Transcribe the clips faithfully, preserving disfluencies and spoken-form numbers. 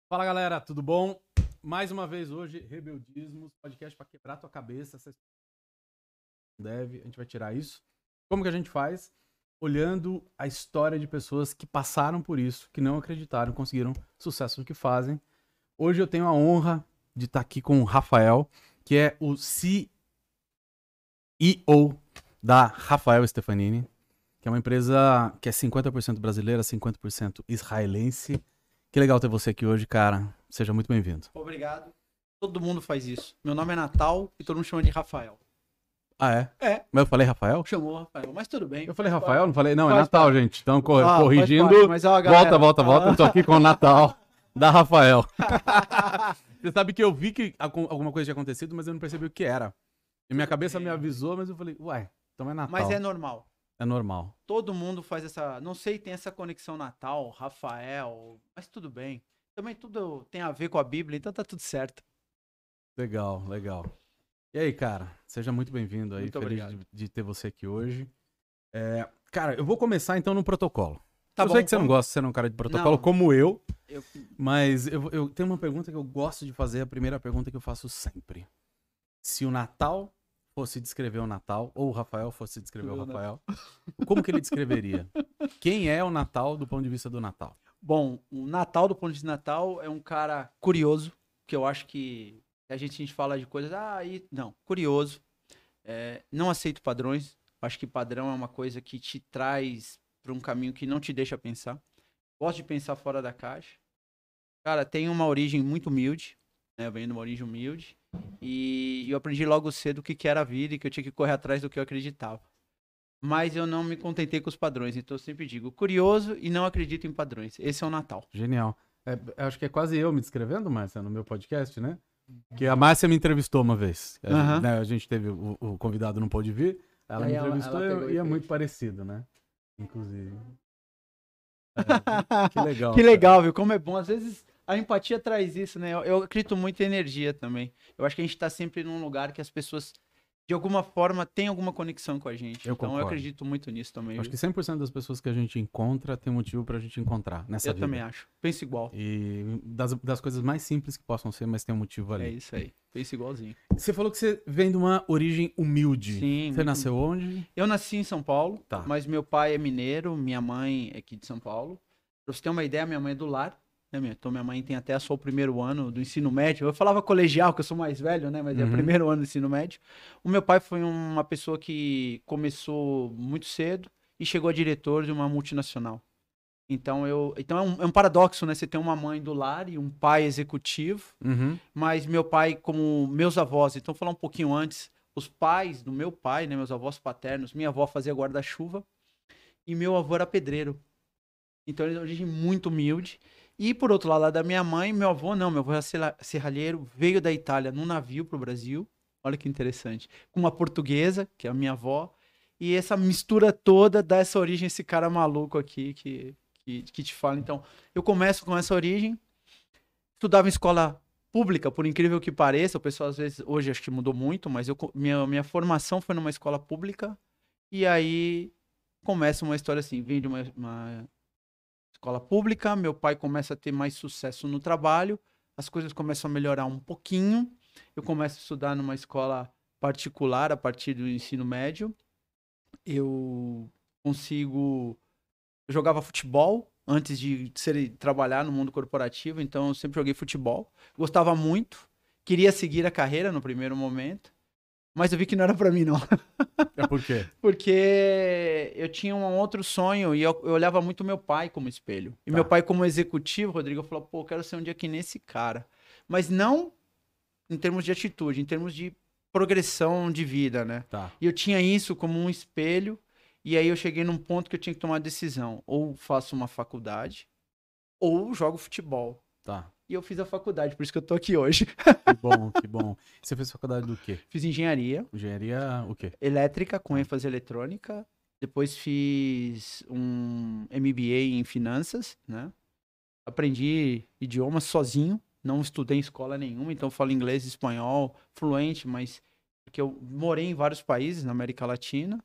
Fala galera, tudo bom? Mais uma vez hoje, Rebeldismos, podcast para quebrar tua cabeça. Você deve, a gente vai tirar isso. Como que a gente faz? Olhando a história de pessoas que passaram por isso, que não acreditaram, conseguiram sucesso no que fazem. Hoje eu tenho a honra de estar aqui com o Rafael, que é o C E O da Rafael Stefanini, que é uma empresa que é cinquenta por cento brasileira, cinquenta por cento israelense. Que legal ter você aqui hoje, cara. Seja muito bem-vindo. Obrigado. Todo mundo faz isso. Meu nome é Natal e todo mundo chama de Rafael. Ah, é? É. Mas eu falei Rafael? Chamou Rafael, mas tudo bem. Eu falei Rafael, não falei? Não, é Faz Natal, parte. gente. Então, cor- Ah, corrigindo. faz parte, mas, ó, galera- Volta, volta, volta. Ah. Eu tô aqui com o Natal da Rafael. Você sabe que eu vi que algum- alguma coisa tinha acontecido, mas eu não percebi o que era. E minha cabeça me avisou, mas eu falei, ué, então é Natal. Mas é normal. É normal. Todo mundo faz essa... Não sei, tem essa conexão Natal, Rafael, mas tudo bem. Também tudo tem a ver com a Bíblia, então tá tudo certo. Legal, legal. E aí, cara, seja muito bem-vindo aí. Muito Feliz obrigado. de, de ter você aqui hoje. É, cara, eu vou começar então no protocolo. Tá eu bom, sei que você não vamos- gosta de ser um cara de protocolo Não. como eu, Eu... mas eu, eu tenho uma pergunta que eu gosto de fazer, a primeira pergunta que eu faço sempre. Se o Natal fosse descrever o Natal, ou o Rafael fosse descrever o Meu Rafael, como que ele descreveria? Quem é o Natal do ponto de vista do Natal? Bom, o Natal, do ponto de vista Natal, é um cara curioso, que eu acho que a gente, a gente fala de coisas, ah, e... não, curioso, é, não aceito padrões, acho que padrão é uma coisa que te traz para um caminho que não te deixa pensar, gosto de pensar fora da caixa, cara, tem uma origem muito humilde, né, eu venho de uma origem humilde, e eu aprendi logo cedo o que, que era a vida e que eu tinha que correr atrás do que eu acreditava. Mas eu não me contentei com os padrões, então eu sempre digo curioso e não acredito em padrões. Esse é o Natal. Genial. É, eu acho que é quase eu me descrevendo, Márcia, no meu podcast, né? Que a Márcia me entrevistou uma vez. A, Aham. gente, né, a gente teve o, o convidado, não pôde vir. Ela Aí me ela- entrevistou ela e- pegou e e é fez. muito parecido, né? Inclusive. É, que legal. Que cara. legal, viu? Como é bom. Às vezes a empatia traz isso, né? Eu, eu acredito muito em energia também. Eu acho que a gente tá sempre num lugar que as pessoas, de alguma forma, têm alguma conexão com a gente. Eu então concordo. eu acredito muito nisso também. Eu acho viu? que cem por cento das pessoas que a gente encontra tem motivo pra gente encontrar nessa Eu vida. também acho. Penso igual. E das, das coisas mais simples que possam ser, mas tem um motivo ali. É isso aí. Penso igualzinho. Você falou que você vem de uma origem humilde. Sim, Você muito nasceu onde? Eu nasci em São Paulo, Tá. mas meu pai é mineiro, minha mãe é aqui de São Paulo. Pra você ter uma ideia, minha mãe é do lar, né, minha? Então minha mãe tem até só o primeiro ano do ensino médio. Eu falava colegial, que eu sou mais velho, né? Mas é o Uhum. primeiro ano do ensino médio. O meu pai foi uma pessoa que começou muito cedo e chegou a diretor de uma multinacional. Então, eu, então é, um, é um paradoxo, né? Você tem uma mãe do lar e um pai executivo. Uhum. Mas meu pai, como meus avós, então vou falar um pouquinho antes, os pais do meu pai, né, meus avós paternos, minha avó fazia guarda-chuva e meu avô era pedreiro. Então ele é de origem muito humilde. E por outro lado, lá da minha mãe, meu avô não, meu avô era serra- serralheiro, veio da Itália num navio pro Brasil. Olha que interessante. Com uma portuguesa, que é a minha avó, e essa mistura toda dá essa origem a esse cara maluco aqui que, que, que te fala. Então, eu começo com essa origem, estudava em escola pública, por incrível que pareça, o pessoal às vezes, hoje acho que mudou muito, mas eu, co- minha, minha formação foi numa escola pública, e aí começa uma história assim, vem de uma, uma escola pública, meu pai começa a ter mais sucesso no trabalho, as coisas começam a melhorar um pouquinho, eu começo a estudar numa escola particular a partir do ensino médio, eu consigo eu jogava futebol antes de ser, trabalhar no mundo corporativo, então eu sempre joguei futebol. Gostava muito, queria seguir a carreira no primeiro momento, mas eu vi que não era pra mim, não. É por quê? Porque eu tinha um outro sonho e eu, eu olhava muito meu pai como espelho. E Tá. meu pai, como executivo, Rodrigo, falou: pô, eu quero ser um dia que nesse cara. Mas não em termos de atitude, em termos de progressão de vida, né? Tá. E eu tinha isso como um espelho. E aí eu cheguei num ponto que eu tinha que tomar uma decisão. Ou faço uma faculdade, ou jogo futebol. Tá. E eu fiz a faculdade, por isso que eu tô aqui hoje. Que bom, que bom. Você fez faculdade do quê? Fiz engenharia Engenharia o quê? elétrica com ênfase eletrônica. Depois fiz um M B A em finanças, né? Aprendi idiomas sozinho. Não estudei em escola nenhuma, então eu falo inglês e espanhol fluente, mas porque eu morei em vários países na América Latina.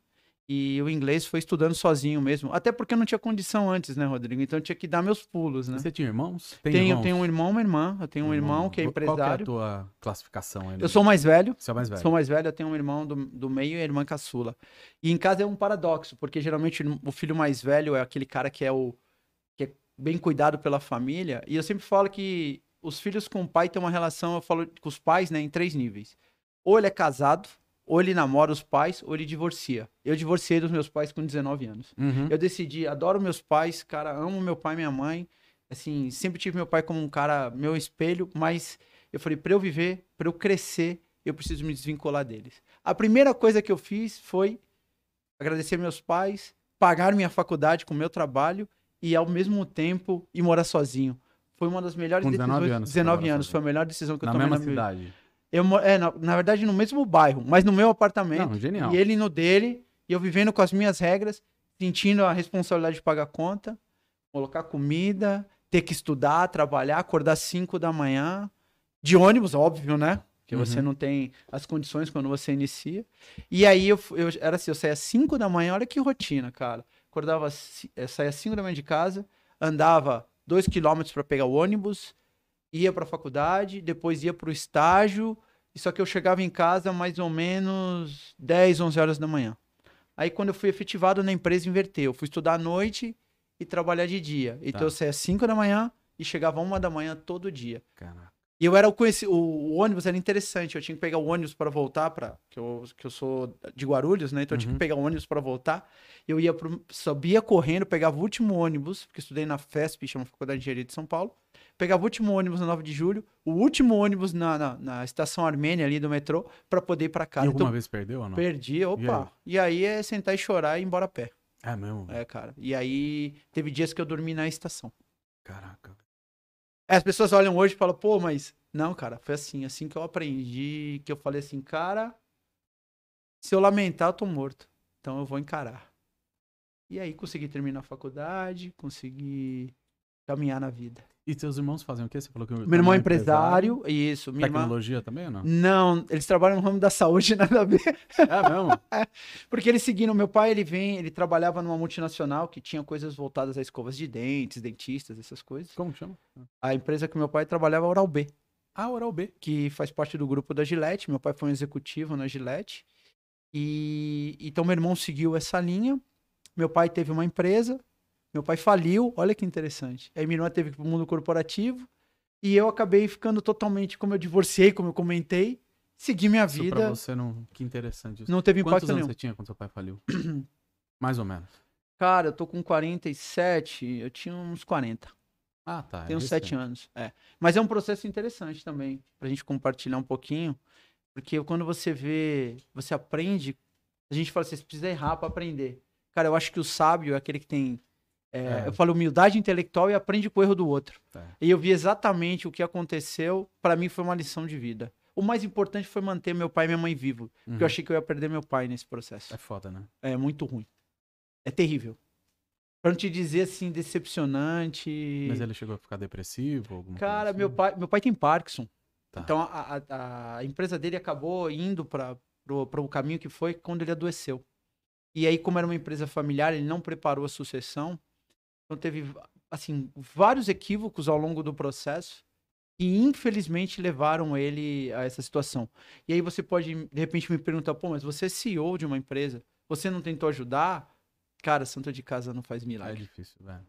E o inglês foi estudando sozinho mesmo. Até porque eu não tinha condição antes, né, Rodrigo? Então eu tinha que dar meus pulos, né? Você tinha irmãos? Tem Tenho, irmãos? tenho um irmão, uma irmã. Eu tenho um irmão que é Qual que é a empresário. tua classificação aí? Eu sou mais velho. Você é o mais velho. Sou mais velho, eu tenho um irmão do, do meio e a irmã caçula. E em casa é um paradoxo, porque geralmente o filho mais velho é aquele cara que é o que é bem cuidado pela família. E eu sempre falo que os filhos com o pai têm uma relação, eu falo com os pais, né, em três níveis. Ou ele é casado, ou ele namora os pais, ou ele divorcia. Eu divorciei dos meus pais com dezenove anos. Uhum. Eu decidi, adoro meus pais, cara, amo meu pai e minha mãe. Assim, sempre tive meu pai como um cara, meu espelho, mas eu falei, pra eu viver, pra eu crescer, eu preciso me desvincular deles. A primeira coisa que eu fiz foi agradecer meus pais, pagar minha faculdade com o meu trabalho e, ao mesmo tempo, ir morar sozinho. Foi uma das melhores Com decisões. dezenove anos. dezenove anos, foi a melhor decisão que eu Na tomei mesma na minha vida. cidade. Eu, mo- é, na, na verdade, no mesmo bairro, mas no meu apartamento. Não, genial. E ele no dele, e eu vivendo com as minhas regras, sentindo a responsabilidade de pagar conta, colocar comida, ter que estudar, trabalhar, acordar cinco da manhã, de ônibus, óbvio, né? Porque Uhum. você não tem as condições quando você inicia. E aí eu, eu era assim, eu saía às cinco da manhã, olha que rotina, cara. Acordava, ci- eh, saía às cinco da manhã de casa, andava dois quilômetros para pegar o ônibus, ia para a faculdade, depois ia para o estágio, e só que eu chegava em casa mais ou menos dez, onze horas da manhã. Aí quando eu fui efetivado na empresa, inverteu. Eu fui estudar à noite e trabalhar de dia. Então Tá. eu saía às cinco da manhã e chegava uma da manhã todo dia. Caraca. E eu era o conheci... o, o ônibus era interessante, eu tinha que pegar o ônibus para voltar para que eu, que eu sou de Guarulhos, né? Então eu tinha Uhum. que pegar o ônibus para voltar. Eu ia pro... subia correndo, pegava o último ônibus, porque eu estudei na FESP, chama Faculdade de Engenharia de São Paulo. Pegava o último ônibus na nove de julho, o último ônibus na, na, na estação Armênia ali do metrô para poder ir para E casa. alguma Então vez perdeu ou não? perdi, opa. E aí é sentar e chorar e ir embora a pé. É mesmo? É, cara. E aí teve dias que eu dormi na estação. Caraca. É, as pessoas olham hoje e falam, pô, mas... Não, cara, foi assim, assim que eu aprendi, que eu falei assim, cara, se eu lamentar, eu tô morto. Então eu vou encarar. E aí consegui terminar a faculdade, consegui caminhar na vida. E seus irmãos fazem o quê? Você falou que Meu irmão é empresário, isso. Minha irmã... Tecnologia também ou não? Não, eles trabalham no ramo da saúde, nada a ver. É mesmo? Porque eles seguiram, meu pai, ele vem, ele trabalhava numa multinacional que tinha coisas voltadas a escovas de dentes, dentistas, essas coisas. Como que chama? A empresa que meu pai trabalhava é a Oral B, Ah, Oral B. que faz parte do grupo da Gillette. Meu pai foi um executivo na Gillette. E então meu irmão seguiu essa linha. Meu pai teve uma empresa, meu pai faliu, olha que interessante. Aí minha irmã teve que ir pro mundo corporativo e eu acabei ficando totalmente, como eu divorciei, como eu comentei, segui minha Isso vida. pra você não... Que interessante isso. Não teve Quantos impacto anos nenhum. você tinha quando seu pai faliu? Mais ou menos. Cara, eu tô com quarenta e sete, eu tinha uns quarenta. Ah, tá. Tenho é uns sete recente. anos. É. Mas é um processo interessante também, pra gente compartilhar um pouquinho. Porque quando você vê, você aprende, a gente fala assim, você precisa errar pra aprender. Cara, eu acho que o sábio é aquele que tem, é, É. eu falo humildade intelectual e aprende com o erro do outro. É. E eu vi exatamente o que aconteceu, pra mim foi uma lição de vida. O mais importante foi manter meu pai e minha mãe vivos, porque Uhum. eu achei que eu ia perder meu pai nesse processo. É foda, né? É muito ruim. É terrível. Pra não te dizer assim, decepcionante. Mas ele chegou a ficar depressivo? Alguma Cara, coisa assim? meu pai, meu pai tem Parkinson. Tá. Então a, a, a empresa dele acabou indo para o caminho que foi quando ele adoeceu. E aí, como era uma empresa familiar, ele não preparou a sucessão. Então teve assim vários equívocos ao longo do processo que infelizmente levaram ele a essa situação. E aí você pode de repente me perguntar, pô, mas você é C E O de uma empresa, você não tentou ajudar? Cara, santo de casa não faz É milagre. difícil, velho.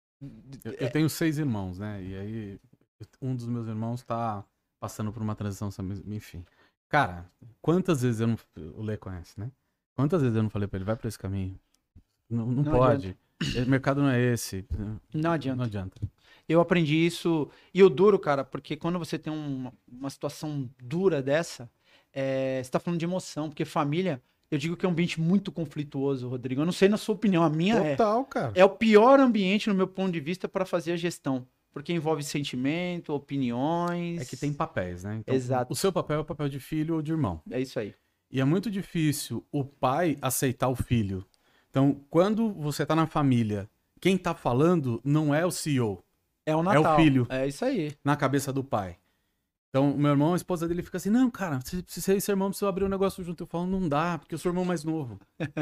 Eu, eu tenho seis irmãos, né? E aí, um dos meus irmãos tá passando por uma transição, enfim. Cara, quantas vezes eu não... O Lê conhece, né? Quantas vezes eu não falei pra ele, vai pra esse caminho? Não, não, Não pode. O mercado não é esse. Não adianta. Não adianta. Eu aprendi isso. E o duro, cara, porque quando você tem uma, uma situação dura dessa, é, você tá falando de emoção, porque família, eu digo que é um ambiente muito conflituoso, Rodrigo. Eu não sei na sua opinião, a minha é. Total, cara. É o pior ambiente, no meu ponto de vista, para fazer a gestão. Porque envolve sentimento, opiniões. É que tem papéis, né? Então, Exato. o seu papel é o papel de filho ou de irmão. É isso aí. E é muito difícil o pai aceitar o filho. Então, quando você tá na família, quem tá falando não é o C E O, É o Natal. filho. É isso aí. na cabeça do pai. Então, o meu irmão, a esposa dele fica assim, não, cara, se você e seu irmão precisam abrir um negócio junto. Eu falo, não dá, porque eu sou o irmão mais novo.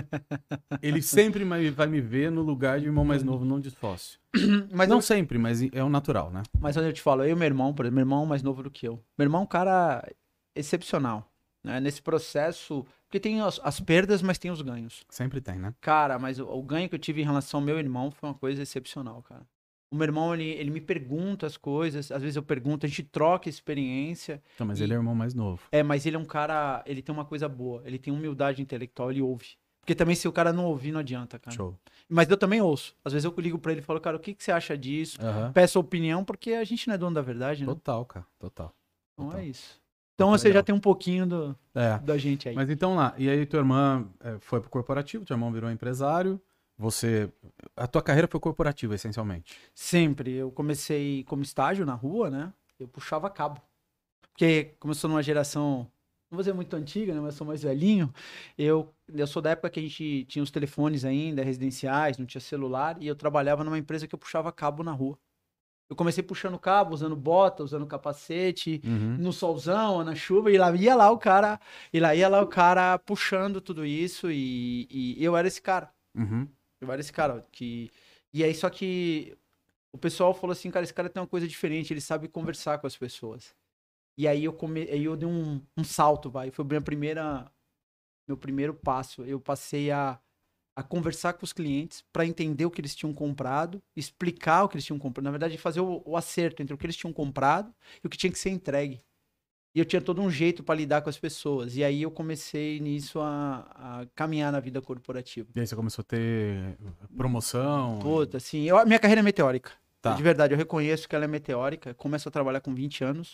Ele sempre vai me ver no lugar de irmão mais novo, não de sócio. Mas não eu... sempre, mas é o natural, né? Mas quando eu te falo, eu e meu irmão, por exemplo, meu irmão é mais novo do que eu. Meu irmão é um cara excepcional, né? Nesse processo, porque tem as, as perdas, mas tem os ganhos. Sempre tem, né? Cara, mas o, o ganho que eu tive em relação ao meu irmão foi uma coisa excepcional, cara. O meu irmão, ele, ele me pergunta as coisas, às vezes eu pergunto, a gente troca experiência. Então, mas e... ele é o irmão mais novo. É, mas ele é um cara, ele tem uma coisa boa, ele tem humildade intelectual, ele ouve. Porque também se o cara não ouvir, não adianta, cara. Show. Mas eu também ouço. Às vezes eu ligo pra ele e falo, cara, o que, que você acha disso? Uhum. Peço a opinião, porque a gente não é dono da verdade, né? Total, cara, total. Então total. é isso. Então Total você legal. já tem um pouquinho do, é. da gente aí. Mas então lá, e aí tua irmã é, foi pro corporativo, teu irmão virou empresário, você... A tua carreira foi corporativa, essencialmente? Sempre. Eu comecei como estágio na rua, né? Eu puxava cabo. Porque como eu sou numa geração, não vou dizer muito antiga, né? Mas eu sou mais velhinho. Eu, eu sou da época que a gente tinha os telefones ainda, residenciais, não tinha celular. E eu trabalhava numa empresa que eu puxava cabo na rua. Eu comecei puxando cabo, usando bota, usando capacete, uhum. no solzão, na chuva, e lá ia lá o cara, e lá ia lá o cara puxando tudo isso, e, e eu era esse cara. Uhum. Eu era esse cara que... E aí, só que o pessoal falou assim, cara, esse cara tem uma coisa diferente, ele sabe conversar com as pessoas. E aí eu, come... aí eu dei um, um salto, vai. Foi minha primeira... meu primeiro passo. Eu passei a, a conversar com os clientes para entender o que eles tinham comprado, explicar o que eles tinham comprado. Na verdade, fazer o, o acerto entre o que eles tinham comprado e o que tinha que ser entregue. E eu tinha todo um jeito para lidar com as pessoas. E aí eu comecei nisso a, a caminhar na vida corporativa. E aí você começou a ter promoção? Puta, assim, eu, minha carreira é meteórica. Tá. De verdade, eu reconheço que ela é meteórica. Começo a trabalhar com vinte anos.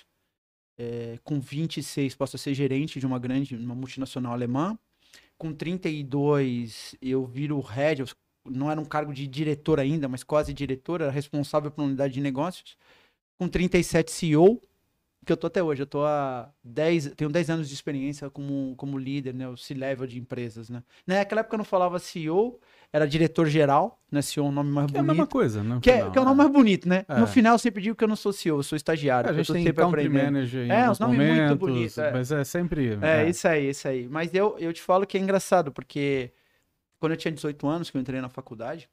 É, com vinte e seis, posso ser gerente de uma grande, uma multinacional alemã. Com trinta e dois, eu viro head. Eu não era um cargo de diretor ainda, mas quase diretor. Era responsável por uma unidade de negócios. Com trinta e sete, C E O. Que eu tô até hoje, eu tô há dez, tenho dez anos de experiência como, como líder, né, o C-level de empresas, né. Naquela época eu não falava C E O, era diretor-geral, né, C E O é um nome mais que bonito. É a mesma coisa, né? Que é, que é o nome mais bonito, né. É. No final eu sempre digo que eu não sou C E O, eu sou estagiário. É, a gente eu tô tem sempre country aprendendo. manager em É, alguns os nomes momentos, muito bonitos. É, mas é sempre... é, É, isso aí, isso aí. Mas eu, eu te falo que é engraçado, porque quando eu tinha dezoito anos, que eu entrei na faculdade,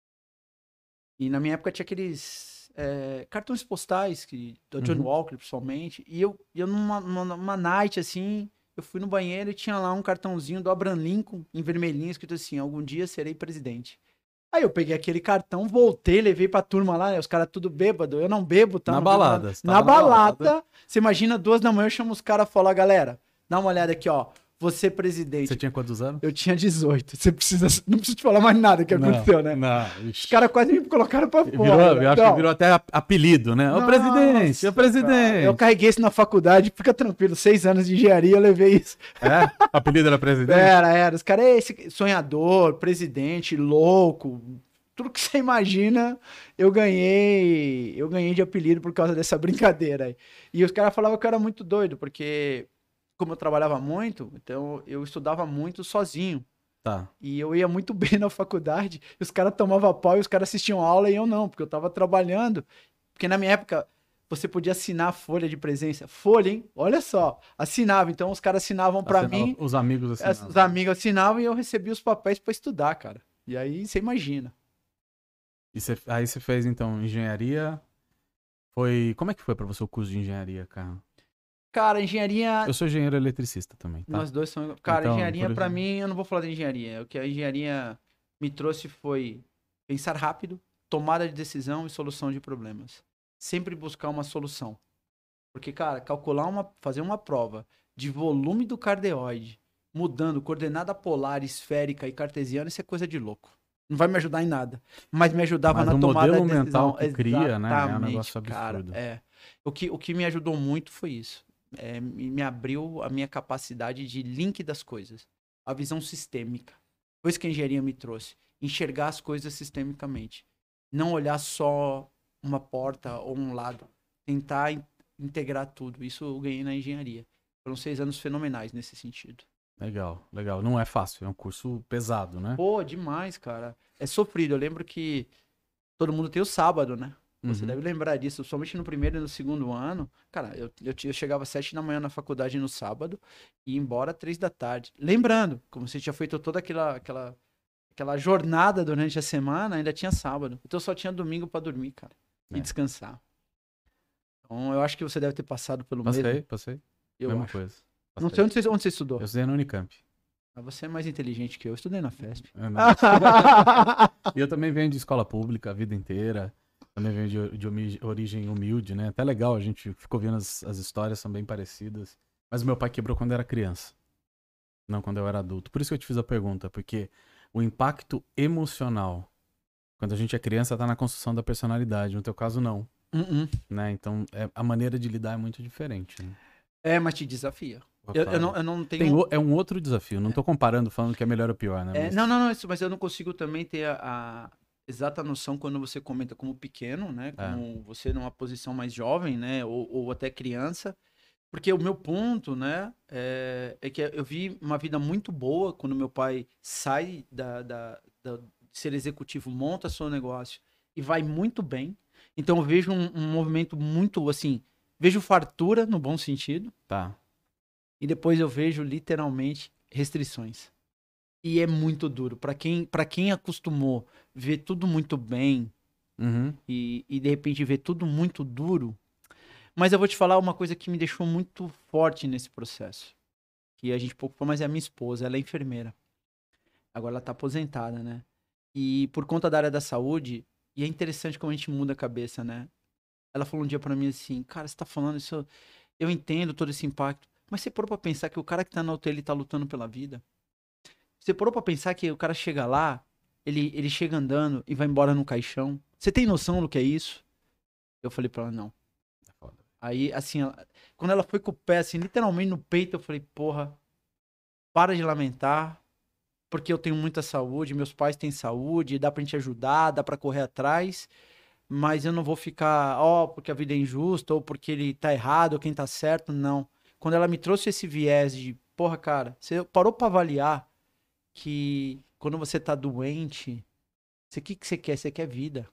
e na minha época tinha aqueles... É, cartões postais, que, do John Uhum. Walker, principalmente, e eu, eu numa, numa, numa night, assim, eu fui no banheiro e tinha lá um cartãozinho do Abraham Lincoln, em vermelhinho, escrito assim, algum dia serei presidente. Aí eu peguei aquele cartão, voltei, levei pra turma lá, né, os caras tudo bêbado, eu não bebo, tá? Na não bebo balada, nada. você Na tava na balada, balada. você imagina, duas da manhã, eu chamo os caras e falo, ó, galera, dá uma olhada aqui, ó, você presidente. Você tinha quantos anos? Eu tinha dezoito. Você precisa. Não preciso te falar mais nada que Não, aconteceu, né? Não, Os caras quase me colocaram pra fora. Virou, né? eu acho Não. que virou até apelido, né? Ô Nossa, presidente, ô cara, presidente. eu carreguei isso na faculdade, fica tranquilo. Seis anos de engenharia, eu levei isso. É? O apelido era presidente? Era, era. Os caras, esse sonhador, presidente, louco. Tudo que você imagina, eu ganhei. Eu ganhei de apelido por causa dessa brincadeira aí. E os caras falavam que eu era muito doido, porque. Como eu trabalhava muito, então eu estudava muito sozinho. Tá. E eu ia muito bem na faculdade, e os caras tomavam pau e os caras assistiam aula e eu não, porque eu tava trabalhando. Porque na minha época, você podia assinar folha de presença. Folha, hein? Olha só. Assinava. Então os caras assinavam pra Assinava, mim. Os amigos assinavam. Os amigos assinavam e eu recebia os papéis pra estudar, cara. E aí você imagina. E você, aí você fez, então, engenharia. Foi... Como é que foi pra você o curso de engenharia, cara? Cara, engenharia. Eu sou engenheiro eletricista também, tá? Nós dois somos. Cara, Então, engenharia por pra exemplo- mim, eu não vou falar de engenharia. O que a engenharia me trouxe foi pensar rápido, tomada de decisão e solução de problemas. Sempre buscar uma solução. Porque, cara, calcular uma, fazer uma prova de volume do cardioide, mudando coordenada polar, esférica e cartesiana, isso é coisa de louco. Não vai me ajudar em nada. Mas me ajudava Mas na o tomada modelo de decisão. mental que cria, né, é um Exatamente, negócio cara, absurdo. é. O que, o que me ajudou muito foi isso. É, me me abriu a minha capacidade de link das coisas. A visão sistêmica. Foi isso que a engenharia me trouxe. Enxergar as coisas sistemicamente. Não olhar só uma porta ou um lado. Tentar in- integrar tudo. Isso eu ganhei na engenharia. Foram seis anos fenomenais nesse sentido. Legal, legal. Não é fácil, é um curso pesado, né? Pô, demais, cara. É sofrido. Eu lembro que todo mundo tem o sábado, né? Você Uhum. deve lembrar disso, somente no primeiro e no segundo ano. Cara, eu, eu, eu chegava às sete da manhã na faculdade no sábado e ia embora às três da tarde. Lembrando, como você tinha feito toda aquela, aquela, aquela jornada durante a semana, ainda tinha sábado. Então só tinha domingo pra dormir, cara. E É. descansar. Então eu acho que você deve ter passado pelo Passei, mesmo. passei. Eu Mesma acho. coisa. Não Passei. sei onde você, onde você estudou. Eu estudei na Unicamp. Mas você é mais inteligente que eu. Eu estudei na FESP. É, não. E eu também venho de escola pública a vida inteira. Também venho de, de humi- origem humilde, né? Até legal, a gente ficou vendo as, as histórias, são bem parecidas. Mas meu pai quebrou quando era criança. Não quando eu era adulto. Por isso que eu te fiz a pergunta, porque o impacto emocional, quando a gente é criança, tá na construção da personalidade. No teu caso, não. Uh-uh. Né? Então, é- a maneira de lidar é muito diferente. Né? É, mas te desafia. Eu, eu, não, eu não tenho... Tem o- é um outro desafio. Não tô comparando, falando que é melhor ou pior, né? É, Mas- não, não, não, isso, mas eu não consigo também ter a, a exata noção quando você comenta como pequeno, né? Como você numa posição mais jovem, né? Ou, ou até criança. Porque o meu ponto, né? É, é que eu vi uma vida muito boa quando meu pai sai da, da, da- de ser executivo, monta seu negócio e vai muito bem. Então eu vejo um, um movimento muito, assim, vejo fartura no bom sentido. Tá. E depois eu vejo literalmente restrições. E é muito duro. Pra quem, para quem acostumou ver tudo muito bem Uhum. e, e de repente ver tudo muito duro. Mas eu vou te falar uma coisa que me deixou muito forte nesse processo. Que a gente pouco falou, mas é a minha esposa, ela é enfermeira. Agora ela tá aposentada, né? E por conta da área da saúde, e é interessante como a gente muda a cabeça, né? Ela falou um dia pra mim assim, cara, você tá falando isso, eu entendo todo esse impacto, mas você parou pra pensar que o cara que tá na U T I, ele tá lutando pela vida? Você parou pra pensar que o cara chega lá, ele, ele chega andando e vai embora no caixão? Você tem noção do que é isso? Eu falei pra ela, não. É foda. Aí, assim, ela- quando ela foi com o pé, assim, literalmente no peito, eu falei, porra, para de lamentar, porque eu tenho muita saúde, meus pais têm saúde, dá pra gente ajudar, dá pra correr atrás, mas eu não vou ficar, ó, porque a vida é injusta, ou porque ele tá errado, ou quem tá certo, não. Quando ela me trouxe esse viés de, porra, cara, você parou pra avaliar que quando você tá doente, o que, que você quer? Você quer vida.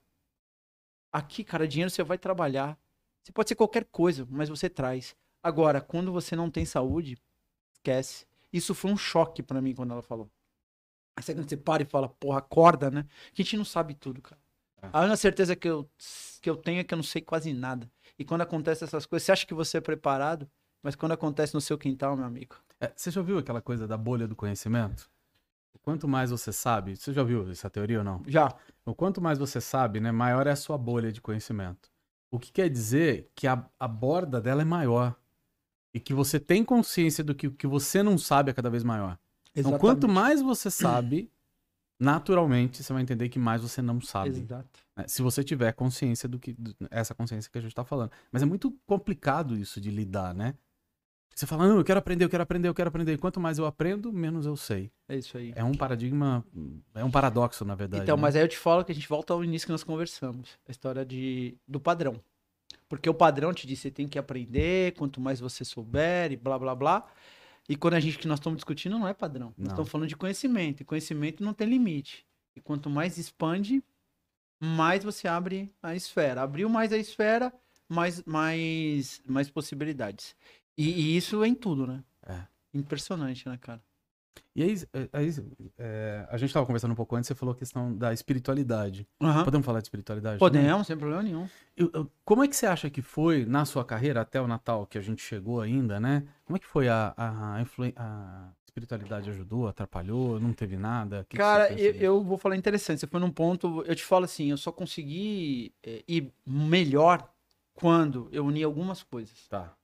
Aqui, cara, dinheiro você vai trabalhar. Você pode ser qualquer coisa, mas você traz. Agora, quando você não tem saúde, esquece. Isso foi um choque pra mim quando ela falou. Aí você, quando você para e fala, porra, acorda, né? Que a gente não sabe tudo, cara. É. A única certeza que eu, que eu tenho é que eu não sei quase nada. E quando acontece essas coisas, você acha que você é preparado, mas quando acontece no seu quintal, meu amigo. É, você já ouviu aquela coisa da bolha do conhecimento? O quanto mais você sabe, você já ouviu essa teoria ou não? Já. O quanto mais você sabe, né, maior é a sua bolha de conhecimento. O que quer dizer que a, a borda dela é maior. E que você tem consciência do que o que você não sabe é cada vez maior. Então, quanto mais você sabe, naturalmente você vai entender que mais você não sabe. Exato. Né? Se você tiver consciência do que. do- essa consciência que a gente tá falando. Mas é muito complicado isso de lidar, né? Você fala, não, eu quero aprender, eu quero aprender, eu quero aprender. E quanto mais eu aprendo, menos eu sei. É isso aí. É um paradigma. É um paradoxo, na verdade. Então, né? mas aí eu te falo que a gente volta ao início que nós conversamos. A história de, do padrão. Porque o padrão te diz que você tem que aprender, quanto mais você souber e blá, blá, blá. E quando a gente que nós estamos discutindo não é padrão. Nós Não. estamos falando de conhecimento. E conhecimento não tem limite. E quanto mais expande, mais você abre a esfera. Abriu mais a esfera, mais, mais, mais possibilidades. E, e isso é em tudo, né? É. Impressionante, né, cara? E aí, aí é, a gente estava conversando um pouco antes, você falou a questão da espiritualidade. Uhum. Podemos falar de espiritualidade? também? Podemos, sem problema nenhum. Eu- eu- como é que você acha que foi na sua carreira, até o Natal que a gente chegou ainda, né? Como é que foi a, a, influen- a espiritualidade? Ajudou, atrapalhou, não teve nada? O que que Cara, você pensa eu, disso? eu vou falar interessante. Você foi num ponto. Eu te falo assim, eu só consegui é, ir melhor quando eu uni algumas coisas. Tá.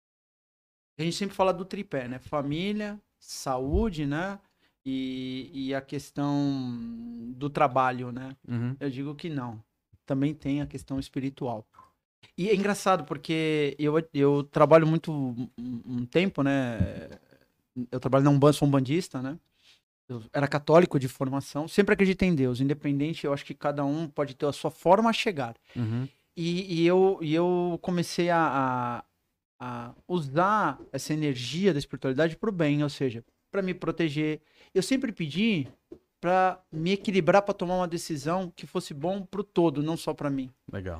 A gente sempre fala do tripé, né? Família, saúde, né? E, e a questão do trabalho, né? Uhum. Eu digo que não. Também tem a questão espiritual. E é engraçado porque eu, eu trabalho muito um, um tempo, né? Eu trabalho na Umbanda, sou um bandista, né? Eu era católico de formação, sempre acreditei em Deus, independente, eu acho que cada um pode ter a sua forma a chegar. Uhum. E, e eu, e eu comecei a, a, a usar essa energia da espiritualidade para o bem, ou seja, para me proteger. Eu sempre pedi para me equilibrar, para tomar uma decisão que fosse bom para o todo, não só para mim. Legal.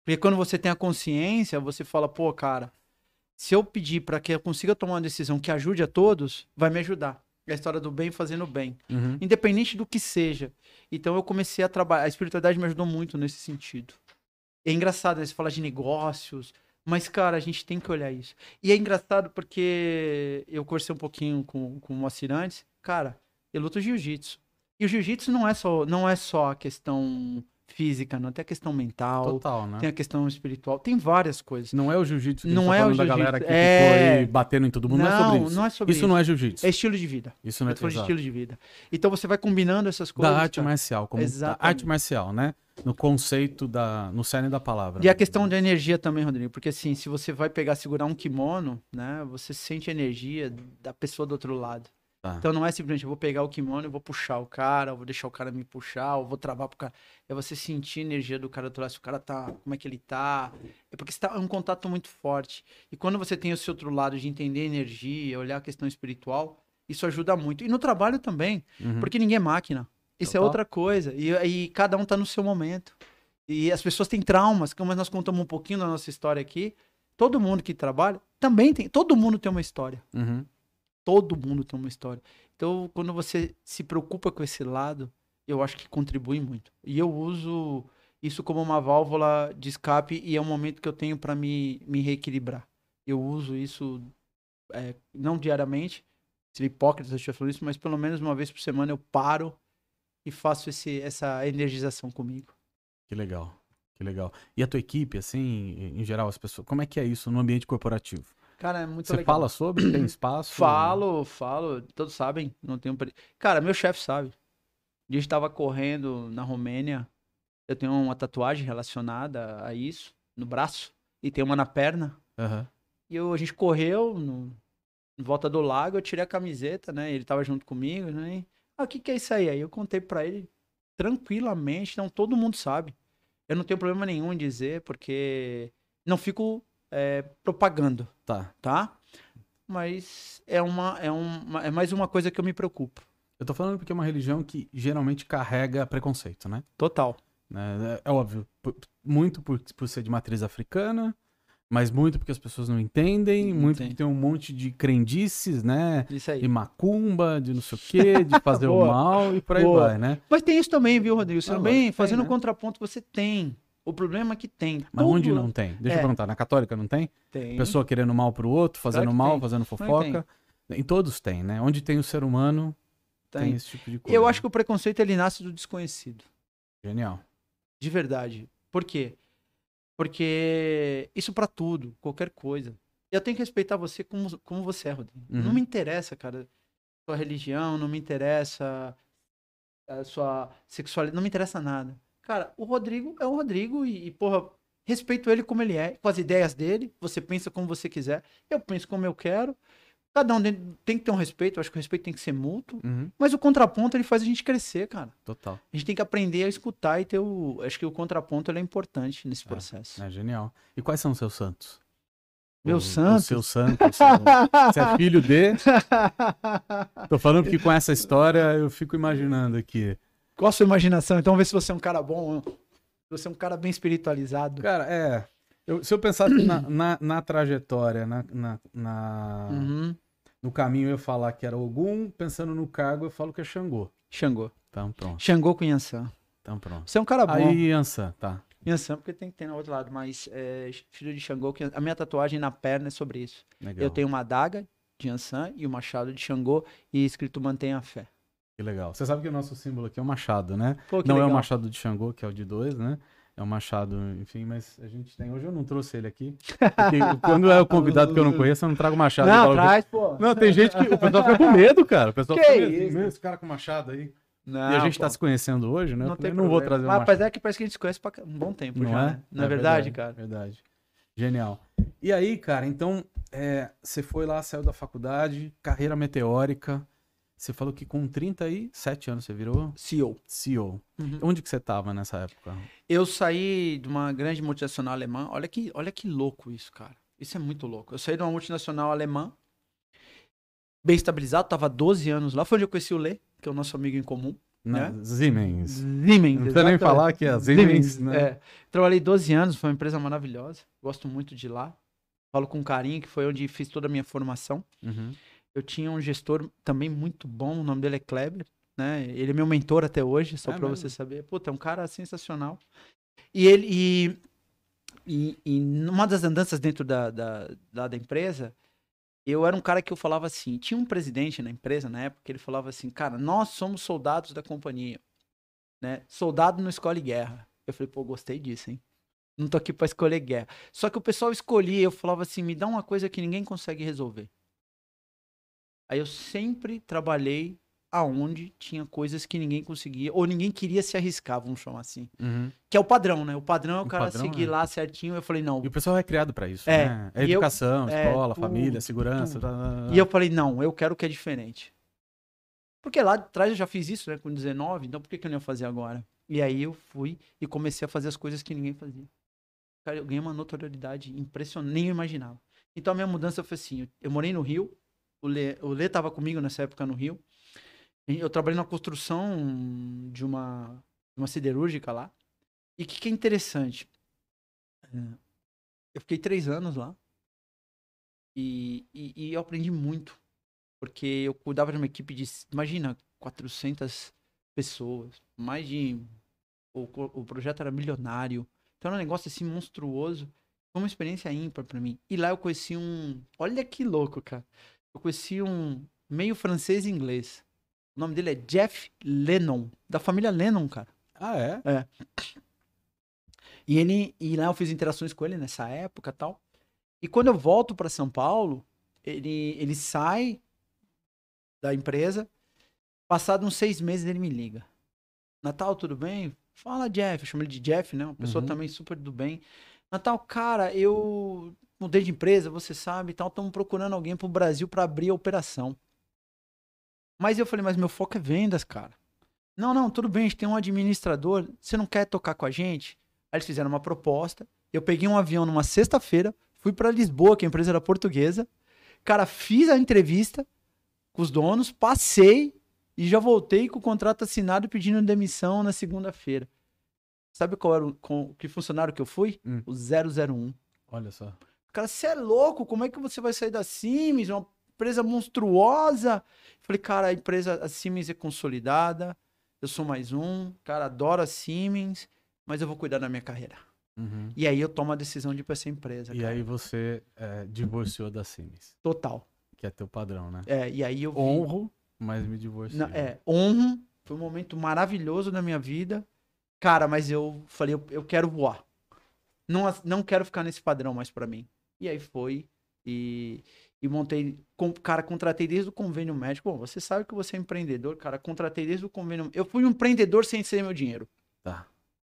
Porque quando você tem a consciência, você fala, pô, cara, se eu pedir para que eu consiga tomar uma decisão que ajude a todos, vai me ajudar. É a história do bem fazendo bem. Uhum. Independente do que seja. Então eu comecei a trabalhar. A espiritualidade me ajudou muito nesse sentido. É engraçado, né? Você fala de negócios, mas, cara, a gente tem que olhar isso. E é engraçado porque eu conversei um pouquinho com, com o Moacir antes. Cara, eu luto jiu-jitsu. E o jiu-jitsu não é só, não é só a questão física, não. Tem a questão mental, Total, né? tem a questão espiritual, tem várias coisas. Não é o jiu-jitsu que Não a gente tá é o falando da galera que jiu-jitsu, ficou é- aí batendo em todo mundo. Não, é sobre isso. não é sobre isso. isso. não é jiu-jitsu. É estilo de vida. Isso não é Eu tô falando de exato. estilo de vida. Então você vai combinando essas coisas. Da arte cara. marcial, como da Exatamente. arte marcial, né? No conceito da, no cerne da palavra. E a questão de energia também, Rodrigo, porque assim, se você vai pegar, segurar um kimono, né, você sente a energia da pessoa do outro lado. Tá. Então não é simplesmente eu vou pegar o kimono e vou puxar o cara, eu vou deixar o cara me puxar, eu vou travar pro cara. É você sentir a energia do cara do outro lado, se o cara tá, como é que ele tá. É porque está é um contato muito forte. E quando você tem esse outro lado de entender a energia, olhar a questão espiritual, isso ajuda muito. E no trabalho também, Uhum. porque ninguém é máquina. Isso Total. é outra coisa. E, e cada um tá no seu momento. E as pessoas têm traumas, como nós contamos um pouquinho da nossa história aqui. Todo mundo que trabalha também tem. Todo mundo tem uma história. Uhum. Todo mundo tem uma história. Então, quando você se preocupa com esse lado, eu acho que contribui muito. E eu uso isso como uma válvula de escape e é um momento que eu tenho para me, me reequilibrar. Eu uso isso é, não diariamente, seria hipócrita se eu estiver falando isso, mas pelo menos uma vez por semana eu paro e faço esse, essa energização comigo. Que legal, que legal. E a tua equipe, assim, em geral, as pessoas, como é que é isso no ambiente corporativo? Cara, é muito Você legal. fala sobre, tem espaço? Falo, falo, todos sabem, não tenho... pre- Cara, meu chefe sabe. A gente tava correndo na Romênia, eu tenho uma tatuagem relacionada a isso, no braço, e tem uma na perna. Aham. E eu, a gente correu no, em volta do lago, eu tirei a camiseta, né? Ele tava junto comigo, né? E, ah, o que que é isso aí? Aí eu contei pra ele tranquilamente, então todo mundo sabe. Eu não tenho problema nenhum em dizer, porque não fico é, propagando, Tá. tá? Mas é, uma, é, uma, é mais uma coisa que eu me preocupo. Eu tô falando porque é uma religião que geralmente carrega preconceito, né? Total. Né? É, é óbvio, por- muito por, por ser de matriz africana, mas muito porque as pessoas não entendem, Não muito tem. porque tem um monte de crendices, né? Isso aí. De macumba, de não sei o quê, de fazer o Boa. mal e por aí Boa. vai, né? Mas tem isso também, viu, Rodrigo? Você Ah, também, lógico que fazendo tem, um né? contraponto, você tem. O problema é que tem. Mas Tudo onde não tem? Deixa É. eu perguntar, na católica não tem? tem. Pessoa querendo mal pro outro, fazendo que mal, tem. fazendo que fofoca. Em todos tem, né? Onde tem o ser humano, tem, Tem. esse tipo de coisa. Eu acho que o preconceito ele nasce do desconhecido. Genial. De verdade. Por quê? Porque isso pra tudo, qualquer coisa. Eu tenho que respeitar você como, como você é, Rodrigo. Uhum. Não me interessa, cara, sua religião, não me interessa a sua sexualidade, não me interessa nada. Cara, o Rodrigo é o Rodrigo e, e, porra, respeito ele como ele é, com as ideias dele, você pensa como você quiser, eu penso como eu quero. Cada um tem tem que ter um respeito, eu acho que o respeito tem que ser mútuo, Uhum. mas o contraponto ele faz a gente crescer, cara. Total. A gente tem que aprender a escutar e ter o. Acho que o contraponto ele é importante nesse processo. É genial. E quais são os seus santos? Meus O- santos? Os seus santos. seu- Você é filho de... Tô falando que com essa história eu fico imaginando aqui. Qual a sua imaginação? Então, vê se você é um cara bom, se você é um cara bem espiritualizado. Cara, é... eu- se eu pensasse na, na, na trajetória, na, na, na- Uhum. no caminho, eu ia falar que era Ogum. Pensando no cargo, eu falo que é Xangô. Xangô. Então pronto. Xangô com Yansan. Então pronto. Você é um cara bom. Aí, Ansan, tá. Yansan, porque tem que ter no outro lado, mas é, filho de Xangô, que a minha tatuagem na perna é sobre isso. Legal. Eu tenho uma adaga de Yansan e o machado de Xangô e escrito mantenha a fé. Que legal. Você sabe que o nosso símbolo aqui é o machado, né? Pô, que Não é legal. o machado de Xangô, que é o de dois, né? É o machado, enfim, mas a gente tem. Hoje eu não trouxe ele aqui. Porque quando é o convidado que eu não conheço, eu não trago machado. Eu Não, falo, traz, pô. Não, tem gente que. O pessoal fica com medo, cara. O pessoal Que fica com medo. isso? Meu, esse cara com machado aí. Não, e a gente pô. tá se conhecendo hoje, né? Não Eu tem falei, não vou problema. trazer o Mas, machado. Apesar que parece que a gente se conhece pra um bom tempo Não já, é? né? Não é, verdade, cara? Verdade. Genial. E aí, cara, então, é, você foi lá, saiu da faculdade, carreira meteórica. Você falou que com trinta e sete anos você virou C E O. C E O. Uhum. Onde que você tava nessa época? Eu saí de uma grande multinacional alemã. Olha que, olha que louco isso, cara. Isso é muito louco. Eu saí de uma multinacional alemã, bem estabilizado, tava doze anos lá. Foi onde eu conheci o Lê, que é o nosso amigo em comum. Na, né? Siemens. Siemens, Não precisa nem falar que é a Siemens, Siemens, né? é. Trabalhei doze anos, foi uma empresa maravilhosa. Gosto muito de lá. Falo com carinho, que foi onde fiz toda a minha formação. Uhum. Eu tinha um gestor também muito bom, o nome dele é Kleber, né? Ele é meu mentor até hoje, só É pra mesmo? você saber. Puta, é um cara sensacional. E ele e, e, e numa das andanças dentro da, da, da, da empresa, eu era um cara que eu falava assim, tinha um presidente na empresa na época, que ele falava assim, cara, nós somos soldados da companhia, né? Soldado não escolhe guerra. Eu falei, pô, gostei disso, hein? Não tô aqui pra escolher guerra. Só que o pessoal escolhia, eu falava assim, me dá uma coisa que ninguém consegue resolver. Aí eu sempre trabalhei aonde tinha coisas que ninguém conseguia, ou ninguém queria se arriscar, vamos chamar assim. Uhum. Que é o padrão, né? O padrão é o, O cara padrão, seguir é. lá certinho. Eu falei, não. E o pessoal é criado pra isso, É, né? É e eu- educação, é, escola, tudo, família, segurança. tudo. Tá, tá, tá. E eu falei, não, eu quero o que é diferente. Porque lá atrás eu já fiz isso, né? Com dezenove, então por que, que eu não ia fazer agora? E aí eu fui e comecei a fazer as coisas que ninguém fazia. Cara, eu ganhei uma notoriedade impressionante, nem eu imaginava. Então a minha mudança foi assim, eu, eu morei no Rio, o Lê, o Lê tava comigo nessa época no Rio, e eu trabalhei na construção de uma, uma siderúrgica lá. E o que, que é interessante? É, eu fiquei três anos lá e, e, e eu aprendi muito, porque eu cuidava de uma equipe de, imagina, quatrocentas pessoas, mais de... O, co- o projeto era milionário, então era um negócio assim monstruoso. Foi uma experiência ímpar pra mim. E lá eu conheci um... Olha que louco, cara. Eu conheci um meio francês e inglês. O nome dele é Jeff Lennon, da família Lennon, cara. Ah, é? É. E ele e lá eu fiz interações com ele nessa época, e tal. E quando eu volto pra São Paulo, ele ele sai da empresa. Passado uns seis meses ele me liga. Natal, tudo bem? Fala, Jeff. Eu chamo ele de Jeff, né? Uma pessoa Uhum. também super do bem. Natal, cara, eu mudei de empresa, você sabe, e tal. Estamos procurando alguém pro Brasil pra abrir a operação. Mas eu falei, mas meu foco é vendas, cara. Não, não, tudo bem, a gente tem um administrador. Você não quer tocar com a gente? Aí eles fizeram uma proposta. Eu peguei um avião numa sexta-feira, fui pra Lisboa, que a empresa era portuguesa. Cara, fiz a entrevista com os donos, passei e já voltei com o contrato assinado pedindo demissão na segunda-feira. Sabe qual era o com, que funcionário que eu fui? Hum. O zero zero um. Olha só. Cara, você é louco? Como é que você vai sair da Siemens? Uma empresa monstruosa. Falei, cara, a empresa, a Siemens é consolidada. Eu sou mais um. Cara, adoro a Siemens, mas eu vou cuidar da minha carreira. Uhum. E aí eu tomo a decisão de ir pra essa empresa, E cara. aí você é, divorciou da Siemens, Total. que é teu padrão, né? É, e aí eu vi... Honro, mas me divorciei. Na- é, honro. Foi um momento maravilhoso na minha vida. Cara, mas eu falei, eu, eu quero voar. Não, as- não quero ficar nesse padrão mais pra mim. E aí foi e, e montei, com, cara, contratei desde o convênio médico. Bom, você sabe que você é empreendedor, cara, contratei desde o convênio. Eu fui um empreendedor sem ser meu dinheiro. Tá.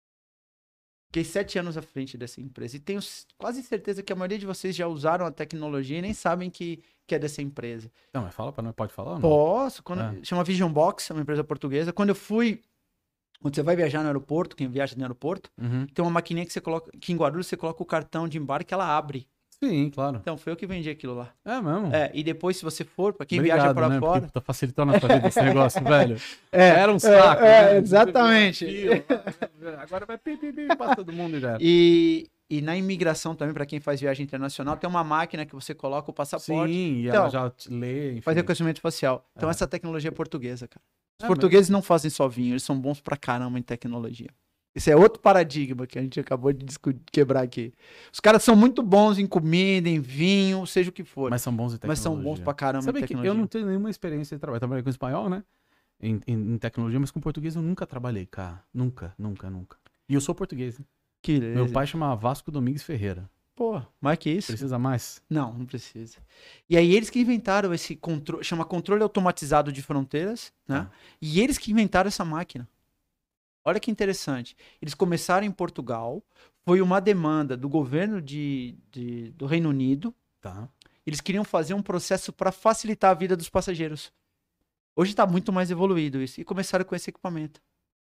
Fiquei sete anos à frente dessa empresa e tenho s- quase certeza que a maioria de vocês já usaram a tecnologia e nem sabem que, que é dessa empresa. Não, mas fala pra nós, pode falar ou não? Posso, quando, Ah. chama Vision Box, é uma empresa portuguesa. Quando eu fui, quando você vai viajar no aeroporto, quem viaja no aeroporto, Uhum. tem uma maquininha que você coloca, que em Guarulhos você coloca o cartão de embarque, ela abre. Sim, claro. Então foi eu que vendi aquilo lá. É mesmo? É, e depois se você for, pra quem Obrigado, viaja pra né? fora, Porque tá facilitando a sua vida esse negócio, velho. É, Era um é, saco. é, né? exatamente. Agora vai pi, pi, pi, passa todo mundo e já. E, e na imigração também, pra quem faz viagem internacional, tem uma máquina que você coloca o passaporte, Sim, e Então, ela já te lê, enfim. faz reconhecimento facial. Então É. essa tecnologia é portuguesa, cara. Os É portugueses não fazem só vinho, eles são bons pra caramba em tecnologia. Esse é outro paradigma que a gente acabou de discu- quebrar aqui. Os caras são muito bons em comida, em vinho, seja o que for. Mas são bons em Mas tecnologia. são bons pra caramba Sabe em que tecnologia. eu não tenho nenhuma experiência de trabalho. Eu trabalhei com espanhol, né? Em, em- em tecnologia, mas com português eu nunca trabalhei, cara. Nunca, nunca, nunca. E eu sou português, né? Que Meu beleza. pai chama Vasco Domingues Ferreira. Pô, mais que isso? Precisa mais? Não, não precisa. E aí eles que inventaram esse controle, chama controle automatizado de fronteiras, né? Tá. E eles que inventaram essa máquina. Olha que interessante. Eles começaram em Portugal, foi uma demanda do governo de, de- do Reino Unido. Tá. Eles queriam fazer um processo para facilitar a vida dos passageiros. Hoje está muito mais evoluído isso. E começaram com esse equipamento.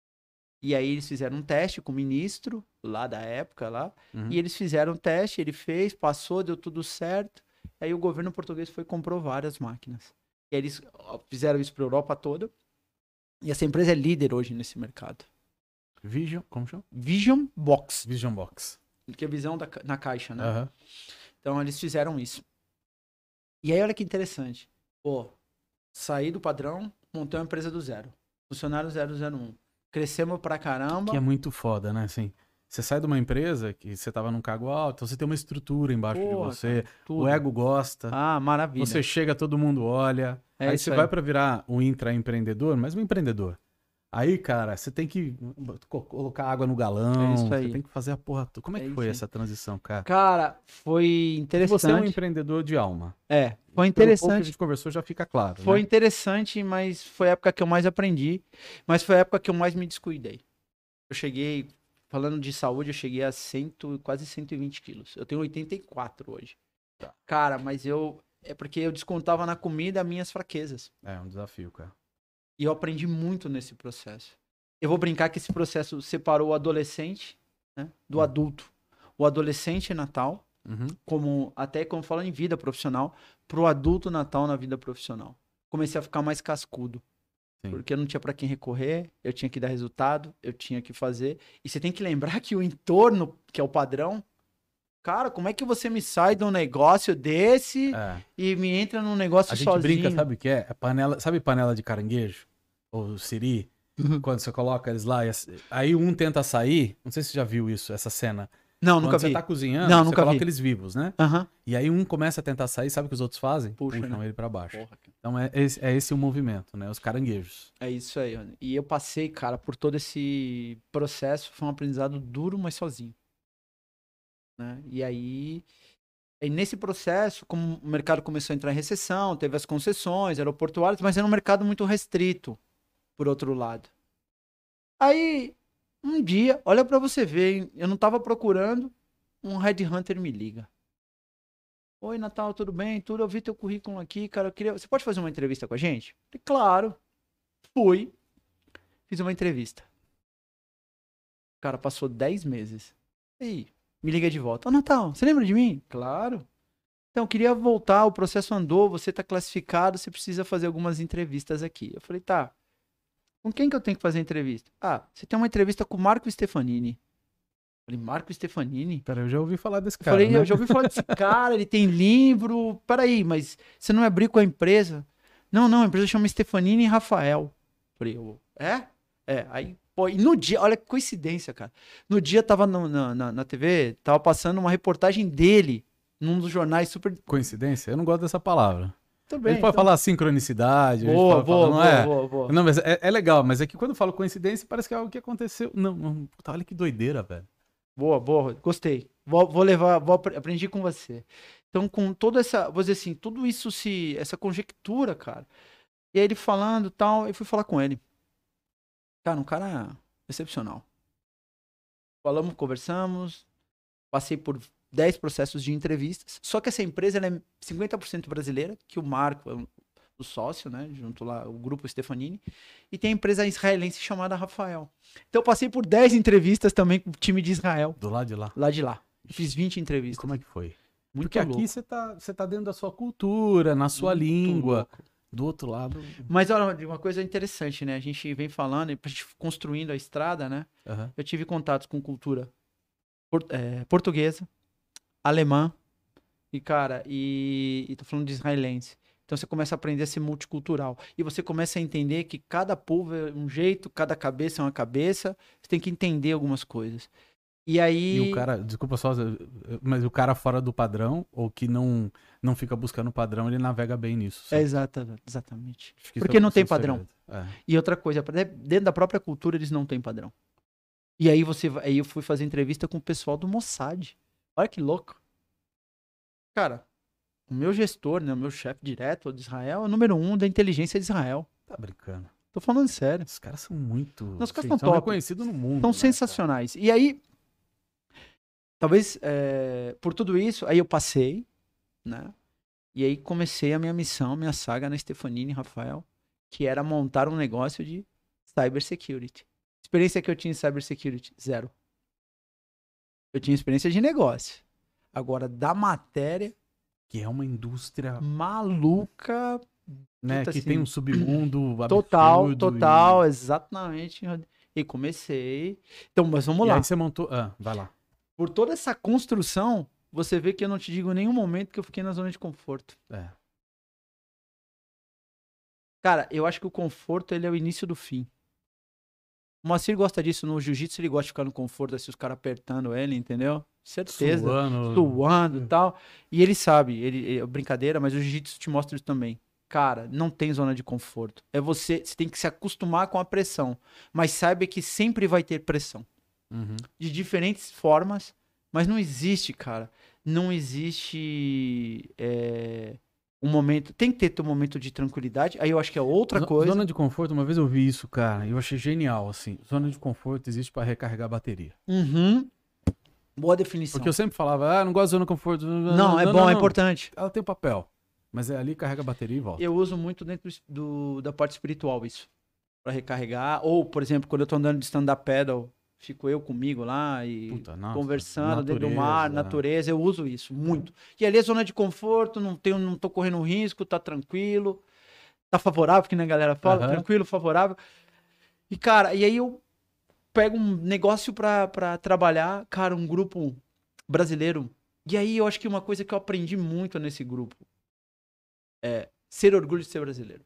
E aí eles fizeram um teste com o ministro lá da época lá. Uhum. E eles fizeram um teste, ele fez, passou, deu tudo certo. Aí o governo português foi e comprou várias máquinas. E aí eles ó, fizeram isso para a Europa toda. E essa empresa é líder hoje nesse mercado. Vision, como chama? Vision Box. Vision Box. Que é visão da, na caixa, né? Aham. Então eles fizeram isso. E aí olha que interessante. Pô, saí do padrão, montei uma empresa do zero. Funcionário zero zero um. Crescemos pra caramba. Que é muito foda, né? Assim, você sai de uma empresa que você tava num cargo alto, então você tem uma estrutura embaixo Porra, de você, cara, tudo. o ego gosta, Ah, maravilha. você chega, todo mundo olha, É aí isso você aí. vai pra virar um intraempreendedor, mas um empreendedor. Aí, cara, você tem que co- colocar água no galão, É isso você aí. tem que fazer a porra toda. Como é É que isso foi aí. essa transição, cara? Cara, foi Porque interessante. você é um empreendedor de alma. É, foi Pelo pouco que a interessante. gente conversou, já fica claro, Foi né? interessante, mas foi a época que eu mais aprendi. Mas foi a época que eu mais me descuidei. Eu cheguei, falando de saúde, eu cheguei a cento, quase cento e vinte quilos. Eu tenho oitenta e quatro hoje. Tá. Cara, mas eu. É porque eu descontava na comida minhas fraquezas. É um desafio, cara. E eu aprendi muito nesse processo. Eu vou brincar que esse processo separou o adolescente, né, do Hum. adulto. O adolescente natal, Uhum. como até como fala em vida profissional, pro adulto natal na vida profissional. Comecei a ficar mais cascudo. Sim. Porque eu não tinha para quem recorrer, eu tinha que dar resultado, eu tinha que fazer. E você tem que lembrar que o entorno, que é o padrão, cara, como é que você me sai de um negócio desse É. e me entra num negócio A gente sozinho? brinca, sabe o que é? É panela, sabe panela de caranguejo? Ou siri? Uhum. Quando você coloca eles lá, e as- aí um tenta sair, não sei se você já viu isso, essa cena. Não, Quando nunca você vi. tá cozinhando, Não, você nunca coloca vi. eles vivos, né? Aham. E aí um começa a tentar sair, sabe o que os outros fazem? Puxa, Puxam né? ele pra baixo. Porra, cara. Então é esse, é esse o movimento, né? Os caranguejos. É isso aí, Rony. E eu passei, cara, por todo esse processo. Foi um aprendizado duro, mas sozinho. Né? E aí, e nesse processo, como o mercado começou a entrar em recessão, teve as concessões aeroportuárias, mas era um mercado muito restrito, por outro lado. Aí, um dia, olha pra você ver, hein? Eu não tava procurando, um headhunter me liga. Oi, Natal, tudo bem? Tudo, eu vi teu currículo aqui, cara, eu queria... Você pode fazer uma entrevista com a gente? Falei, claro. Fui. Fiz uma entrevista. Cara, passou dez meses. E aí, me liga de volta. Ô, Natal, você lembra de mim? Claro. Então, eu queria voltar, o processo andou, você tá classificado, você precisa fazer algumas entrevistas aqui. Eu falei, tá. Com quem que eu tenho que fazer a entrevista? Ah, você tem uma entrevista com o Marco Stefanini. Eu falei, Marco Stefanini? Pera, eu já ouvi falar desse Eu cara, falei, né? eu já ouvi falar desse cara, ele tem livro. Peraí, mas você não abriu com a empresa? Não, não, a empresa chama Stefanini e Rafael. Eu falei, eu, é? É, aí, pô, e no dia, olha que coincidência, cara. No dia tava no- na, na, na T V, tava passando uma reportagem dele, num dos jornais super... Coincidência? Eu não gosto dessa palavra. Tudo A bem, gente pode então. falar sincronicidade, a gente Boa, pode boa, falar, não boa, é? boa, boa. Não, mas é, é legal, mas é que quando eu falo coincidência, parece que é algo que aconteceu. Não, não, puta, olha que doideira, velho. Boa, boa, gostei. Vou, vou levar, vou apre- aprendi com você. Então, com toda essa, vou dizer assim, tudo isso se, essa conjectura, cara. E aí ele falando e tal, eu fui falar com ele. Cara, um cara excepcional. Falamos, conversamos, passei por dez processos de entrevistas. Só que essa empresa ela é cinquenta por cento brasileira, que o Marco é um- o sócio, né? Junto lá, o grupo Stefanini. E tem a empresa israelense chamada Rafael. Então eu passei por dez entrevistas também com o time de Israel, Do lado de lá. lá de lá. Fiz vinte E entrevistas. como é que foi? Muito Porque louco. aqui você tá, você tá dentro da sua cultura, na sua Muito língua. louco. Do outro lado. Mas olha, uma coisa interessante, né? A gente vem falando, e pra gente construindo a estrada, né? Aham. Eu tive contatos com cultura por- é, portuguesa, alemã e, cara, e, e tô falando de israelense. Então você começa a aprender a ser multicultural. E você começa a entender que cada povo é um jeito, cada cabeça é uma cabeça. Você tem que entender algumas coisas. E aí. E o cara, desculpa só, mas o cara fora do padrão, ou que não, não fica buscando o padrão, ele navega bem nisso. É sabe? exata, exatamente. Acho que Porque isso é- não isso tem é o padrão. segredo. É. E outra coisa, dentro da própria cultura eles não têm padrão. E aí você vai- aí eu fui fazer entrevista com o pessoal do Mossad. Olha que louco. Cara, o meu gestor, né, o meu chefe direto de Israel é o número um da inteligência de Israel. Tá brincando. Tô falando sério. Esses caras são muito. Não, os caras assim, são são top. reconhecidos no mundo. São né, sensacionais. E aí, talvez é, por tudo isso, aí eu passei, né? E aí comecei a minha missão, minha saga na Stefanini, Rafael, que era montar um negócio de cybersecurity. Experiência que eu tinha em cybersecurity, zero. Eu tinha experiência de negócio. Agora, da matéria, Que é uma indústria. maluca, Né? Puta, Que assim, tem um submundo total, absurdo total, e... exatamente. E comecei. Então, mas vamos E lá. aí você montou... Ah, vai lá. Por toda essa construção, você vê que eu não te digo em nenhum momento que eu fiquei na zona de conforto. É. Cara, eu acho que o conforto, ele é o início do fim. O Moacir gosta disso no jiu-jitsu, ele gosta de ficar no conforto, assim, os caras apertando ele, entendeu? Certeza. Suando. Suando e tal. E ele sabe, ele, é brincadeira, mas o jiu-jitsu te mostra isso também. Cara, não tem zona de conforto. É você, você tem que se acostumar com a pressão. Mas saiba que sempre vai ter pressão. Uhum. De diferentes formas, mas não existe, cara. Não existe é, um momento. Tem que ter um momento de tranquilidade. Aí eu acho que é outra Zo- coisa. Zona de conforto, uma vez eu vi isso, cara, e eu achei genial, assim. Zona de conforto existe pra recarregar a bateria. Uhum. Boa definição. Porque eu sempre falava, ah, não gosto de zona de conforto. Não, é bom, é importante. Ela tem o papel, mas é ali carrega a bateria e volta. Eu uso muito dentro do, da parte espiritual isso. Pra recarregar. Ou, por exemplo, quando eu tô andando de stand-up paddle, fico eu comigo lá e Puta, nossa, conversando dentro do mar, natureza. natureza. Eu uso isso muito. E ali é zona de conforto, não, tenho, não tô correndo risco, tá tranquilo. Tá favorável, que nem a galera fala. Aham. Tranquilo, favorável. E, cara, e aí eu pego um negócio pra, pra trabalhar, cara, um grupo brasileiro. E aí eu acho que uma coisa que eu aprendi muito nesse grupo é ser orgulho de ser brasileiro.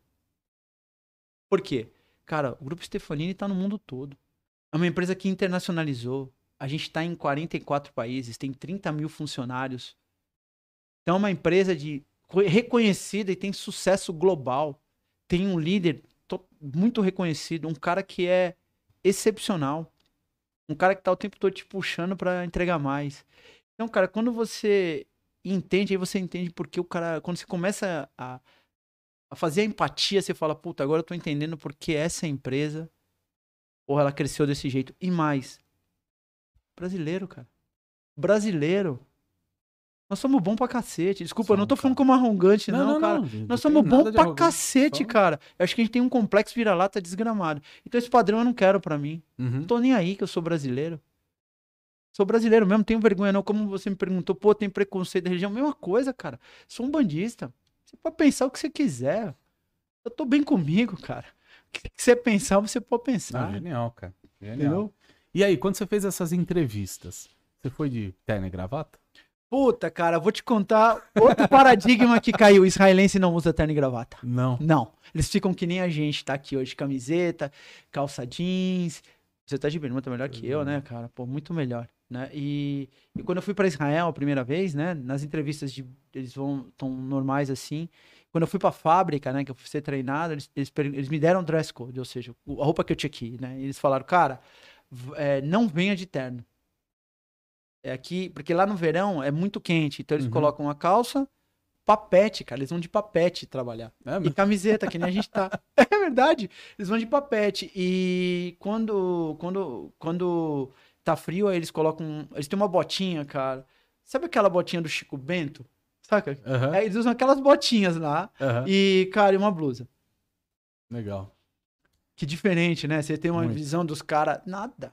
Por quê? Cara, o Grupo Stefanini tá no mundo todo. É uma empresa que internacionalizou. A gente tá em quarenta e quatro países, tem trinta mil funcionários. Então é uma empresa de, reconhecida e tem sucesso global. Tem um líder to- muito reconhecido, um cara que é excepcional. Um cara que tá o tempo todo te puxando pra entregar mais. Então, cara, quando você entende, aí você entende porque o cara, quando você começa a, a fazer a empatia, você fala, puta, agora eu tô entendendo porque essa empresa, porra, ela cresceu desse jeito. E mais, brasileiro, cara. Brasileiro. Nós somos bons pra cacete. Desculpa, eu não tô Somos, falando cara. como arrogante, Não, não, não, cara. não, gente, não Nós tem somos nada bons de pra arrogante, cacete, só- cara. Eu acho que a gente tem um complexo vira-lata desgramado. Então esse padrão eu não quero pra mim. Uhum. Não tô nem aí que eu sou brasileiro. Sou brasileiro mesmo, não tenho vergonha não. Como você me perguntou, pô, tem preconceito da religião? Mesma coisa, cara. Sou um bandista. Você pode pensar o que você quiser. Eu tô bem comigo, cara. O que você pensar, você pode Não, pensar. genial, cara. Genial. Entendeu? E aí, quando você fez essas entrevistas, você foi de terno e gravata? Puta, cara, vou te contar outro paradigma que caiu. O israelense não usa terno e gravata. Não. Não. Eles ficam que nem a gente tá aqui hoje. Camiseta, calça jeans. Você tá de bermuda melhor que eu, né, cara? Pô, muito melhor. Né? E, e quando eu fui para Israel a primeira vez, né? Nas entrevistas de, eles vão tão normais assim. Quando eu fui para a fábrica, né? Que eu fui ser treinado, eles, eles, eles me deram dress code, ou seja, a roupa que eu tinha aqui, né? E eles falaram, cara, v- é, não venha de terno. É aqui, porque lá no verão é muito quente, então eles Uhum. colocam a calça, papete, cara, eles vão de papete trabalhar. É, E mas... camiseta, que nem a gente tá. É verdade. Eles vão de papete. E quando, quando, quando tá frio, aí eles colocam. Eles têm uma botinha, cara. Sabe aquela botinha do Chico Bento? Saca? Aham, Aí eles usam aquelas botinhas lá. aham. E, cara, e uma blusa. Legal. Que diferente, né? Você tem uma Muito. visão dos caras. Nada.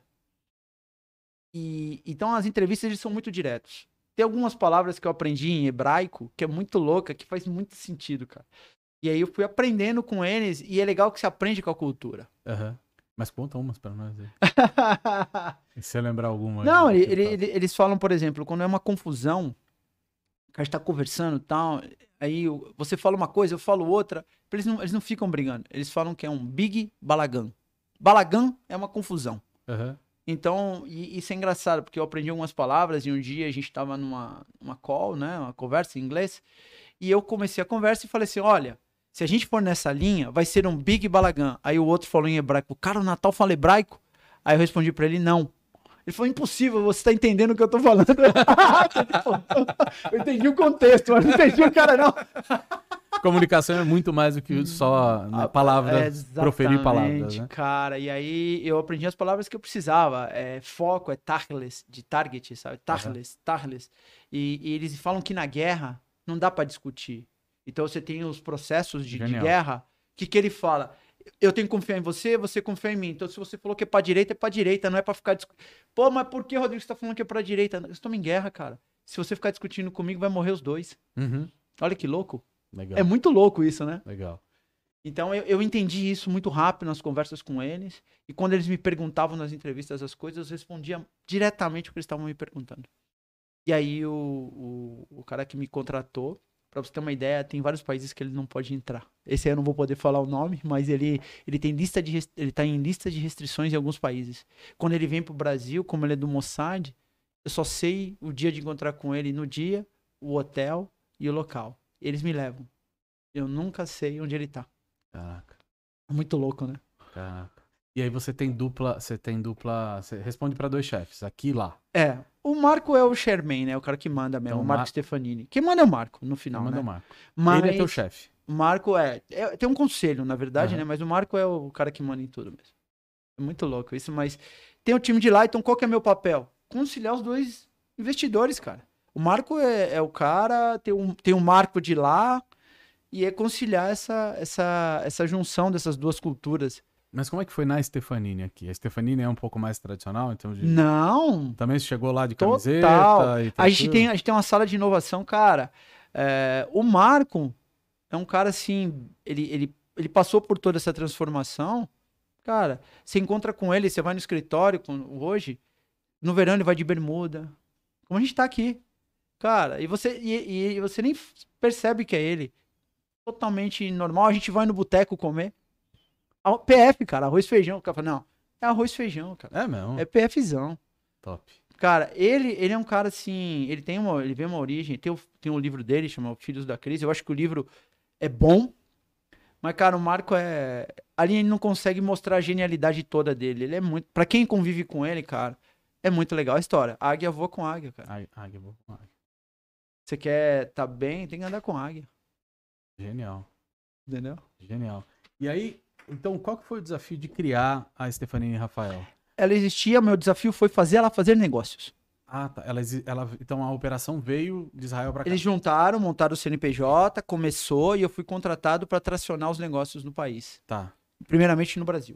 E, então as entrevistas eles são muito diretos. Tem algumas palavras que eu aprendi em hebraico que é muito louca, que faz muito sentido, cara. E aí eu fui aprendendo com eles e é legal que você aprende com a cultura. Aham. Mas conta umas pra nós aí. E se você lembrar alguma. Não, aí, ele- que eu ele- ele- eles falam, por exemplo, quando é uma confusão, que a gente tá conversando e tal, aí eu- você fala uma coisa, eu falo outra, eles não, eles não ficam brigando. Eles falam que é um big balagan. Balagan é uma confusão. faço. Aham. Então, e, isso é engraçado, porque eu aprendi algumas palavras e um dia a gente tava numa, numa call, né, uma conversa em inglês, e eu comecei a conversa e falei assim, olha, se a gente for nessa linha, vai ser um big balagan. Aí o outro falou em hebraico, cara, o Natal fala hebraico? Aí eu respondi pra ele, não. Ele falou, impossível, você tá entendendo o que eu tô falando. Eu entendi o contexto, mas não entendi o cara, não. Comunicação é muito mais do que só né, palavras, É, proferir palavras, exatamente, né? cara. E aí eu aprendi as palavras que eu precisava. É, foco é tachlis, de target, sabe? Tachlis, tachlis. E, e eles falam que na guerra não dá pra discutir. Então você tem os processos de, de Genial. guerra. O que, que ele fala? Eu tenho que confiar em você, você confia em mim. Então se você falou que é pra direita, é pra direita, não é pra ficar discutindo. Pô, mas por que, Rodrigo, você tá falando que é pra direita? Estamos em guerra, cara. Se você ficar discutindo comigo, vai morrer os dois. Uhum. Olha que louco. Legal. É muito louco isso, né? Legal. Então eu, eu entendi isso muito rápido nas conversas com eles. E quando eles me perguntavam nas entrevistas as coisas, eu respondia diretamente o que eles estavam me perguntando. E aí o, o, o cara que me contratou, pra você ter uma ideia, tem vários países que ele não pode entrar. Esse aí eu não vou poder falar o nome, mas ele, ele tem lista de ele tá em lista de restrições em alguns países. Quando ele vem pro Brasil, como ele é do Mossad, eu só sei o dia de encontrar com ele no dia, o hotel e o local. Eles me levam. Eu nunca sei onde ele tá. Caraca. É muito louco, né? Caraca. E aí você tem dupla, você tem dupla, você responde pra dois chefes, aqui e lá. É. O Marco é o chairman, né? O cara que manda mesmo, Então, o Marco Mar- Stefanini. Quem manda é o Marco, no final, Manda né? o Marco. Mas Ele é teu chefe. o Marco é, é- Tem um conselho, na verdade, Aham. né? Mas o Marco é o cara que manda em tudo mesmo. É muito louco isso, mas tem o time de lá, então qual que é meu papel? Conciliar os dois investidores, cara. O Marco é, é o cara, tem um, tem um Marco de lá, e é conciliar essa, essa, essa junção dessas duas culturas. Mas como é que foi na Stefanini aqui? A Stefanini é um pouco mais tradicional, então de... Não, Também você chegou lá de total. camiseta e A gente, tranquilo? tem, a gente tem uma sala de inovação, cara. É, o Marco é um cara assim, ele, ele, ele passou por toda essa transformação. Cara, você encontra com ele, você vai no escritório com- hoje, no verão ele vai de bermuda, como a gente tá aqui. Cara, e você, e, e você nem percebe que é ele. Totalmente normal, a gente vai no boteco comer. A- P F, cara, arroz e feijão. O cara fala, não, é arroz e feijão, cara. É mesmo? É PFzão. Top. Cara, ele, ele é um cara assim, ele tem uma, ele vem uma origem, tem, o, tem um livro dele, chama Filhos da Crise. Eu acho que o livro é bom, mas, cara, o Marco é. Ali ele não consegue mostrar a genialidade toda dele. Ele é muito. Pra quem convive com ele, cara, é muito legal a história. Águia voa com águia, cara. Águia, águia, vou com águia. Você quer tá bem, tem que andar com águia. Genial. Entendeu? Genial. E aí, então, qual que foi o desafio de criar a Stefanini Rafael? Ela existia, meu desafio foi fazer ela fazer negócios. Ah, tá. Ela, exi- ela, então a operação veio de Israel pra cá. Eles juntaram, montaram o C N P J, começou e eu fui contratado para tracionar os negócios no país. Tá. Primeiramente no Brasil.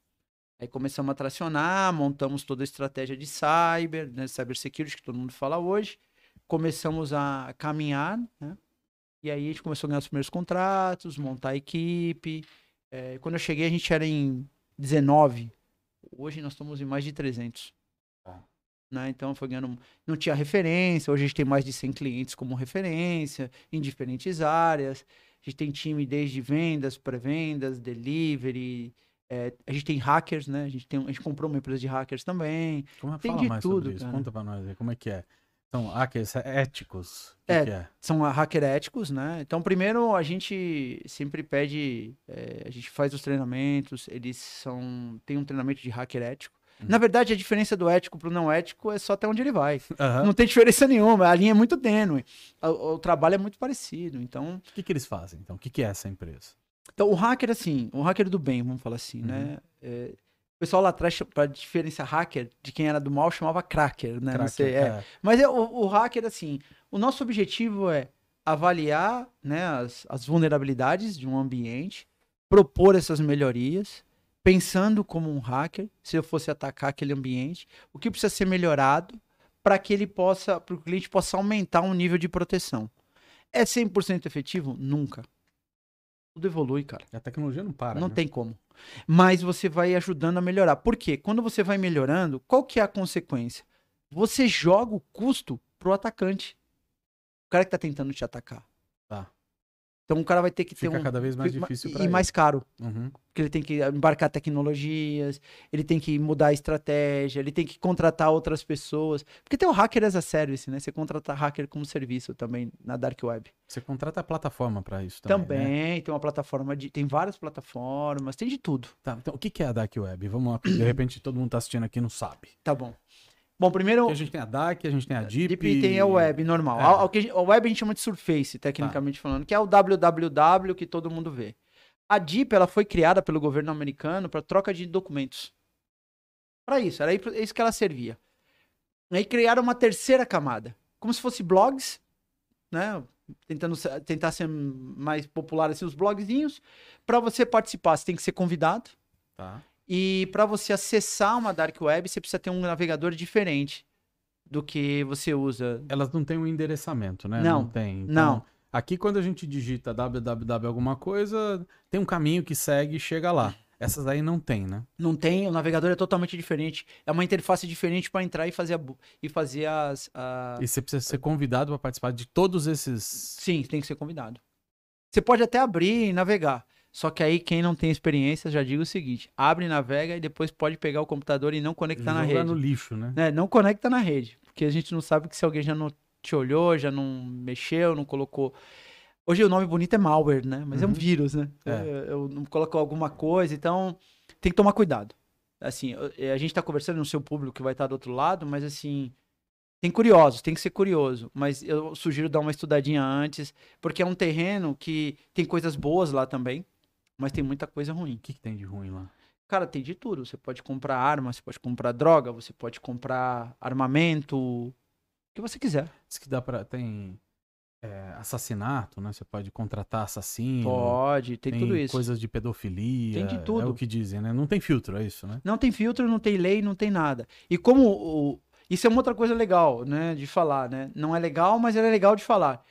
Aí começamos a tracionar, montamos toda a estratégia de cyber, né, cyber security, que todo mundo fala hoje. Começamos a caminhar, né? E aí a gente começou a ganhar os primeiros contratos, montar a equipe. É, quando eu cheguei, a gente era em dezenove. Hoje nós estamos em mais de trezentos. Tá. Né? Então foi ganhando. Não tinha referência. Hoje a gente tem mais de cem clientes como referência, em diferentes áreas. A gente tem time desde vendas, pré-vendas, delivery. É, a gente tem hackers, né? A gente, tem, a gente comprou uma empresa de hackers também. Como é, Tem fala de mais tudo, sobre isso? cara. Conta pra nós aí, como é que é? São hackers éticos? O que É, que é? São hacker éticos, né? Então, primeiro, a gente sempre pede, é, a gente faz os treinamentos, eles são, tem um treinamento de hacker ético. Uhum. Na verdade, a diferença do ético pro não ético é só até onde ele vai. Aham. Não tem diferença nenhuma, a linha é muito tênue. O, o trabalho é muito parecido. Então, O que, que eles fazem, então? O que, que é essa empresa? então, o hacker, assim, o hacker do bem, vamos falar assim, Uhum. né? É, o pessoal lá atrás, para diferenciar hacker de quem era do mal, chamava cracker, né? Não Cracker, sei, é. é. Mas é, o, o hacker, assim, o nosso objetivo é avaliar, né, as, as vulnerabilidades de um ambiente, propor essas melhorias, pensando como um hacker, se eu fosse atacar aquele ambiente, o que precisa ser melhorado para que ele possa, para o cliente possa aumentar um nível de proteção. É cem por cento efetivo? Nunca. Tudo evolui, cara. A tecnologia não para, Não né? tem como. Mas você vai ajudando a melhorar. Por quê? Quando você vai melhorando, qual que é a consequência? Você joga o custo pro atacante. O cara que tá tentando te atacar. Tá. Então o cara vai ter que Fica ter um... cada vez mais fica- difícil e, pra e ele. mais caro. Uhum. Porque ele tem que embarcar tecnologias, ele tem que mudar a estratégia, ele tem que contratar outras pessoas. Porque tem o hacker as a service, né? Você contrata hacker como serviço também na Dark Web. Você contrata a plataforma pra isso também, Também, né? tem uma plataforma de... Tem várias plataformas, tem de tudo. Tá, então, o que, que é a Dark Web? Vamos lá, porque de repente todo mundo tá assistindo aqui e não sabe. Tá bom. Bom, primeiro... Porque a gente tem a Dark, a gente tem a Deep. Deep tem a web normal. É. A, a, que a gente- a web a gente chama de Surface, tecnicamente falando, que é o W W W que todo mundo vê. A Deep, ela foi criada pelo governo americano para troca de documentos. Para isso, era aí- é isso que ela servia. Aí criaram uma terceira camada, como se fosse blogs, né? Tentando ser- tentar ser mais popular assim os blogzinhos. Para você participar, você tem que ser convidado. Tá. E para você acessar uma dark web, você precisa ter um navegador diferente do que você usa. Elas não têm um endereçamento, né? Não, tem. Então, não. Aqui, quando a gente digita www alguma coisa, tem um caminho que segue e chega lá. Essas aí não tem, né? Não tem, o navegador é totalmente diferente. É uma interface diferente para entrar e fazer, a, e fazer as... A... E você precisa ser convidado para participar de todos esses... Sim, tem que ser convidado. Você pode até abrir e navegar. Só que aí, quem não tem experiência, já digo o seguinte: abre, navega e depois pode pegar o computador e não conectar na rede. Jogar no lixo, né? né? Não conecta na rede. Porque a gente não sabe que se alguém já não te olhou, já não mexeu, não colocou... Hoje o nome bonito é malware, né? Mas uhum. é um vírus, né? É. Eu, eu não coloco alguma coisa, então tem que tomar cuidado. Assim, a gente tá conversando no seu público que vai estar do outro lado, mas assim, tem curiosos, tem que ser curioso. Mas eu sugiro dar uma estudadinha antes, porque é um terreno que tem coisas boas lá também, mas tem muita coisa ruim. O que, que tem de ruim lá? Cara, tem de tudo. Você pode comprar arma, você pode comprar droga, você pode comprar armamento, o que você quiser. Diz que dá pra... Tem... É, assassinato, né? Você pode contratar assassino. Pode, tem, tem tudo isso. Coisas de pedofilia. Tem de tudo. É o que dizem, né? Não tem filtro, é isso, né? Não tem filtro, não tem lei, não tem nada. E como o... Isso é uma outra coisa legal, né? De falar, né? Não é legal, mas é legal de falar.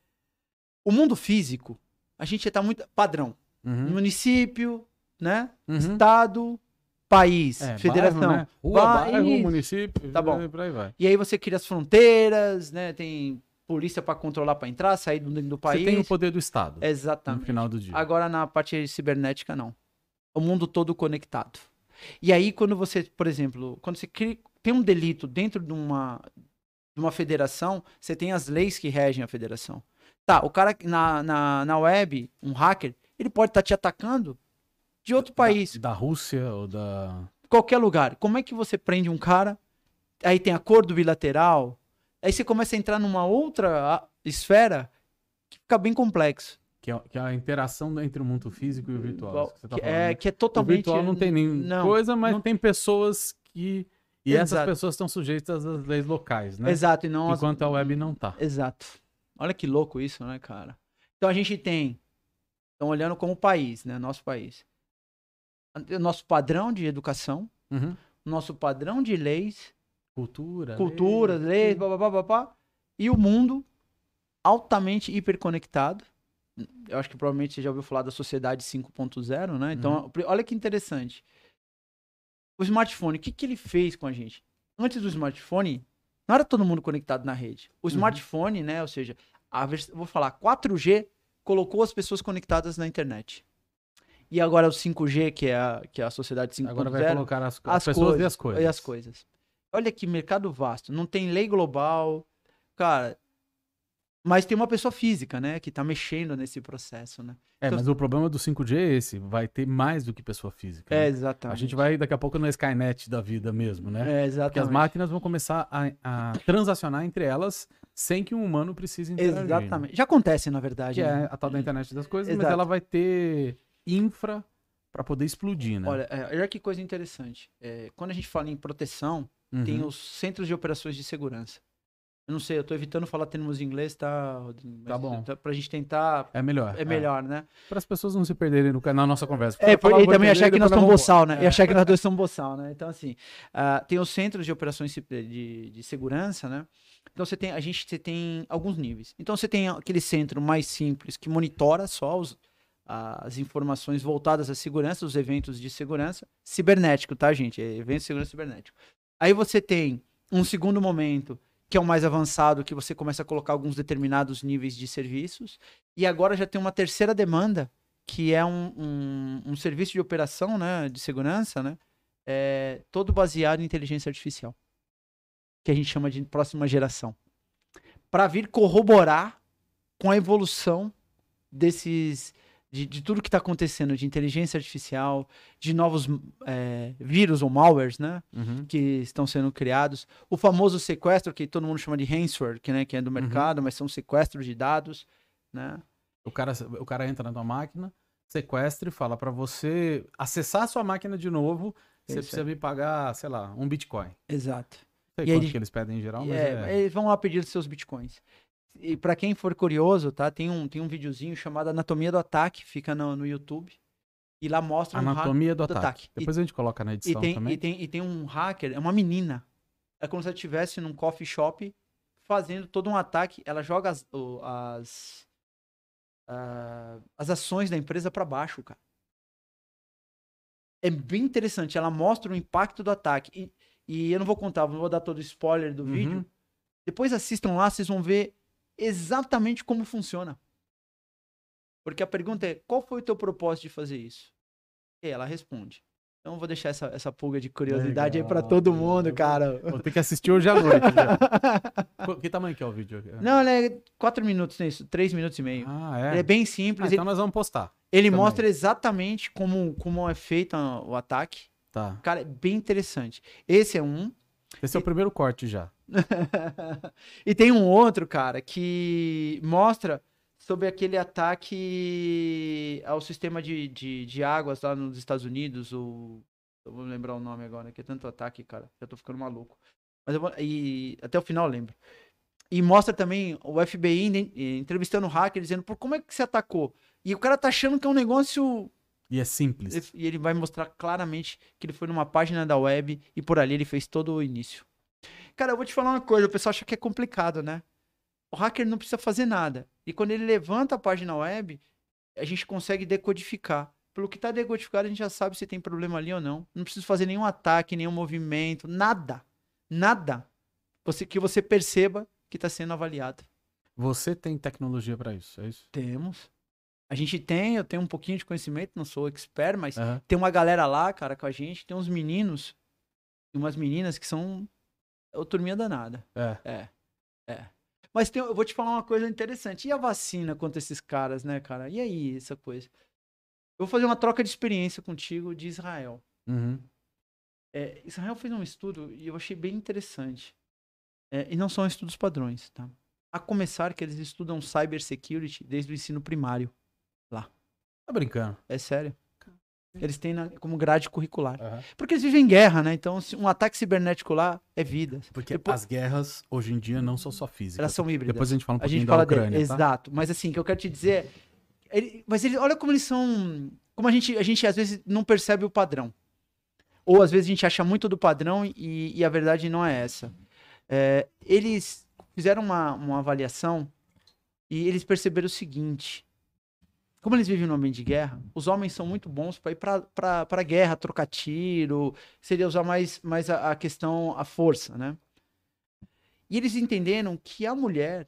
O mundo físico, a gente tá muito... Padrão. Uhum. Município, né? Uhum. Estado, país, é, federação. Bairro, né? Rua, país. bairro, município. Tá bom. Por aí vai. E aí você cria as fronteiras, né? Tem... polícia para controlar, para entrar, sair do, do país. Você tem o poder do Estado. Exatamente. No final do dia. Agora, na parte cibernética, não. O mundo todo conectado. E aí, quando você, por exemplo, quando você cria, tem um delito dentro de uma, de uma federação, você tem as leis que regem a federação. Tá, o cara na, na, na web, um hacker, ele pode estar tá te atacando de outro país. Da, da Rússia ou da... Qualquer lugar. Como é que você prende um cara? Aí tem acordo bilateral. Aí você começa a entrar numa outra esfera que fica bem complexo. Que é, que é a interação entre o mundo físico e o virtual. Que, que, tá falando, é, né? que é totalmente... O virtual não tem nem não, coisa, mas não... tem pessoas que... E Exato. essas pessoas estão sujeitas às leis locais, né? Exato. E não Enquanto as... a web não tá. Exato. Olha que louco isso, né, cara? Então a gente tem... Estão olhando como país, né? Nosso país. O nosso padrão de educação, uhum. nosso padrão de leis... Cultura. Cultura, leis, leis babá, babá, e o mundo altamente hiperconectado. Eu acho que provavelmente você já ouviu falar da sociedade cinco ponto zero, né? Então, uhum. olha que interessante. O smartphone, o que, que ele fez com a gente? Antes do smartphone, não era todo mundo conectado na rede. O smartphone, uhum. né? Ou seja, a vers... vou falar, quatro G colocou as pessoas conectadas na internet. E agora o cinco G, que é a, que é a sociedade cinco ponto zero. Agora vai colocar as, as, as pessoas coisas, e as coisas. E as coisas. Olha que mercado vasto. Não tem lei global. Cara, mas tem uma pessoa física, né? Que tá mexendo nesse processo, né? É, então, mas o problema do cinco G é esse. Vai ter mais do que pessoa física. É, né? exatamente. A gente vai daqui a pouco na Skynet da vida mesmo, né? É, exatamente. Porque as máquinas vão começar a, a transacionar entre elas sem que um humano precise interagir. Exatamente. Né? Já acontece, na verdade. Que né? é a tal da internet das coisas, Exato. mas ela vai ter infra para poder explodir, né? Olha, é, olha que coisa interessante. É, quando a gente fala em proteção, uhum. tem os centros de operações de segurança. Eu não sei, eu tô evitando falar termos em inglês, tá? Tá bom. Tá, pra gente tentar... É melhor. É melhor, é. né? Para as pessoas não se perderem no, na nossa conversa. É, por, e também achar que nós somos boçal, né? É. E achar que nós dois somos boçal, né? Então, assim, uh, tem os centros de operações de, de segurança, né? Então, você tem, a gente você tem alguns níveis. Então, você tem aquele centro mais simples que monitora só os, as informações voltadas à segurança, os eventos de segurança. Cibernético, tá, gente? É evento de segurança cibernético. Aí você tem um segundo momento... que é o mais avançado, que você começa a colocar alguns determinados níveis de serviços. E agora já tem uma terceira demanda, que é um, um, um serviço de operação, né, de segurança, né, é, todo baseado em inteligência artificial, que a gente chama de próxima geração, para vir corroborar com a evolução desses... De, de tudo que está acontecendo, de inteligência artificial, de novos é, vírus ou malwares, né? Uhum. Que estão sendo criados. O famoso sequestro, que todo mundo chama de ransomware, que, né, que é do mercado, uhum. mas são sequestros de dados, né? O cara, o cara entra na tua máquina, sequestra e fala para você acessar a sua máquina de novo, você precisa me pagar, sei lá, um Bitcoin. Exato. Não sei e quanto aí, que eles pedem em geral, mas é, é... Eles vão lá pedir os seus Bitcoins. E para quem for curioso, tá? Tem um, tem um videozinho chamado Anatomia do Ataque, fica no, no YouTube. E lá mostra Anatomia um do, do ataque. ataque. Depois e, a gente coloca na edição e tem, também. E tem, e tem um hacker, é uma menina. É como se ela estivesse num coffee shop fazendo todo um ataque. Ela joga as, as, uh, as ações da empresa para baixo, cara. É bem interessante. Ela mostra o impacto do ataque. E, e eu não vou contar, não vou dar todo o spoiler do Uhum. vídeo. Depois assistam lá, vocês vão ver exatamente como funciona. Porque a pergunta é, qual foi o teu propósito de fazer isso? E ela responde. Então eu vou deixar essa, essa pulga de curiosidade Legal, aí pra todo legal. mundo, cara. Vou ter que assistir hoje à noite. Já. Que tamanho que é o vídeo? Não, ele é quatro minutos, né? Isso, três minutos e meio. Ah, é? Ele é bem Ah, simples. então ele nós vamos postar. ele também. mostra exatamente como, como é feito o ataque. Tá. Cara, é bem interessante. Esse é um. Esse é o primeiro corte já. E tem um outro, cara, que mostra sobre aquele ataque ao sistema de, de, de águas lá nos Estados Unidos, o... eu vou lembrar o nome agora, que é tanto ataque, cara, já tô ficando maluco. Mas eu vou... E até o final eu lembro. E mostra também o F B I entrevistando o hacker, dizendo, por como é que você atacou? E o cara tá achando que é um negócio... E é simples. E ele vai mostrar claramente que ele foi numa página da web e por ali ele fez todo o início. Cara, eu vou te falar uma coisa, o pessoal acha que é complicado, né? O hacker não precisa fazer nada. E quando ele levanta a página web, a gente consegue decodificar. Pelo que está decodificado, a gente já sabe se tem problema ali ou não. Não precisa fazer nenhum ataque, nenhum movimento, nada. Nada. Você, que você perceba que está sendo avaliado. Você tem tecnologia para isso, é isso? Temos. A gente tem, eu tenho um pouquinho de conhecimento, não sou expert, mas Uhum. tem uma galera lá, cara, com a gente, tem uns meninos e umas meninas que são o turminha danada. É. É, é. Mas tem, eu vou te falar uma coisa interessante. E a vacina contra esses caras, né, cara? E aí, essa coisa? Eu vou fazer uma troca de experiência contigo de Israel. Uhum. É, Israel fez um estudo e eu achei bem interessante. É, e não são estudos padrões, tá? A começar que eles estudam cybersecurity desde o ensino primário lá. Tá brincando. É sério. Eles têm na, como grade curricular. Uhum. Porque eles vivem em guerra, né? Então, se um ataque cibernético lá é vida. Porque Depois, as guerras, hoje em dia, não são só físicas. elas são híbridas. Depois a gente fala um a pouquinho gente da fala Ucrânia, dele. tá? Exato. Mas assim, o que eu quero te dizer é... Ele, mas ele, olha como eles são... Como a gente, a gente, às vezes, não percebe o padrão. Ou, às vezes, a gente acha muito do padrão e, e a verdade não é essa. É, eles fizeram uma, uma avaliação e eles perceberam o seguinte... Como eles vivem no ambiente de guerra, os homens são muito bons para ir para a guerra, trocar tiro, seria usar mais, mais a, a questão, a força, né? E eles entenderam que a mulher,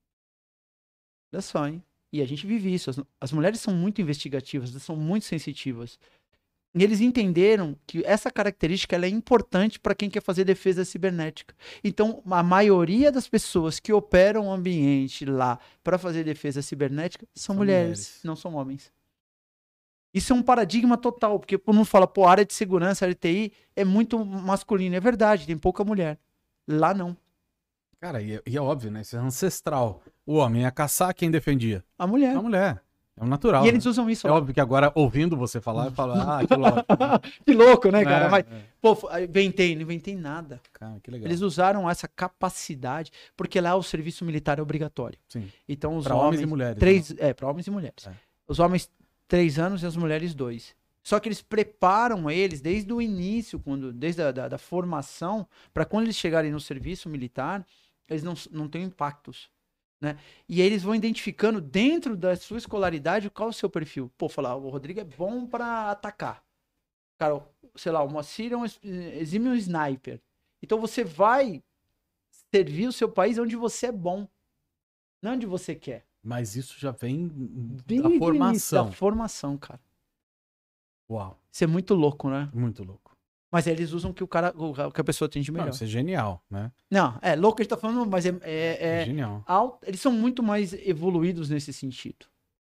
olha só, hein? E a gente vive isso, as, as mulheres são muito investigativas, elas são muito sensitivas. E eles entenderam que essa característica ela é importante para quem quer fazer defesa cibernética. Então, a maioria das pessoas que operam o ambiente lá para fazer defesa cibernética são, São mulheres, mulheres. não são homens. Isso é um paradigma total, porque todo mundo fala, pô, a área de segurança, a área de T I é muito masculina. É verdade, tem pouca mulher. Lá não. Cara, e é, e é óbvio, né? Isso é ancestral. O homem ia caçar, quem defendia? A mulher. A mulher. É um natural. E eles né? usam isso É lá. óbvio que agora, ouvindo você falar, eu falo, ah, que louco. Que louco, né, cara? É, Mas, é. pô, inventei, não inventei nada. Cara, que legal. Eles usaram essa capacidade, porque lá o serviço militar é obrigatório. Sim. Então os Pra homens, homens e mulheres, três, é, para homens e mulheres. É. Os homens três anos e as mulheres dois. Só que eles preparam eles desde o início, quando, desde a da, da formação, para quando eles chegarem no serviço militar, eles não, não tenham impactos. Né? E aí eles vão identificando dentro da sua escolaridade qual é o seu perfil. Pô, falar, o Rodrigo é bom para atacar. Cara, sei lá, o Moacir é um exímio sniper. Então você vai servir o seu país onde você é bom, não onde você quer. Mas isso já vem Bem da no formação. início da formação, cara. Uau, Isso é muito louco, né? muito louco. Mas aí eles usam o que o cara, o que a pessoa tem de melhor. Não, isso é genial, né? Não, é louco a gente tá falando, mas é, é, É, é genial. alto, eles são muito mais evoluídos nesse sentido.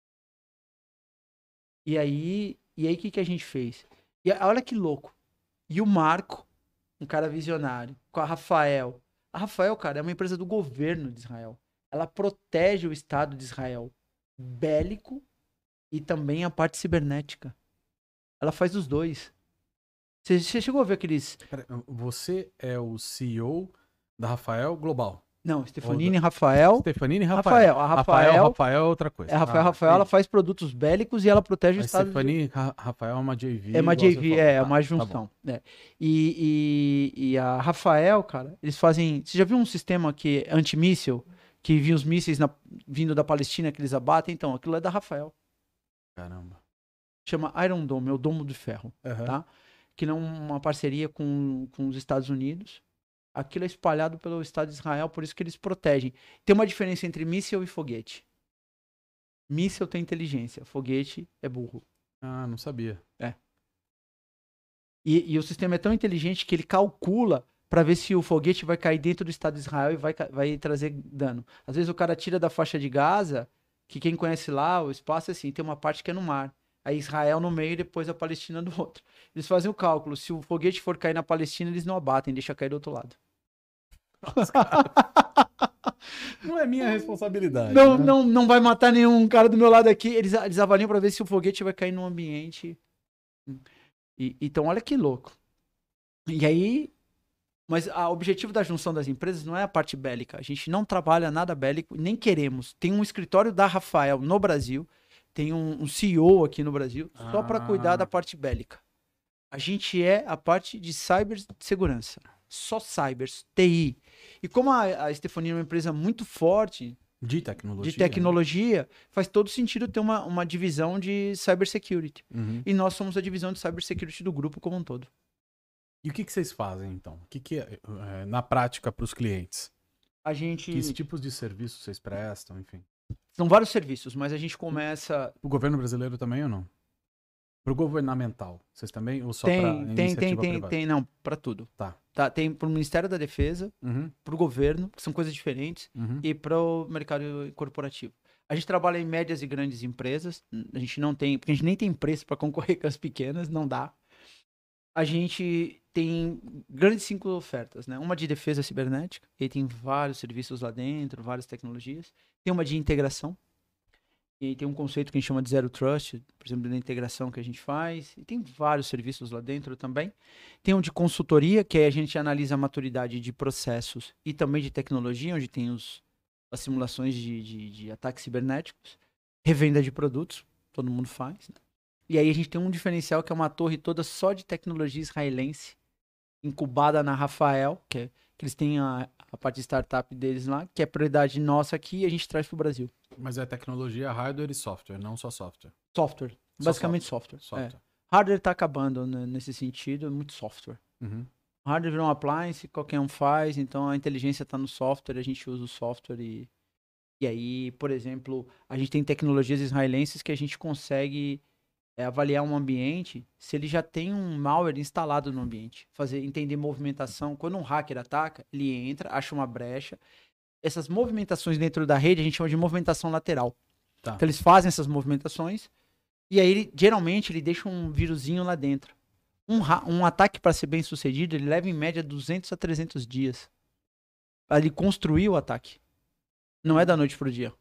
E aí, e aí o que, que a gente fez? E a- olha que louco. E o Marco, um cara visionário, com a Rafael. A Rafael, cara, é uma empresa do governo de Israel. Ela protege o Estado de Israel bélico e também a parte cibernética. Ela faz os dois. Você, você chegou a ver aqueles... Pera, você é o C E O da Rafael Global. Não, Stefanini, Rafael... Stefanini e Rafael. Rafael. A Rafael, Rafael, Rafael é outra coisa. é Rafael, Ah, Rafael, ela entendi. faz produtos bélicos e ela protege o A Estado de Stefanini e Ra- Rafael é uma J V. É uma igual J você V, falou. é, é Tá, uma tá junção. bom. Né? E, e, e a Rafael, cara, eles fazem... Você já viu um sistema que é antimíssil? que vinha os mísseis na, vindo da Palestina que eles abatem. Então, aquilo é da Rafael. Caramba. Chama Iron Dome, é o Domo de Ferro. Uhum. Tá? Que não é uma parceria com, com os Estados Unidos. Aquilo é espalhado pelo Estado de Israel, por isso que eles protegem. Tem uma diferença entre míssil e foguete. Míssil tem inteligência, foguete é burro. Ah, não sabia. É. E, e o sistema é tão inteligente que ele calcula para ver se o foguete vai cair dentro do Estado de Israel e vai, vai trazer dano. Às vezes o cara tira da faixa de Gaza, que quem conhece lá, o espaço é assim, tem uma parte que é no mar. Aí Israel no meio e depois a Palestina do outro. Eles fazem o cálculo, se o foguete for cair na Palestina, eles não abatem, deixa cair do outro lado. Nossa, não é minha responsabilidade. Não, né? não, não vai matar nenhum cara do meu lado aqui. Eles, eles avaliam para ver se o foguete vai cair no ambiente. E, então, olha que louco. E aí... Mas o objetivo da junção das empresas não é a parte bélica. A gente não trabalha nada bélico, nem queremos. Tem um escritório da Rafael no Brasil, tem um, um C E O aqui no Brasil, só para Ah. cuidar da parte bélica. A gente é a parte de cibersegurança. Só cyber, T I. E como a, a Stephanie é uma empresa muito forte De tecnologia. de tecnologia, faz todo sentido ter uma, uma divisão de cybersecurity. Né? Uhum. E nós somos a divisão de cybersecurity do grupo como um todo. E o que, que vocês fazem, então? O que, que é, é, na prática, para os clientes? A gente... Que tipos de serviços vocês prestam, enfim? São vários serviços, mas a gente começa... O governo brasileiro também ou não? Para o governamental, vocês também? Ou só para Tem, tem, tem, iniciativa tem, privada? tem, não, para tudo. Tá. Tá, tem pro Ministério da Defesa, Uhum, pro governo, que são coisas diferentes, uhum. e pro mercado corporativo. A gente trabalha em médias e grandes empresas, a gente não tem, porque a gente nem tem preço para concorrer com as pequenas, não dá. A gente tem grandes cinco ofertas, né? Uma de defesa cibernética, e tem vários serviços lá dentro, várias tecnologias. Tem uma de integração, e aí tem um conceito que a gente chama de Zero Trust, por exemplo, da integração que a gente faz. E tem vários serviços lá dentro também. Tem um de consultoria, que aí a gente analisa a maturidade de processos e também de tecnologia, onde tem os, as simulações de, de, de ataques cibernéticos. Revenda de produtos, todo mundo faz, né? E aí a gente tem um diferencial que é uma torre toda só de tecnologia israelense, incubada na Rafael, que, é, que eles têm a, a parte de startup deles lá, que é prioridade nossa aqui e a gente traz para o Brasil. Mas é tecnologia, hardware e software, não só software. Software, Só basicamente software. Software. É. Hardware está acabando, né, nesse sentido, é muito software. Uhum. Hardware virou um appliance, qualquer um faz, então a inteligência está no software, a gente usa o software e... E aí, por exemplo, a gente tem tecnologias israelenses que a gente consegue... É avaliar um ambiente se ele já tem um malware instalado no ambiente. Fazer, entender movimentação. Quando um hacker ataca, ele entra, acha uma brecha. Essas movimentações dentro da rede a gente chama de movimentação lateral. Tá. Então eles fazem essas movimentações e aí ele, geralmente ele deixa um vírusinho lá dentro. Um, um ataque para ser bem sucedido, ele leva em média duzentos a trezentos dias para ele construir o ataque. Não é da noite pro dia.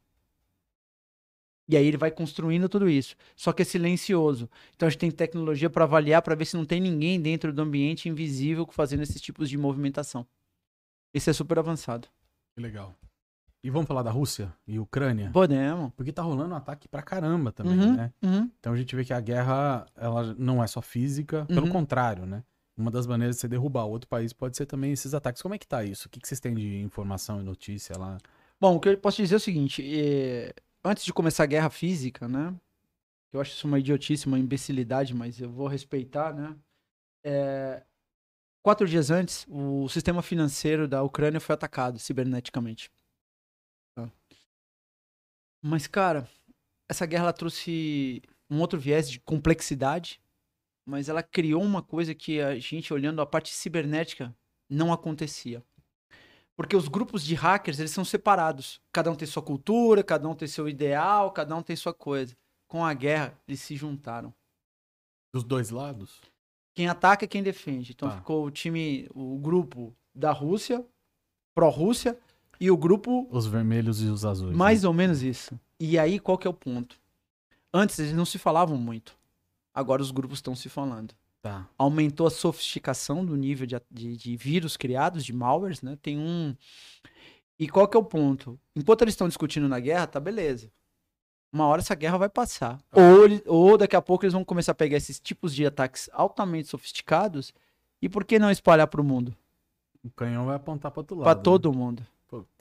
E aí ele vai construindo tudo isso. Só que é silencioso. Então a gente tem tecnologia para avaliar, para ver se não tem ninguém dentro do ambiente invisível fazendo esses tipos de movimentação. Isso é super avançado. Que legal. E vamos falar da Rússia e Ucrânia? Podemos. Porque tá rolando um ataque pra caramba também, Uhum, né? uhum. Então a gente vê que a guerra, ela não é só física, pelo Uhum. contrário, né? Uma das maneiras de você derrubar outro país pode ser também esses ataques. Como é que tá isso? O que que vocês têm de informação e notícia lá? Bom, o que eu posso dizer é o seguinte. É... Antes de começar a guerra física, né? Eu acho isso uma idiotice, uma imbecilidade, mas eu vou respeitar, né? É... Quatro dias antes, o sistema financeiro da Ucrânia foi atacado ciberneticamente. Tá. Mas, cara, essa guerra ela trouxe um outro viés de complexidade, mas ela criou uma coisa que a gente, olhando a parte cibernética, não acontecia. Porque os grupos de hackers, eles são separados. Cada um tem sua cultura, cada um tem seu ideal, cada um tem sua coisa. Com a guerra, eles se juntaram. Dos dois lados? Quem ataca é quem defende. Então Tá. ficou o time, o grupo da Rússia, pró-Rússia, e o grupo Os vermelhos e os azuis. mais né? ou menos isso. E aí, qual que é o ponto? Antes, eles não se falavam muito. Agora os grupos estão se falando. Tá. Aumentou a sofisticação do nível de, de, de vírus criados, de malwares, né? Tem um... E qual que é o ponto? Enquanto eles estão discutindo na guerra, tá beleza. Uma hora essa guerra vai passar. Ou, ele- ou daqui a pouco eles vão começar a pegar esses tipos de ataques altamente sofisticados e por que não espalhar pro mundo? O canhão vai apontar para outro lado. Pra né? todo mundo. Puta que Pra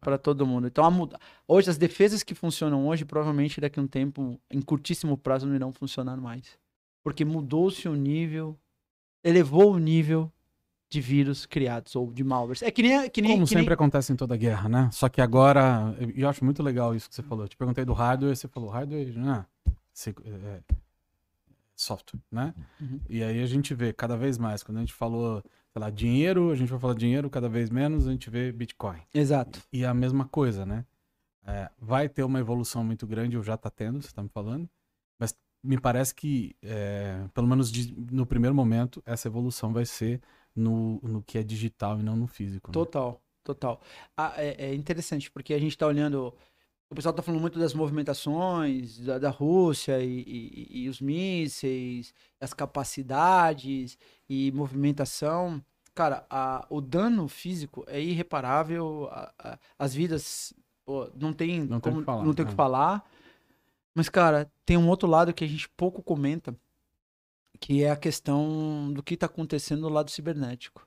para todo mundo. Então, a muda... hoje, as defesas que funcionam hoje, provavelmente daqui a um tempo, em curtíssimo prazo, não irão funcionar mais. Porque mudou-se o nível, elevou o nível de vírus criados, ou de malwares. É que nem... Que nem Como que sempre nem... acontece em toda guerra, né? Só que agora, eu acho muito legal isso que você falou. Eu te perguntei do hardware, você falou hardware, né? É, software, né? Uhum. E aí a gente vê cada vez mais, quando a gente falou, sei lá, dinheiro, a gente vai falar dinheiro cada vez menos, a gente vê Bitcoin. Exato. E, e a mesma coisa, né? É, vai ter uma evolução muito grande, ou já tá tendo, você tá me falando, mas me parece que, é, pelo menos de, no primeiro momento, essa evolução vai ser no, no que é digital e não no físico. Né? Total, total. Ah, é, é interessante, porque a gente está olhando. O pessoal está falando muito das movimentações da, da Rússia e, e, e os mísseis, as capacidades e movimentação. Cara, a, o dano físico é irreparável. A, a, as vidas, pô, não tem Não tem como, o que falar, não tem o né? que falar. Mas, cara, tem um outro lado que a gente pouco comenta, que é a questão do que está acontecendo no lado cibernético.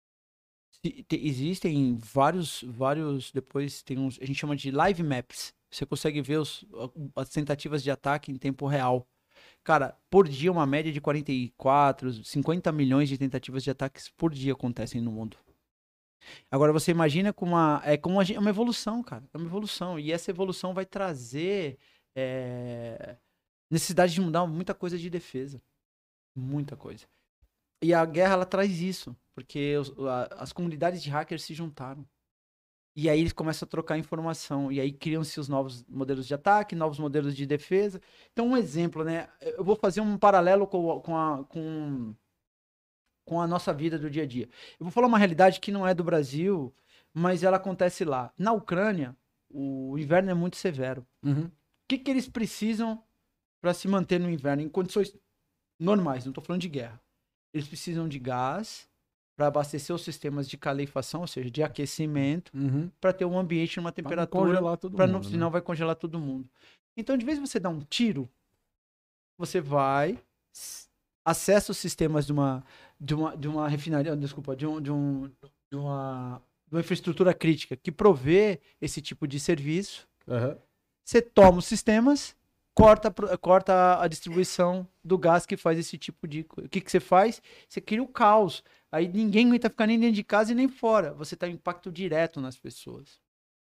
Existem vários, vários, depois tem uns, a gente chama de live maps. Você consegue ver os, as tentativas de ataque em tempo real. Cara, por dia uma média de quarenta e quatro, cinquenta milhões de tentativas de ataques por dia acontecem no mundo. Agora você imagina com uma, é como uma, uma evolução, cara, é uma evolução. E essa evolução vai trazer é, necessidade de mudar muita coisa de defesa. Muita coisa. E a guerra, ela traz isso, porque os, a, as comunidades de hackers se juntaram. E aí eles começam a trocar informação, e aí criam-se os novos modelos de ataque, novos modelos de defesa. Então, um exemplo, né? Eu vou fazer um paralelo com, com, a, com, com a nossa vida do dia a dia. Eu vou falar uma realidade que não é do Brasil, mas ela acontece lá. Na Ucrânia, o inverno é muito severo. Uhum. O que, que eles precisam para se manter no inverno, em condições normais, não estou falando de guerra. Eles precisam de gás para abastecer os sistemas de calefação, ou seja, de aquecimento, Uhum. para ter um ambiente numa temperatura, para não, senão né? vai congelar todo mundo. Então, de vez em você dar um tiro, você vai, acessa os sistemas de uma, de uma, de uma refinaria, desculpa, de, um, de, um, de, uma, de uma infraestrutura crítica que provê esse tipo de serviço. Uhum. Você toma os sistemas, corta, corta a distribuição do gás que faz esse tipo de... O que, que você faz? Você cria o caos. Aí ninguém aguenta ficar nem dentro de casa e nem fora. Você tem um impacto direto nas pessoas.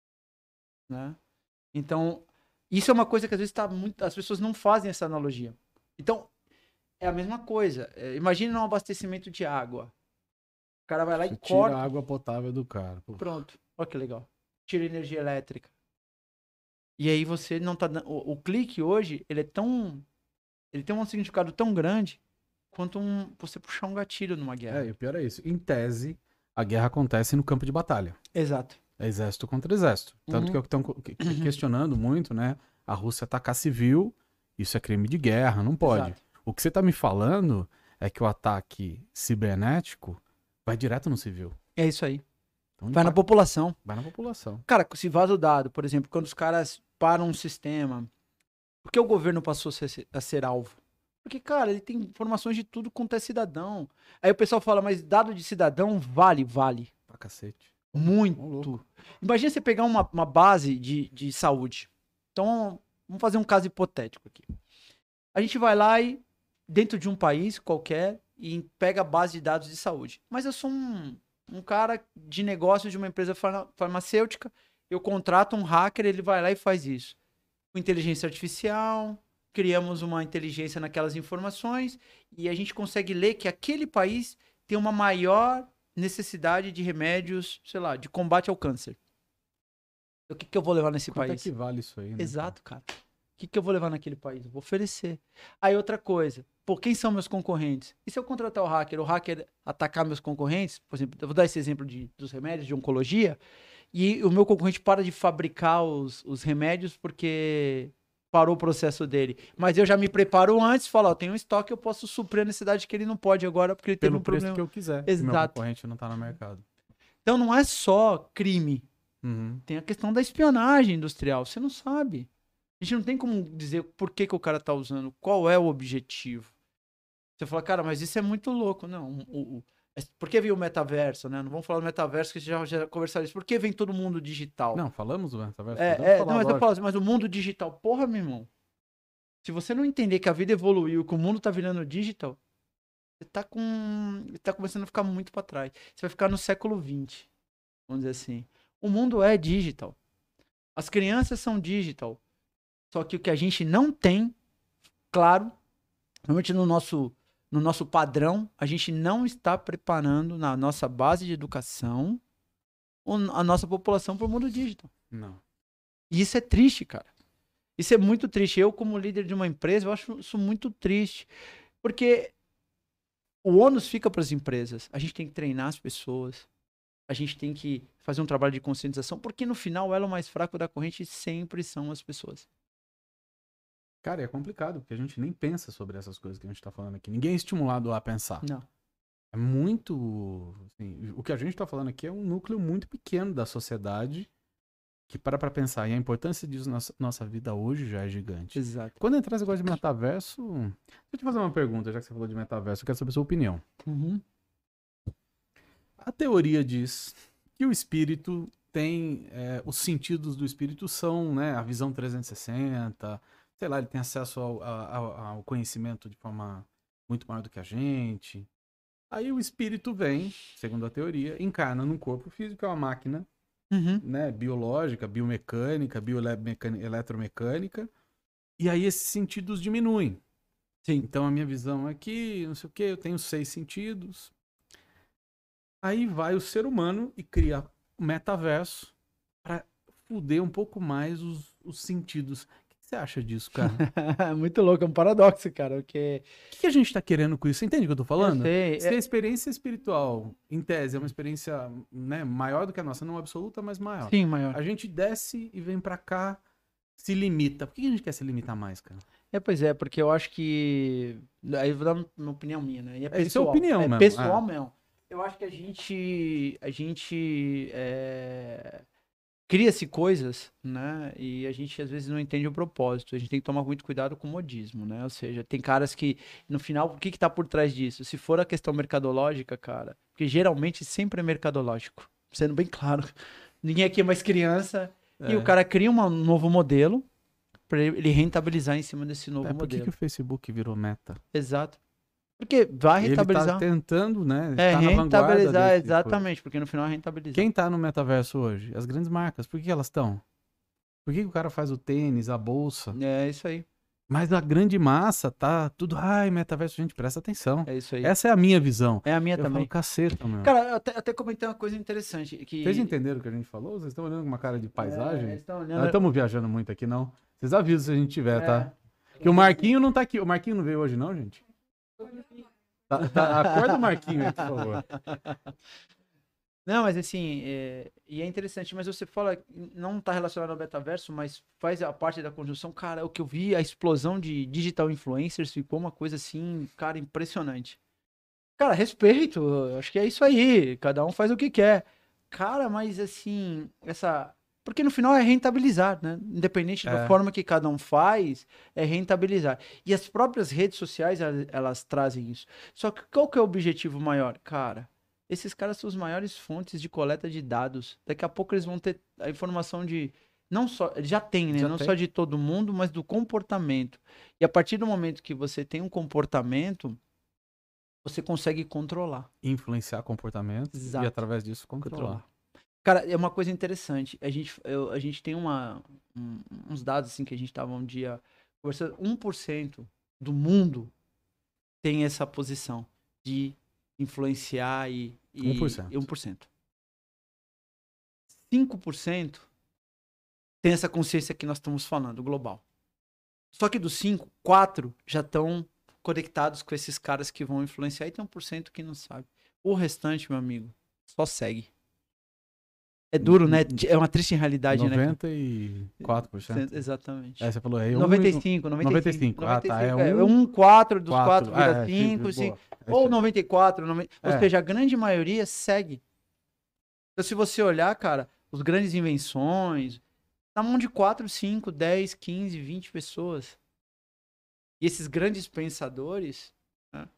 Né? Então, isso é uma coisa que às vezes tá muito... as pessoas não fazem essa analogia. Então, é a mesma coisa. É, imagine um abastecimento de água. O cara vai lá Você e tira corta... a água potável do cara. Pô. Pronto. Olha que legal. Tira energia elétrica. E aí você não tá dando... O, o clique hoje, ele é tão... Ele tem um significado tão grande quanto um, você puxar um gatilho numa guerra. É, e o pior é isso. Em tese, a guerra acontece no campo de batalha. Exato. É exército contra exército. Tanto Uhum. que é o que estão questionando muito, né? A Rússia atacar civil, isso é crime de guerra, não pode. Exato. O que você tá me falando é que o ataque cibernético vai direto no civil. É isso aí. Então, Vai na impacta- população. vai na população. Cara, se vaza o dado, por exemplo, quando os caras param um sistema, por que o governo passou a ser, a ser alvo? Porque, cara, ele tem informações de tudo quanto é cidadão. Aí o pessoal fala, mas dado de cidadão vale? Vale. Pra cacete. Muito. Ô, louco. Imagina você pegar uma, uma base de, de saúde. Então, vamos fazer um caso hipotético aqui. A gente vai lá e, dentro de um país qualquer, e pega a base de dados de saúde. Mas eu sou um, um cara de negócio de uma empresa farma- farmacêutica, eu contrato um hacker, ele vai lá e faz isso. Com inteligência artificial, criamos uma inteligência naquelas informações e a gente consegue ler que aquele país tem uma maior necessidade de remédios, sei lá, de combate ao câncer. O que, que eu vou levar nesse Quanto país? é que vale isso aí, né? Exato, cara. O que, que eu vou levar naquele país? Eu vou oferecer. Aí outra coisa, pô, quem são meus concorrentes? E se eu contratar o hacker, o hacker atacar meus concorrentes, por exemplo, eu vou dar esse exemplo de, dos remédios de oncologia, e o meu concorrente para de fabricar os, os remédios porque parou o processo dele. Mas eu já me preparo antes, falo, ó, tem um estoque, eu posso suprir a necessidade que ele não pode agora porque ele teve Pelo um preço problema. que eu quiser. que Meu Exato. concorrente não tá no mercado. Então não é só crime, Uhum. tem a questão da espionagem industrial, você não sabe. A gente não tem como dizer por que, que o cara tá usando, qual é o objetivo. Você fala, cara, mas isso é muito louco. Não, o, o, Por que veio o metaverso, né? Não vamos falar do metaverso, que já, já conversaram isso. Por que vem todo mundo digital? Não, falamos do metaverso. É, podemos é falar, não, mas eu lógico. falo assim, mas o mundo digital, porra, meu irmão. Se você não entender que a vida evoluiu, que o mundo tá virando digital, você tá com. tá começando a ficar muito pra trás. Você vai ficar no século vinte, vamos dizer assim. O mundo é digital. As crianças são digital. Só que o que a gente não tem, claro, realmente no nosso, no nosso padrão, a gente não está preparando na nossa base de educação o- a nossa população para o mundo digital. Não. E isso é triste, cara. Isso é muito triste. Eu, como líder de uma empresa, eu acho isso muito triste. Porque o ônus fica para as empresas. A gente tem que treinar as pessoas. A gente tem que fazer um trabalho de conscientização. Porque no final, o elo mais fraco da corrente sempre são as pessoas. Cara, é complicado, porque a gente nem pensa sobre essas coisas que a gente tá falando aqui. Ninguém é estimulado a pensar. Não. É muito. Assim, o que a gente tá falando aqui é um núcleo muito pequeno da sociedade que para pra pensar. E a importância disso na nossa, nossa vida hoje já é gigante. Exato. Quando entrar esse negócio de metaverso. Deixa eu te fazer uma pergunta, já que você falou de metaverso. Eu quero saber a sua opinião. Uhum. A teoria diz que o espírito tem. É, os sentidos do espírito são, né, a visão trezentos e sessenta. Sei lá, ele tem acesso ao, ao, ao conhecimento de forma muito maior do que a gente. Aí o espírito vem, segundo a teoria, encarna num corpo físico, que é uma máquina, Uhum. né, biológica, biomecânica, bioeletromecânica, e aí esses sentidos diminuem. Sim. Então a minha visão é que, não sei o que, eu tenho seis sentidos. Aí vai o ser humano e cria o metaverso para fuder um pouco mais os, os sentidos. O que você acha disso, cara? Muito louco, é um paradoxo, cara. Porque... O que, que a gente tá querendo com isso? Você entende o que eu tô falando? Eu sei. Se a experiência espiritual, em tese, é uma experiência, né, maior do que a nossa, não absoluta, mas maior. Sim, maior. A gente desce e vem pra cá, se limita. Por que a gente quer se limitar mais, cara? É, pois é, porque eu acho que. Aí eu vou dar uma opinião minha, né? E é É, isso é pessoal. opinião é mesmo. pessoal Ah. mesmo. Eu acho que a gente. A gente. é, Cria-se coisas, né? E a gente às vezes não entende o propósito. A gente tem que tomar muito cuidado com o modismo, né? Ou seja, tem caras que, no final, o que que tá por trás disso? Se for a questão mercadológica, cara, porque geralmente sempre é mercadológico. Sendo bem claro. Ninguém aqui é mais criança. E É. o cara cria uma- um novo modelo para ele rentabilizar em cima desse novo É, por que, modelo. que o Facebook virou meta? Exato. Porque vai Ele rentabilizar. tá tentando, né? É tá na vanguarda rentabilizar, desse exatamente, porque no final é rentabilizar. Quem tá no metaverso hoje? As grandes marcas. Por que elas estão? Por que, que o cara faz o tênis, a bolsa? É isso aí. Mas a grande massa tá tudo. Ai, metaverso, gente, presta atenção. É isso aí. Essa é a minha visão. É a minha Eu também. falo, caceta, meu. Cara, eu até, até comentei uma coisa interessante. Que... Vocês entenderam o que a gente falou? Vocês estão olhando com uma cara de É, paisagem? eles estão Nós olhando... não estamos viajando muito aqui, não. Vocês avisam se a gente tiver, É. tá? Que o Marquinho não tá aqui. O Marquinho não veio hoje, não, gente? Tá, tá, acorda o Marquinho aí, por favor. Não, mas assim, é... e é interessante, mas você fala, não está relacionado ao metaverso, mas faz a parte da conjunção. Cara, o que eu vi, a explosão de digital influencers ficou uma coisa assim, cara, impressionante. Cara, respeito, eu acho que é isso aí, cada um faz o que quer. Cara, mas assim, essa... Porque no final é rentabilizar, né? Independente da É. forma que cada um faz, é rentabilizar. E as próprias redes sociais, elas, elas trazem isso. Só que qual que é o objetivo maior? Cara, esses caras são as maiores fontes de coleta de dados. Daqui a pouco eles vão ter a informação de... Não só... Já tem, né? Já não tem. só de todo mundo, mas do comportamento. E a partir do momento que você tem um comportamento, você consegue controlar. Influenciar comportamentos Exato. e através disso controlar. Controlar. Cara, é uma coisa interessante. A gente, eu- a gente tem uma, um- uns dados assim que a gente tava um dia conversando. um por cento do mundo tem essa posição de influenciar e, e um por cento. e um por cento. cinco por cento tem essa consciência que nós estamos falando, global. Só que dos cinco, quatro já estão conectados com esses caras que vão influenciar e tem um por cento que não sabe. O restante, meu amigo, só segue. É duro, né? É uma triste realidade, né? noventa e quatro por cento. Exatamente. É, você falou aí. noventa e cinco, noventa e cinco. noventa e cinco. Ah, tá. É É um, um quatro dos quatro. quatro vira Ah, é, cinco, sim, cinco. boa. Ou noventa e quatro, noventa... ou É. seja, a grande maioria segue. Então, se você olhar, cara, os grandes invenções, na mão de quatro, cinco, dez, quinze, vinte pessoas. E esses grandes pensadores, né,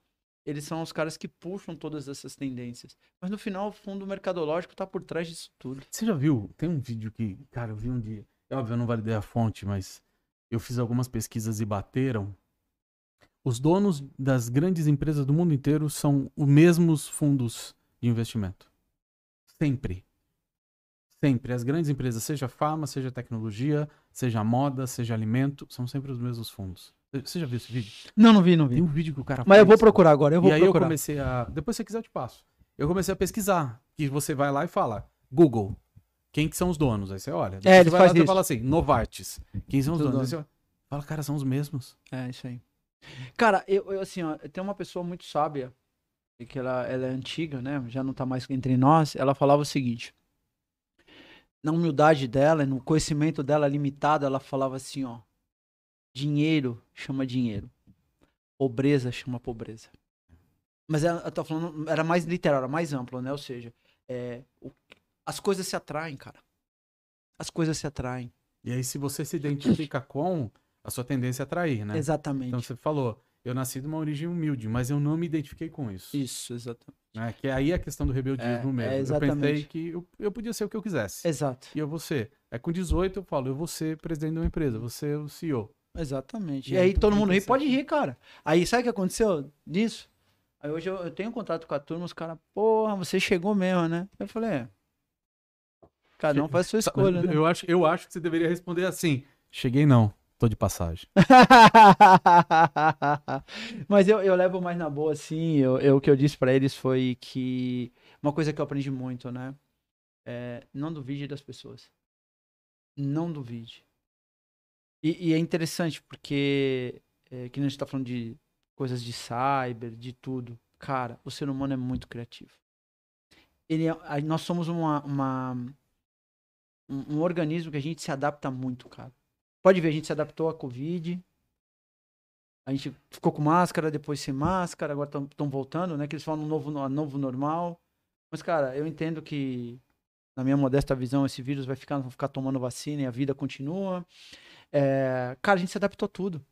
eles são os caras que puxam todas essas tendências. Mas no final, o fundo mercadológico tá por trás disso tudo. Você já viu? Tem um vídeo que, cara, eu vi um dia. É óbvio, eu não validei a fonte, mas eu fiz algumas pesquisas e bateram. Os donos das grandes empresas do mundo inteiro são os mesmos fundos de investimento. Sempre. Sempre. As grandes empresas, seja farma, seja tecnologia, seja moda, seja alimento, são sempre os mesmos fundos. Você já viu esse vídeo? Não, não vi, não vi. Tem um vídeo que o cara Mas eu vou fez. procurar agora, eu vou E aí procurar. eu comecei a... Depois se você quiser eu te passo. Eu comecei a pesquisar. Que você vai lá e fala, Google, quem que são os donos? Aí você olha. Depois É, você ele vai faz lá e isso. fala assim, Novartis. Quem são os Tudo donos? Aí você olha, fala, cara, são os mesmos. É, isso aí. Cara, eu, eu assim, ó, tem uma pessoa muito sábia, que ela, ela é antiga, né? Já não tá mais entre nós. Ela falava o seguinte: na humildade dela, no conhecimento dela limitado, ela falava assim, ó: dinheiro chama dinheiro, pobreza chama pobreza. Mas ela, eu tô falando, era mais literal, era mais amplo, né? Ou seja, é, o- as coisas se atraem, cara. As coisas se atraem. E aí se você se identifica com, a sua tendência é atrair, né? Exatamente. Então você falou, eu nasci de uma origem humilde, mas eu não me identifiquei com isso. Isso, exatamente. Né? Que aí é a questão do rebeliosismo É, mesmo. é eu exatamente. pensei que eu, eu podia ser o que eu quisesse. Exato. E eu vou ser. Aí com dezoito eu falo, eu vou ser presidente de uma empresa, vou ser o C E O. Exatamente. E E aí, aí todo mundo ri, trinta e sete. pode rir, cara. Aí sabe o que aconteceu disso? Aí hoje eu, eu tenho contato com a turma, os caras, porra, você chegou mesmo, né? Eu falei, é. Cada um faz a sua escolha, né? Eu acho, eu acho que você deveria responder assim, cheguei não, tô de passagem. Mas eu, eu levo mais na boa, assim. Eu, eu- o que eu disse pra eles foi que uma coisa que eu aprendi muito, né? É, não duvide das pessoas. Não duvide. E, e é interessante porque, é, que a gente tá falando de coisas de cyber, de tudo. Cara, o ser humano é muito criativo. Ele é- a- nós somos uma, uma- um, um organismo que a gente se adapta muito, cara. Pode ver, a gente se adaptou à Covid. A gente ficou com máscara, depois sem máscara, agora estão voltando, né? Que eles falam um novo, no- novo normal. Mas, cara, eu entendo que, na minha modesta visão, esse vírus vai ficar, vai ficar tomando vacina e a vida continua. É, cara, a gente se adaptou a tudo.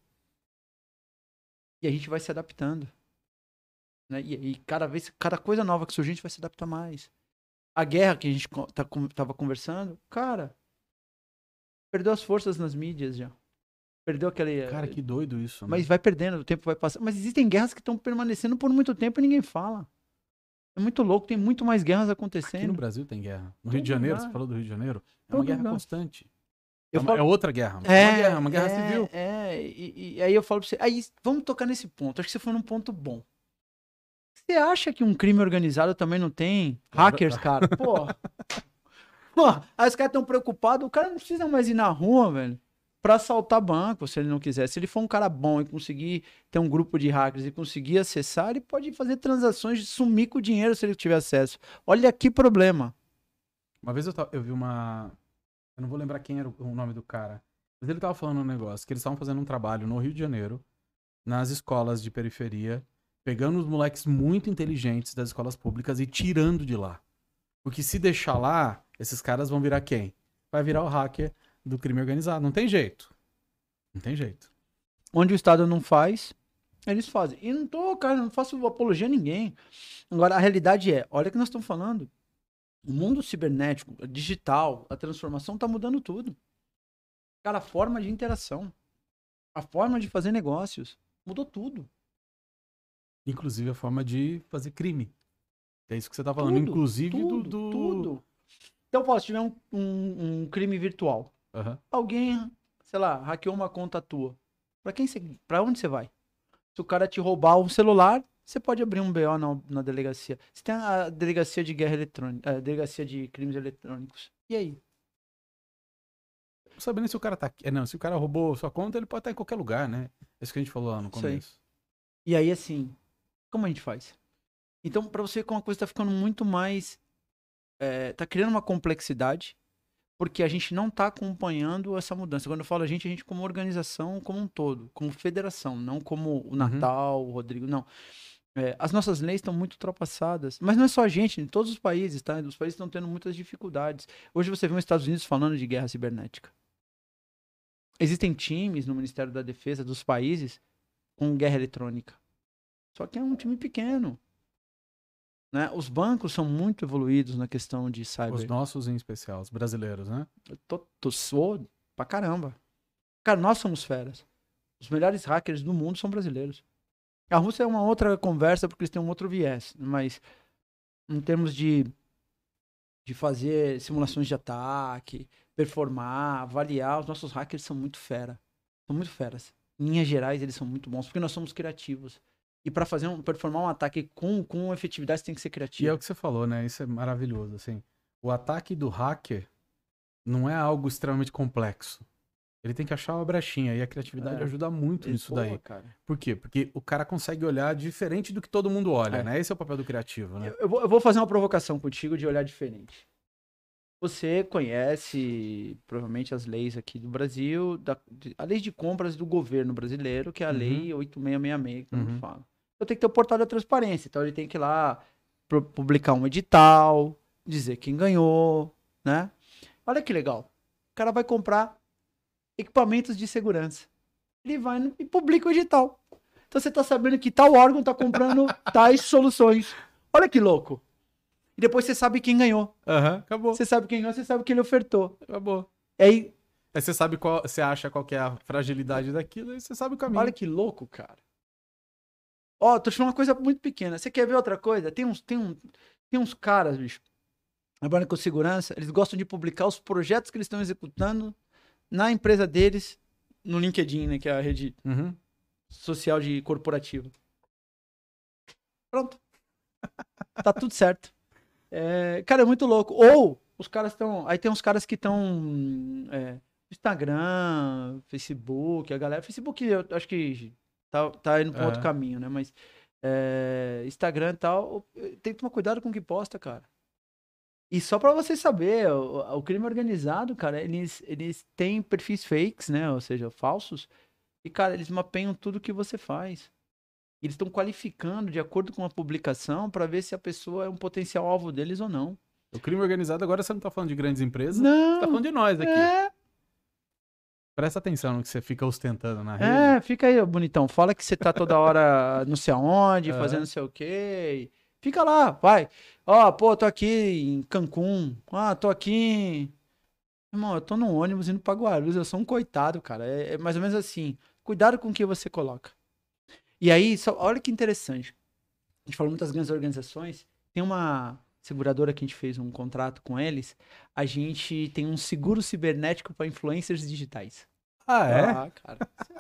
E a gente vai se adaptando. Né? E, e cada vez, cada coisa nova que surgir, a gente vai se adaptar mais. A guerra que a gente co- tá, com- tava conversando, cara, perdeu as forças nas mídias já. Perdeu aquele. Cara, que doido isso, né? Mas vai perdendo, o tempo vai passando. Mas existem guerras que estão permanecendo por muito tempo e ninguém fala. É muito louco, tem muito mais guerras Aqui no acontecendo. Brasil tem guerra. No Todo Rio de Janeiro, lugar. você falou do Rio de Janeiro, é Todo uma guerra lugar. constante. Eu é, uma- falo- é outra guerra. É, É, uma guerra, uma guerra é, civil. É, e, e aí eu falo pra você, aí vamos tocar nesse ponto. Acho que você foi num ponto bom. Você acha que um crime organizado também não tem hackers, cara? Pô. Pô, aí os caras estão preocupados, o cara não precisa mais ir na rua, velho, pra assaltar banco, se ele não quiser. Se ele for um cara bom e conseguir ter um grupo de hackers e conseguir acessar, ele pode fazer transações de sumir com o dinheiro se ele tiver acesso. Olha que problema. Uma vez eu, ta- eu vi uma... Eu não vou lembrar quem era o, o nome do cara. Mas ele tava falando um negócio, que eles estavam fazendo um trabalho no Rio de Janeiro, nas escolas de periferia, pegando os moleques muito inteligentes das escolas públicas e tirando de lá. Porque se deixar lá, esses caras vão virar quem? Vai virar o hacker do crime organizado. Não tem jeito. Não tem jeito. Onde o Estado não faz, eles fazem. E não tô, cara, não faço apologia a ninguém. Agora, a realidade é, olha o que nós estamos falando. O mundo cibernético, digital, a transformação tá mudando tudo. Cara, a forma de interação, a forma de fazer negócios, mudou tudo. Inclusive a forma de fazer crime. É isso que você tá falando. Tudo, Inclusive tudo, do... do... tudo. Então, Paulo, se tiver um, um, um crime virtual, Aham. alguém, sei lá, hackeou uma conta tua, pra quem você, pra onde você vai? Se o cara te roubar o celular, você pode abrir um B O na, na delegacia. Você tem a delegacia de guerra eletrônica, a delegacia de crimes eletrônicos. E aí? Não sabendo se o cara tá aqui. É, não, se o cara roubou sua conta, ele pode estar em qualquer lugar, né? É isso que a gente falou lá no Isso aí. começo. E aí, assim, como a gente faz? Então, pra você ver como a coisa tá ficando muito mais. É, tá criando uma complexidade, porque a gente não tá acompanhando essa mudança. Quando eu falo a gente, a gente como organização como um todo, como federação, não como o Natal, o Rodrigo, não. É, as nossas leis estão muito ultrapassadas. Mas não é só a gente, em todos os países, tá? Os países estão tendo muitas dificuldades. Hoje você vê os Estados Unidos falando de guerra cibernética. Existem times no Ministério da Defesa dos países com guerra eletrônica. Só que é um time pequeno. Né? Os bancos são muito evoluídos na questão de cyber. Os nossos em especial, os brasileiros, né? Eu tô, tô sou pra caramba. Cara, nós somos feras. Os melhores hackers do mundo são brasileiros. A Rússia é uma outra conversa porque eles têm um outro viés. Mas em termos de, de fazer simulações de ataque, performar, avaliar, os nossos hackers são muito fera. São muito feras. Em linhas gerais, eles são muito bons porque nós somos criativos. E para fazer um, performar um ataque com, com efetividade, você tem que ser E criativo. é o que você falou, né? Isso é maravilhoso, assim. O ataque do hacker não é algo extremamente complexo. Ele tem que achar uma brechinha e a criatividade É. ajuda muito Ele, nisso pô, daí. cara. Por quê? Porque o cara consegue olhar diferente do que todo mundo olha, É. né? Esse é o papel do criativo, né? Eu, eu vou, eu vou fazer uma provocação contigo de olhar diferente. Você conhece, provavelmente, as leis aqui do Brasil, da, de- a lei de compras do governo brasileiro, que é a Uhum. lei oito seis seis seis, que todo mundo Uhum. fala. Eu tenho que ter o portal da transparência, então ele tem que ir lá pro- publicar um edital, dizer quem ganhou, né? Olha que legal. O cara vai comprar equipamentos de segurança. Ele vai no- e publica o edital. Então você tá sabendo que tal órgão tá comprando tais soluções. Olha que louco. E depois você sabe quem ganhou. Aham, acabou. Você sabe quem ganhou, você sabe que ele ofertou. Acabou. E aí, Aí você sabe qual, você acha qual que é a fragilidade daquilo e você sabe o caminho. olha que louco, cara. Ó, tô te falando uma coisa muito pequena. Você quer ver outra coisa? Tem uns, tem um, tem uns caras, bicho, trabalhando com segurança, eles gostam de publicar os projetos que eles estão executando na empresa deles no LinkedIn, né, que é a rede Uhum. social de corporativa. Pronto. Tá tudo certo. É, cara, é muito louco. Ou os caras estão. Aí tem uns caras que estão. É, Instagram, Facebook, a galera. Facebook, eu acho que tá, tá indo pra um outro É. caminho, né? Mas é, Instagram e tal, tem que tomar cuidado com o que posta, cara. E só pra você saber, o, o crime organizado, cara, eles, eles têm perfis fakes, né? Ou seja, falsos. E, cara, eles mapeiam tudo que você faz. Eles estão qualificando de acordo com a publicação para ver se a pessoa é um potencial alvo deles ou não. O crime organizado, agora você não tá falando de grandes empresas, Não. você tá falando de nós aqui. É, Presta atenção no que você fica ostentando na rede. é, fica aí, ô, bonitão. Fala que você tá toda hora não sei aonde, É. fazendo não sei o quê. Fica lá, vai. Ó, pô, tô aqui em Cancún. Ah, tô aqui em... Irmão, eu tô num ônibus indo pra Guarulhos. Eu sou um coitado, cara. É, é mais ou menos assim. Cuidado com o que você coloca. E aí, só, olha que interessante. A gente falou muitas grandes organizações. Tem uma seguradora que a gente fez um contrato com eles. A gente tem um seguro cibernético para influencers digitais. Ah, é? Ah, cara.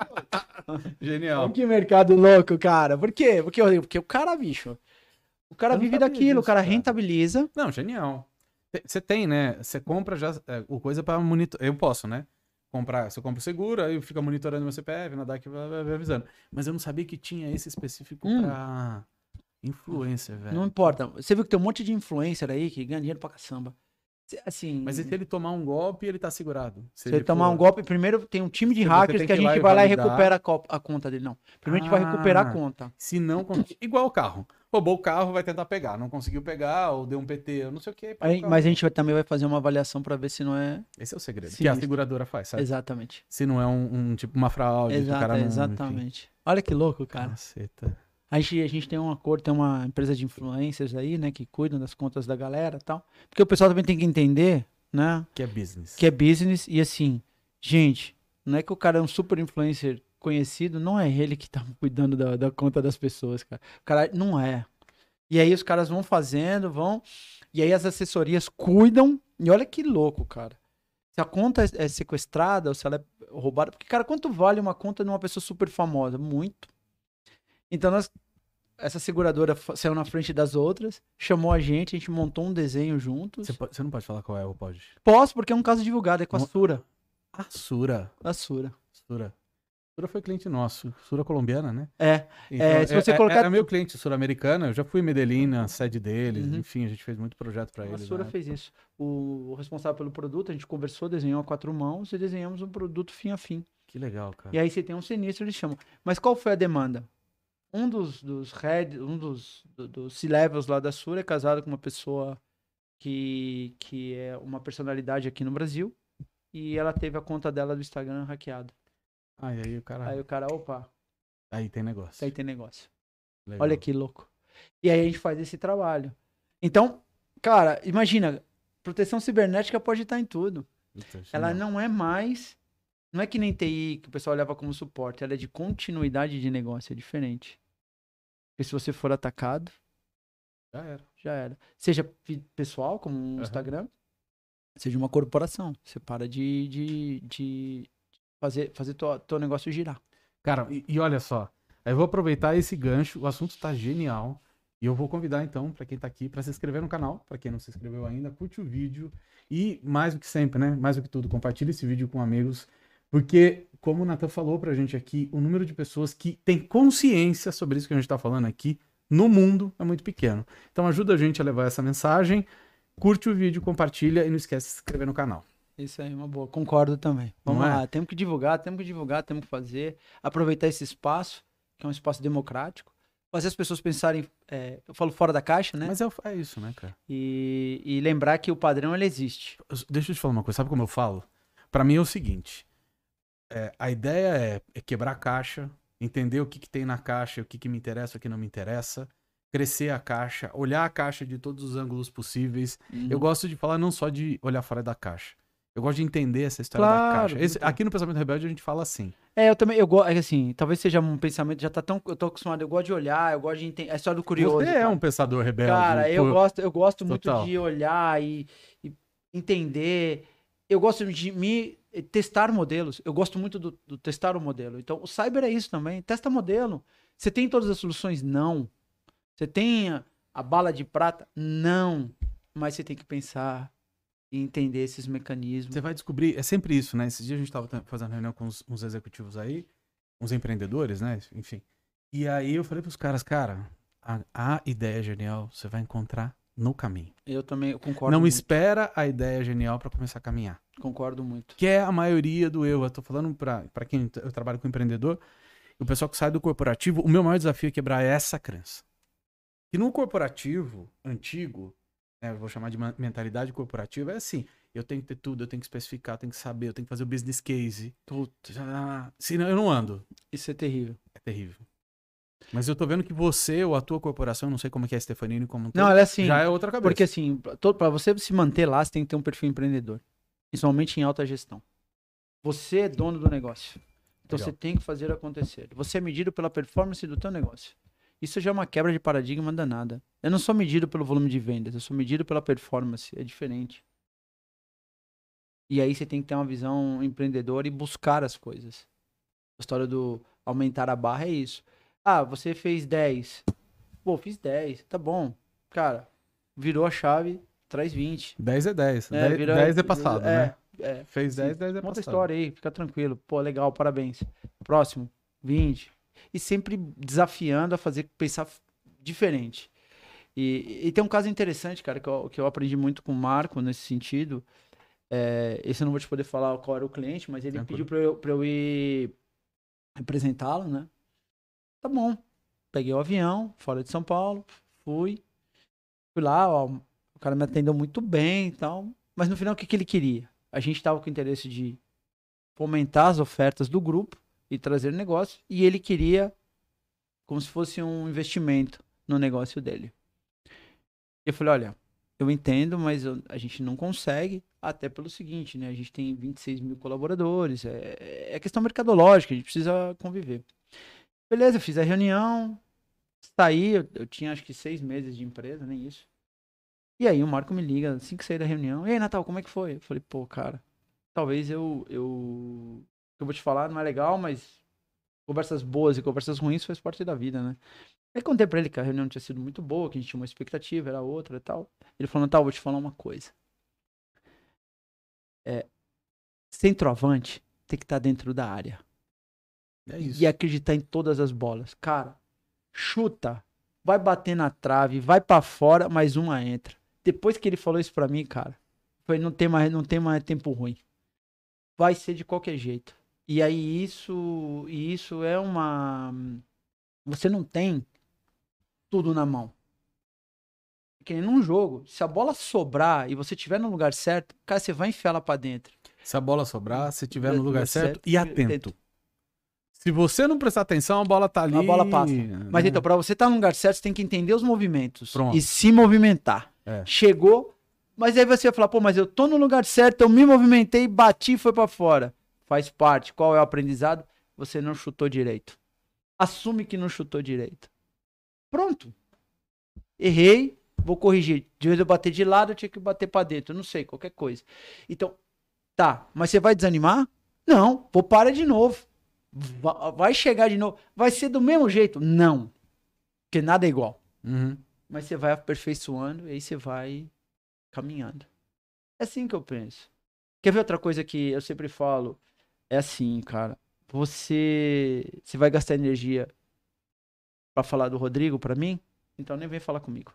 Genial. Olha que mercado louco, cara. Por quê? Porque, porque o cara, bicho. O cara Eu não vive sabia daquilo, o disso, cara cara. rentabiliza. Não, genial. Te- Você tem, né? Você compra já é, o coisa pra monitorar. Eu posso, né? Comprar, você compra o seguro, aí fica monitorando meu C P F, na D A C vai, vai, vai avisando. Mas eu não sabia que tinha esse específico Hum. pra influencer, velho. Não importa. Você viu que tem um monte de influencer aí que ganha dinheiro pra caçamba. Cê- Assim, Mas e se ele tomar um golpe, ele tá segurado. Se se ele ele tomar for- um golpe, primeiro tem um time de Você hackers tem que a que ir lá gente e vai lá e validar. recupera a, co- a conta dele. Não. Primeiro a gente vai recuperar a Ah. conta. Se não, con- igual o carro. Roubou o carro, vai tentar pegar. Não conseguiu pegar, ou deu um P T, eu não sei o que. pega o Aí, carro. mas a gente vai- também vai fazer uma avaliação pra ver se não é. Esse é o segredo. Que a Sinistro. seguradora faz, sabe? Exatamente. Se não é um, um tipo uma fraude, que o Exata, cara não. exatamente. Olha que louco, Enfim. cara. Caceta. A gente, a gente tem um acordo, tem uma empresa de influencers aí, né, que cuidam das contas da galera e tal. Porque o pessoal também tem que entender, né, Que é business. que é business e assim, gente, não é que o cara é um super influencer conhecido, não é ele que tá cuidando da, da conta das pessoas, cara. O cara não é. E aí os caras vão fazendo, vão, e aí as assessorias cuidam, e olha que louco, cara. Se a conta é é sequestrada ou se ela é roubada, porque, cara, quanto vale uma conta de uma pessoa super famosa? Muito. Então, nós, essa seguradora fa- saiu na frente das outras, chamou a gente, a gente montou um desenho juntos. Você, pode- você não pode falar qual é, ou pode? Posso, porque é um caso divulgado, é com a Não- Sura. A Sura. A Sura. Sura. Sura foi cliente nosso. Sura colombiana, né? É, Então, É, se você colocar- Era meu cliente sul-americano. Eu já fui em Medellín, na sede deles. Uhum. Enfim, a gente fez muito projeto pra a eles. Sura né? fez isso. O, o responsável pelo produto, a gente conversou, desenhou a quatro mãos e desenhamos um produto fim a fim. Que legal, cara. E aí você tem um sinistro, eles chamam. Mas qual foi a demanda? Um dos, dos head, um dos, do- dos C-levels lá da Sura é casado com uma pessoa que, que é uma personalidade aqui no Brasil. E ela teve a conta dela do Instagram hackeada. Ah, e aí o cara. Aí Aí, o cara, opa, tem negócio. aí tem negócio. Legal. Olha que louco. E aí a gente faz esse trabalho. Então, cara, imagina, proteção cibernética pode estar em tudo. Puta, Ela genial. não é mais, não é que nem T I, que o pessoal leva como suporte, ela é de continuidade de negócio, é diferente. Porque se você for atacado, Já era. já era. Seja fi- pessoal, como um Aham. Instagram, seja uma corporação. Você para de, de, de fazer, fazer teu, teu negócio girar. Cara, e, e olha só, eu vou aproveitar esse gancho, o assunto tá genial, e eu vou convidar então, pra quem tá aqui, pra se inscrever no canal, pra quem não se inscreveu ainda, curte o vídeo e mais do que sempre, né, mais do que tudo, compartilhe esse vídeo com amigos, porque como o Nathan falou pra gente aqui, o número de pessoas que tem consciência sobre isso que a gente tá falando aqui no mundo é muito pequeno. Então ajuda a gente a levar essa mensagem, curte o vídeo, compartilha e não esquece de se inscrever no canal. Isso aí, uma boa. Concordo também. Vamos Não é? lá, temos que divulgar, temos que divulgar, temos que fazer. Aproveitar esse espaço, que é um espaço democrático. Fazer as pessoas pensarem, é, eu falo fora da caixa, né? Mas é, é isso, né, cara? E, e lembrar que o padrão, ele existe. Deixa eu te falar uma coisa, sabe como eu falo? Pra mim é o seguinte, é, a ideia é, é quebrar a caixa, entender o que, que tem na caixa, o que, que me interessa, o que não me interessa, crescer a caixa, olhar a caixa de todos os ângulos possíveis. Uhum. Eu gosto de falar não só de olhar fora da caixa, eu gosto de entender essa história Claro, da caixa. Esse- muito. aqui no Pensamento Rebelde a gente fala assim. É, eu também, eu gosto, assim, talvez seja um pensamento, já tá tão, eu tô acostumado, eu gosto de olhar, eu gosto de entender, a história do curioso. Você é cara. um pensador rebelde. Cara, eu pô. gosto, eu gosto muito Total. de olhar e, e entender. Eu gosto de me testar modelos. Eu gosto muito do, do testar o modelo. Então, o cyber é isso também. Testa modelo. Você tem todas as soluções? Não. Você tem a, a bala de prata? Não. Mas você tem que pensar e entender esses mecanismos. Você vai descobrir, é sempre isso, né? Esses dias a gente tava t- fazendo reunião com uns, uns executivos aí, uns empreendedores, né? Enfim. E aí eu falei pros caras, cara, a, a ideia genial você vai encontrar no caminho. Eu também eu concordo Não muito. espera a ideia genial pra começar a caminhar. Concordo muito. Que é a maioria do eu. Eu tô falando pra, pra quem t- eu trabalho com empreendedor, o pessoal que sai do corporativo, o meu maior desafio é quebrar essa crença. Que no corporativo antigo, né, eu vou chamar de ma- mentalidade corporativa, é assim, eu tenho que ter tudo, eu tenho que especificar, eu tenho que saber, eu tenho que fazer o business case. Putz, Ah, senão eu não ando. isso é terrível. É terrível. Mas eu tô vendo que você ou a tua corporação, não sei como que é a Stefanini como um todo, Não, ela é assim. já é outra cabeça. Porque assim, pra to- pra você se manter lá, você tem que ter um perfil empreendedor. Principalmente em alta gestão. Você é dono do negócio. Então Legal. você tem que fazer acontecer. Você é medido pela performance do teu negócio. Isso já é uma quebra de paradigma danada. Eu não sou medido pelo volume de vendas, eu sou medido pela performance. É diferente. E aí você tem que ter uma visão empreendedora e buscar as coisas. A história do aumentar a barra é isso. Ah, você fez dez. Pô, fiz dez. Tá bom. Cara, virou a chave, traz vinte. dez é dez. É, dez, vira- dez é passado, é, né? É, Fez sim. dez, dez é Conta a passado. história aí, fica tranquilo. Pô, legal, parabéns. Próximo, vinte. E sempre desafiando a fazer pensar f- diferente. E, e tem um caso interessante, cara, que eu, que eu aprendi muito com o Marco nesse sentido. É, esse eu não vou te poder falar qual era o cliente, mas ele Tranquilo. pediu pra eu, pra eu ir representá-lo, né? Tá bom. Peguei o avião, fora de São Paulo, fui. Fui lá, ó, o cara me atendeu muito bem e tal. Mas no final, o que, que ele queria? A gente tava com o interesse de fomentar as ofertas do grupo e trazer negócio. E ele queria como se fosse um investimento no negócio dele. Eu falei, olha, eu entendo, mas eu- a gente não consegue, até pelo seguinte, né? A gente tem vinte e seis mil colaboradores, é, é questão mercadológica, a gente precisa conviver. Beleza, fiz a reunião, saí, eu, eu tinha acho que seis meses de empresa, nem isso. E aí o Marco me liga, assim que saí da reunião, e aí, Natal, como é que foi? Eu falei, pô, cara, talvez eu, eu, o que eu vou te falar não é legal, mas conversas boas e conversas ruins faz parte da vida, né? Aí contei pra ele que a reunião tinha sido muito boa, que a gente tinha uma expectativa, era outra e tal. Ele falou, Natal, vou te falar uma coisa. É, centroavante tem que estar dentro da área. É isso. E acreditar em todas as bolas. Cara, chuta, vai bater na trave, vai pra fora, mas uma entra. Depois que ele falou isso pra mim, cara, foi não tem mais, não tem mais tempo ruim. Vai ser de qualquer jeito. E aí isso, e isso é uma, você não tem tudo na mão. Que nem num jogo, se a bola sobrar e você estiver no lugar certo, cara, você vai enfiar ela pra dentro. Se a bola sobrar, se tiver no Do- lugar do certo certo, e atento. Se você não prestar atenção, a bola tá ali. A bola passa. Né? Mas então, pra você estar no lugar certo, você tem que entender os movimentos. Pronto. E se movimentar. É. Chegou, mas aí você vai falar, pô, mas eu tô no lugar certo, eu me movimentei, bati e foi pra fora. Faz parte. Qual é o aprendizado? Você não chutou direito. Assume que não chutou direito. Pronto. Errei, vou corrigir. De vez eu bater de lado, eu tinha que bater pra dentro. Eu não sei, qualquer coisa. Então, tá. Mas você vai desanimar? Não. Vou parar de novo. Vai chegar de novo. Vai ser do mesmo jeito? Não. Porque nada é igual. Uhum. Mas você vai aperfeiçoando e aí você vai caminhando. É assim que eu penso. Quer ver outra coisa que eu sempre falo? É assim, cara. Você, você vai gastar energia pra falar do Rodrigo pra mim? Então nem vem falar comigo.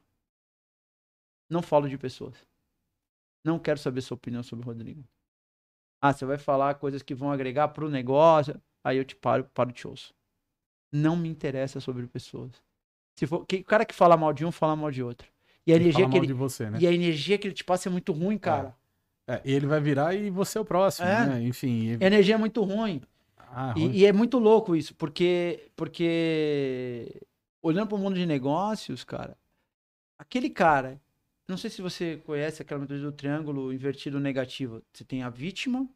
Não falo de pessoas. Não quero saber sua opinião sobre o Rodrigo. Ah, você vai falar coisas que vão agregar pro negócio. Aí eu te paro, paro te ouço. Não me interessa sobre pessoas. Se for, que, o cara que fala mal de um, fala mal de outro. E a Ele energia fala que mal ele, de você, né? e a energia que ele te passa é muito ruim, cara. É, e ele vai virar e você é o próximo, É. né? Enfim. e- A energia é muito ruim. Ah, ruim. E, e é muito louco isso, porque, porque olhando para o mundo de negócios, cara, aquele cara, não sei se você conhece aquela metodologia do triângulo invertido negativo. Você tem a vítima,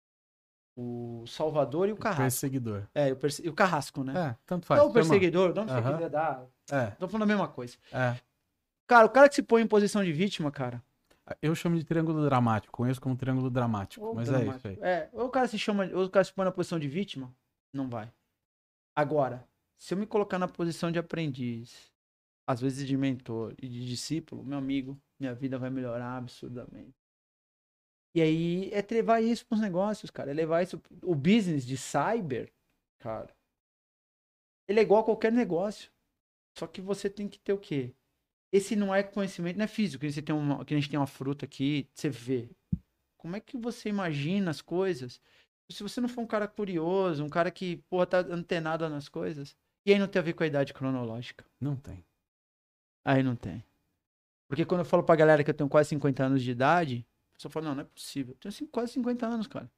o salvador e o carrasco. Perseguidor. É, e o, perse... e o carrasco, né? É, tanto faz. Não o chama- perseguidor, não se você Aham. quiser dar. É, Tô falando a mesma coisa. é. Cara, o cara que se põe em posição de vítima, cara. Eu chamo de triângulo dramático, conheço como triângulo dramático, ou mas é dramático. isso aí. É, ou o cara se chama, ou o cara se põe na posição de vítima, não vai. Agora, se eu me colocar na posição de aprendiz, às vezes de mentor e de discípulo, meu amigo, minha vida vai melhorar absurdamente. E aí é levar isso para os negócios, cara. É levar isso. O business de cyber, cara, ele é igual a qualquer negócio. Só que você tem que ter o quê? Esse não é conhecimento, não é físico. Que, você tem uma, que a gente tem uma fruta aqui, você vê. Como é que você imagina as coisas? Se você não for um cara curioso, um cara que, porra, tá antenado nas coisas. E aí não tem a ver com a idade cronológica. Não tem. Aí não tem. Porque quando eu falo pra galera que eu tenho quase cinquenta anos de idade, a pessoa fala, não, não é possível. Eu tenho assim, quase cinquenta anos, cara.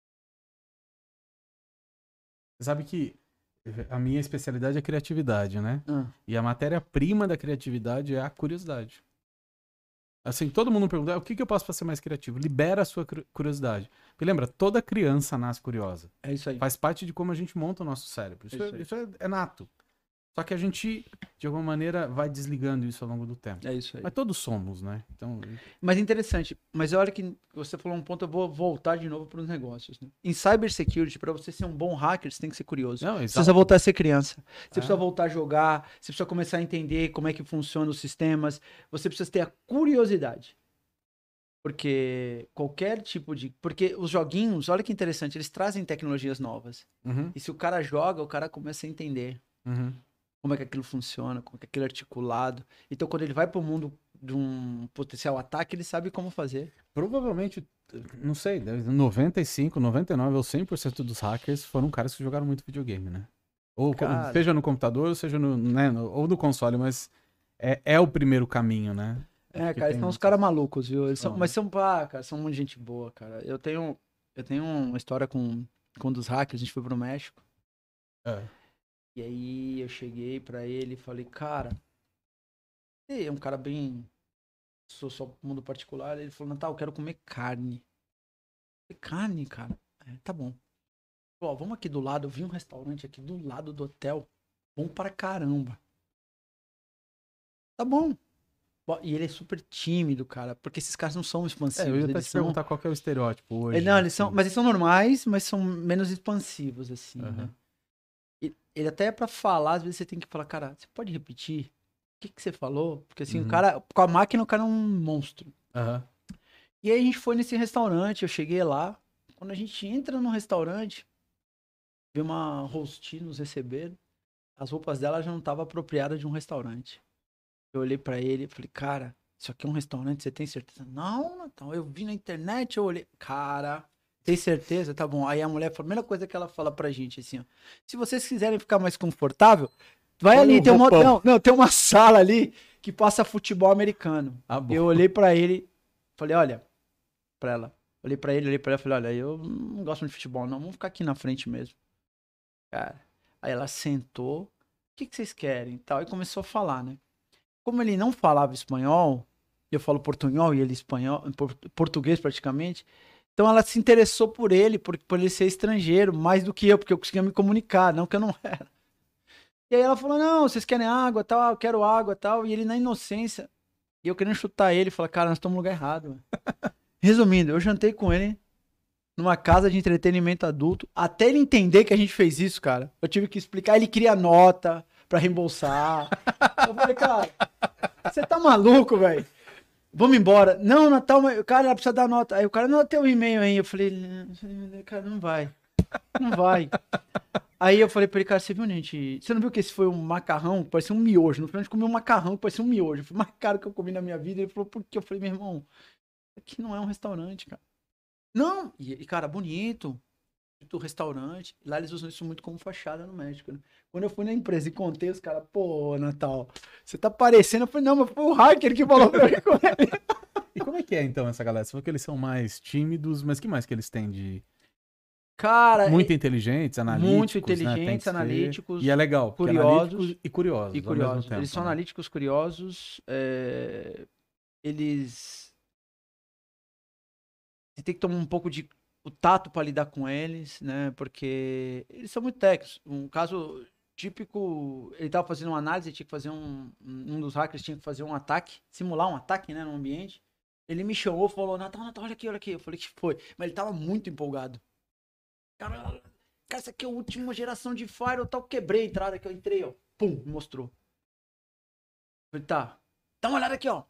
Você sabe que a minha especialidade é criatividade, né? Ah, E a matéria-prima da criatividade é a curiosidade. Assim, todo mundo pergunta, "Ah, o que que eu posso para ser mais criativo?" Libera a sua cru- curiosidade. Porque lembra, toda criança nasce curiosa. é isso aí. Faz parte de como a gente monta o nosso cérebro. Isso, É é, isso aí. isso é, é nato. Só que a gente, de alguma maneira, vai desligando isso ao longo do tempo. É isso aí. Mas todos somos, né? Então, Mas interessante. Mas olha que você falou um ponto, eu vou voltar de novo para os negócios. Né? Em cybersecurity, para você ser um bom hacker, você tem que ser curioso. não, Você exato. precisa voltar a ser criança. Você É. precisa voltar a jogar. Você precisa começar a entender como é que funcionam os sistemas. Você precisa ter a curiosidade. Porque qualquer tipo de... Porque os joguinhos, olha que interessante, eles trazem tecnologias novas. Uhum, E se o cara joga, o cara começa a entender uhum. como é que aquilo funciona, como é que aquilo é articulado. Então, quando ele vai para o mundo de um potencial ataque, ele sabe como fazer. Provavelmente, não sei, noventa e cinco, noventa e nove ou cem por cento dos hackers foram caras que jogaram muito videogame, né? Ou Cara. seja no computador, seja no, né, no- ou no console, mas é, é o primeiro caminho, né? É, Acho que cara, tem são uns muito. caras malucos, viu? Eles são, São, mas né? são, pá, cara, são muita gente boa, cara. Eu tenho, eu tenho uma história com, com um dos hackers, a gente foi pro México. É. E aí eu cheguei pra ele e falei, cara, ele é um cara bem, sou só pro mundo particular. Ele falou, Natal, eu quero comer carne. Eu falei, carne, cara? É, tá bom. Ó, vamos aqui do lado, eu vi um restaurante aqui do lado do hotel, bom pra caramba. Tá bom. Bom, e ele é super tímido, cara, porque esses caras não são É, expansivos. eu ia até eles te são... perguntar qual que é o estereótipo hoje. É, não, eles são, assim. mas eles são normais, mas são menos expansivos, assim, Aham. né? E- Ele até é pra falar, às vezes você tem que falar, cara, você pode repetir? O que, que você falou? Porque assim, Uhum. o cara, com a máquina, o cara é um monstro. Aham. E aí a gente foi nesse restaurante, eu cheguei lá. Quando a gente entra no restaurante, vê uma host nos receber, as roupas dela já não estavam apropriadas de um restaurante. Eu olhei pra ele e falei, cara, isso aqui é um restaurante, você tem certeza? Não, Natal, eu vi na internet, eu olhei, cara, tem certeza? Tá bom. Aí a mulher, a primeira coisa que ela fala pra gente, assim, ó, se vocês quiserem ficar mais confortável, vai Põe ali, um tem uma, roupão. não, não, tem uma sala ali que passa futebol americano. Ah, bom. Eu olhei pra ele, falei, olha, pra ela, olhei pra ele, olhei pra ela, falei, olha, eu não gosto de futebol, não, vamos ficar aqui na frente mesmo. Cara, aí ela sentou, o que, que vocês querem? E tal, e começou a falar, né? Como ele não falava espanhol, eu falo portunhol e ele espanhol, por- português praticamente, então ela se interessou por ele, por, por ele ser estrangeiro, mais do que eu, porque eu conseguia me comunicar, não que eu não era. E aí ela falou, não, vocês querem água, tal, ah, eu quero água, tal, e ele na inocência, e eu querendo chutar ele, falar, cara, nós estamos no lugar errado, mano. Resumindo, eu jantei com ele numa casa de entretenimento adulto, até ele entender que a gente fez isso, cara. Eu tive que explicar, ele queria nota pra reembolsar. Eu falei, cara, você tá maluco, velho? Vamos embora. Não, Natal, mas, cara, ela precisa dar nota. Aí o cara, não, tem um e-mail aí. Eu falei, cara, não vai. Não vai. Aí eu falei pra ele, cara, você viu, gente? Você não viu que esse foi um macarrão que parecia um miojo? No final a gente comeu um macarrão que parecia um miojo. Foi o mais caro que eu comi na minha vida. Ele falou, por quê? Eu falei, meu irmão, aqui não é um restaurante, cara. Não, e, e, cara, bonito, do restaurante. Lá eles usam isso muito como fachada no México, né? Quando eu fui na empresa e contei, os caras, pô, Natal, você tá parecendo. Eu falei, não, mas foi o hacker que falou pra mim com ele. E como é que é, então, essa galera? Você falou que eles são mais tímidos, mas que mais que eles têm de... Cara, Muito é- inteligentes, analíticos, muito né? Tem inteligentes, que ser. analíticos, E é legal, porque curiosos analíticos e curiosos e ao curiosos. mesmo tempo, Eles são né? analíticos, curiosos, é, eles... Você tem que tomar um pouco de o tato para lidar com eles, né? Porque eles são muito técnicos. Um caso típico, ele estava fazendo uma análise, tinha que fazer um, um dos hackers tinha que fazer um ataque, simular um ataque, né, no ambiente. Ele me chamou, falou, Natal, Natal, olha aqui, olha aqui. Eu falei que foi, mas ele tava muito empolgado. Cara, cara, essa aqui é a última geração de Firewall, tal, quebrei a entrada que eu entrei, ó. Pum, me mostrou. Eu falei, tá. Dá uma olhada aqui, ó.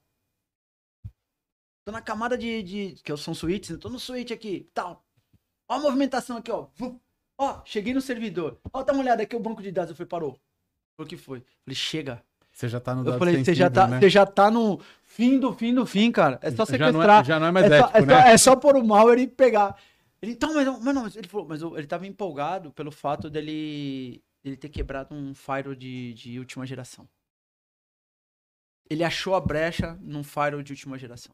Tô na camada de, de que são suítes, né? Tô no suíte aqui, tal. Ó a movimentação aqui, ó. Ó, cheguei no servidor. Ó, dá uma olhada aqui, o banco de dados. Eu falei, parou. O que foi? Eu falei, chega. Você já tá no Eu dado falei, você sensível, já, tá, né? você já tá no fim do fim do fim, cara. É só Já sequestrar. não é, já não é mais é, só, ético, é, né? só, é só pôr o malware e pegar. Ele, então, mas, não- mas não, mas ele falou, mas eu- ele tava empolgado pelo fato dele, dele ter quebrado um firewall de, de última geração. Ele achou a brecha num firewall de última geração.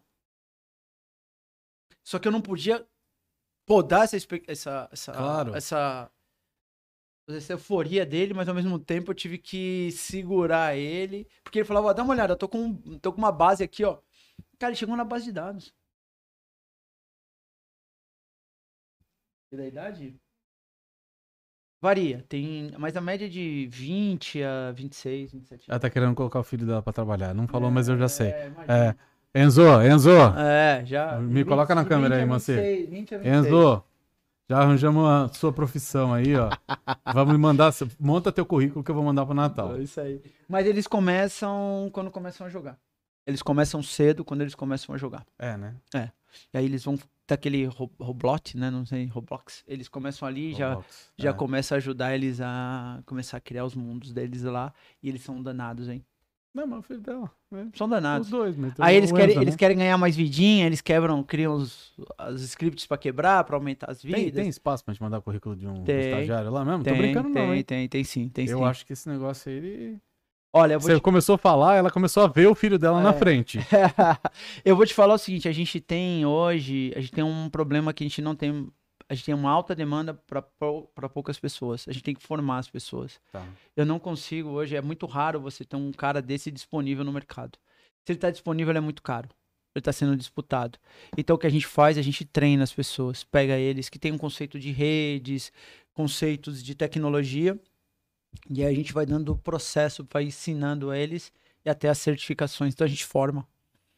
Só que eu não podia podar essa, espe- essa, essa, Claro. essa, essa euforia dele, mas ao mesmo tempo eu tive que segurar ele, porque ele falava, ó, dá uma olhada, eu tô com, tô com uma base aqui, ó. Cara, ele chegou na base de dados. E da idade? Varia, tem, mas a média é de vinte a vinte e seis, vinte e sete Ela anos. tá querendo colocar o filho dela pra trabalhar. Não falou, mas eu já sei. É, imagina. Enzo, Enzo, É, já. me coloca na câmera aí, Mancê. vinte vinte a vinte e seis. Enzo, já arranjamos a sua profissão aí, ó. Vamos me mandar, monta teu currículo que eu vou mandar pro Natal. É isso aí. Mas eles começam quando começam a jogar. Eles começam cedo quando eles começam a jogar. É, né? E aí eles vão ter aquele ro- Roblox, né? Não sei, Roblox. Eles começam ali e já, Roblox. já É. começa a ajudar eles a começar a criar os mundos deles lá. E eles são danados, hein? Não, mas o filho dela. né? São Os danados. dois, mas Aí o eles querem, Enzo, eles né? querem ganhar mais vidinha, eles quebram, criam os, os scripts pra quebrar, pra aumentar as vidas. Tem, tem espaço pra gente mandar o currículo de um Tem, estagiário lá mesmo? tem, Tô brincando tem, não, hein? tem, tem sim, tem Eu sim. acho que esse negócio aí, ele... Olha, eu vou Você te... começou a falar, ela começou a ver o filho dela na É. frente. eu vou te falar o seguinte, a gente tem hoje, a gente tem um problema que a gente não tem, a gente tem uma alta demanda para poucas pessoas. A gente tem que formar as pessoas. Tá. Eu não consigo hoje, é muito raro você ter um cara desse disponível no mercado. Se ele está disponível, ele é muito caro. Ele está sendo disputado. Então o que a gente faz, a gente treina as pessoas, pega eles que tem um conceito de redes, conceitos de tecnologia, e aí a gente vai dando o processo, vai ensinando eles e até as certificações. Então a gente forma.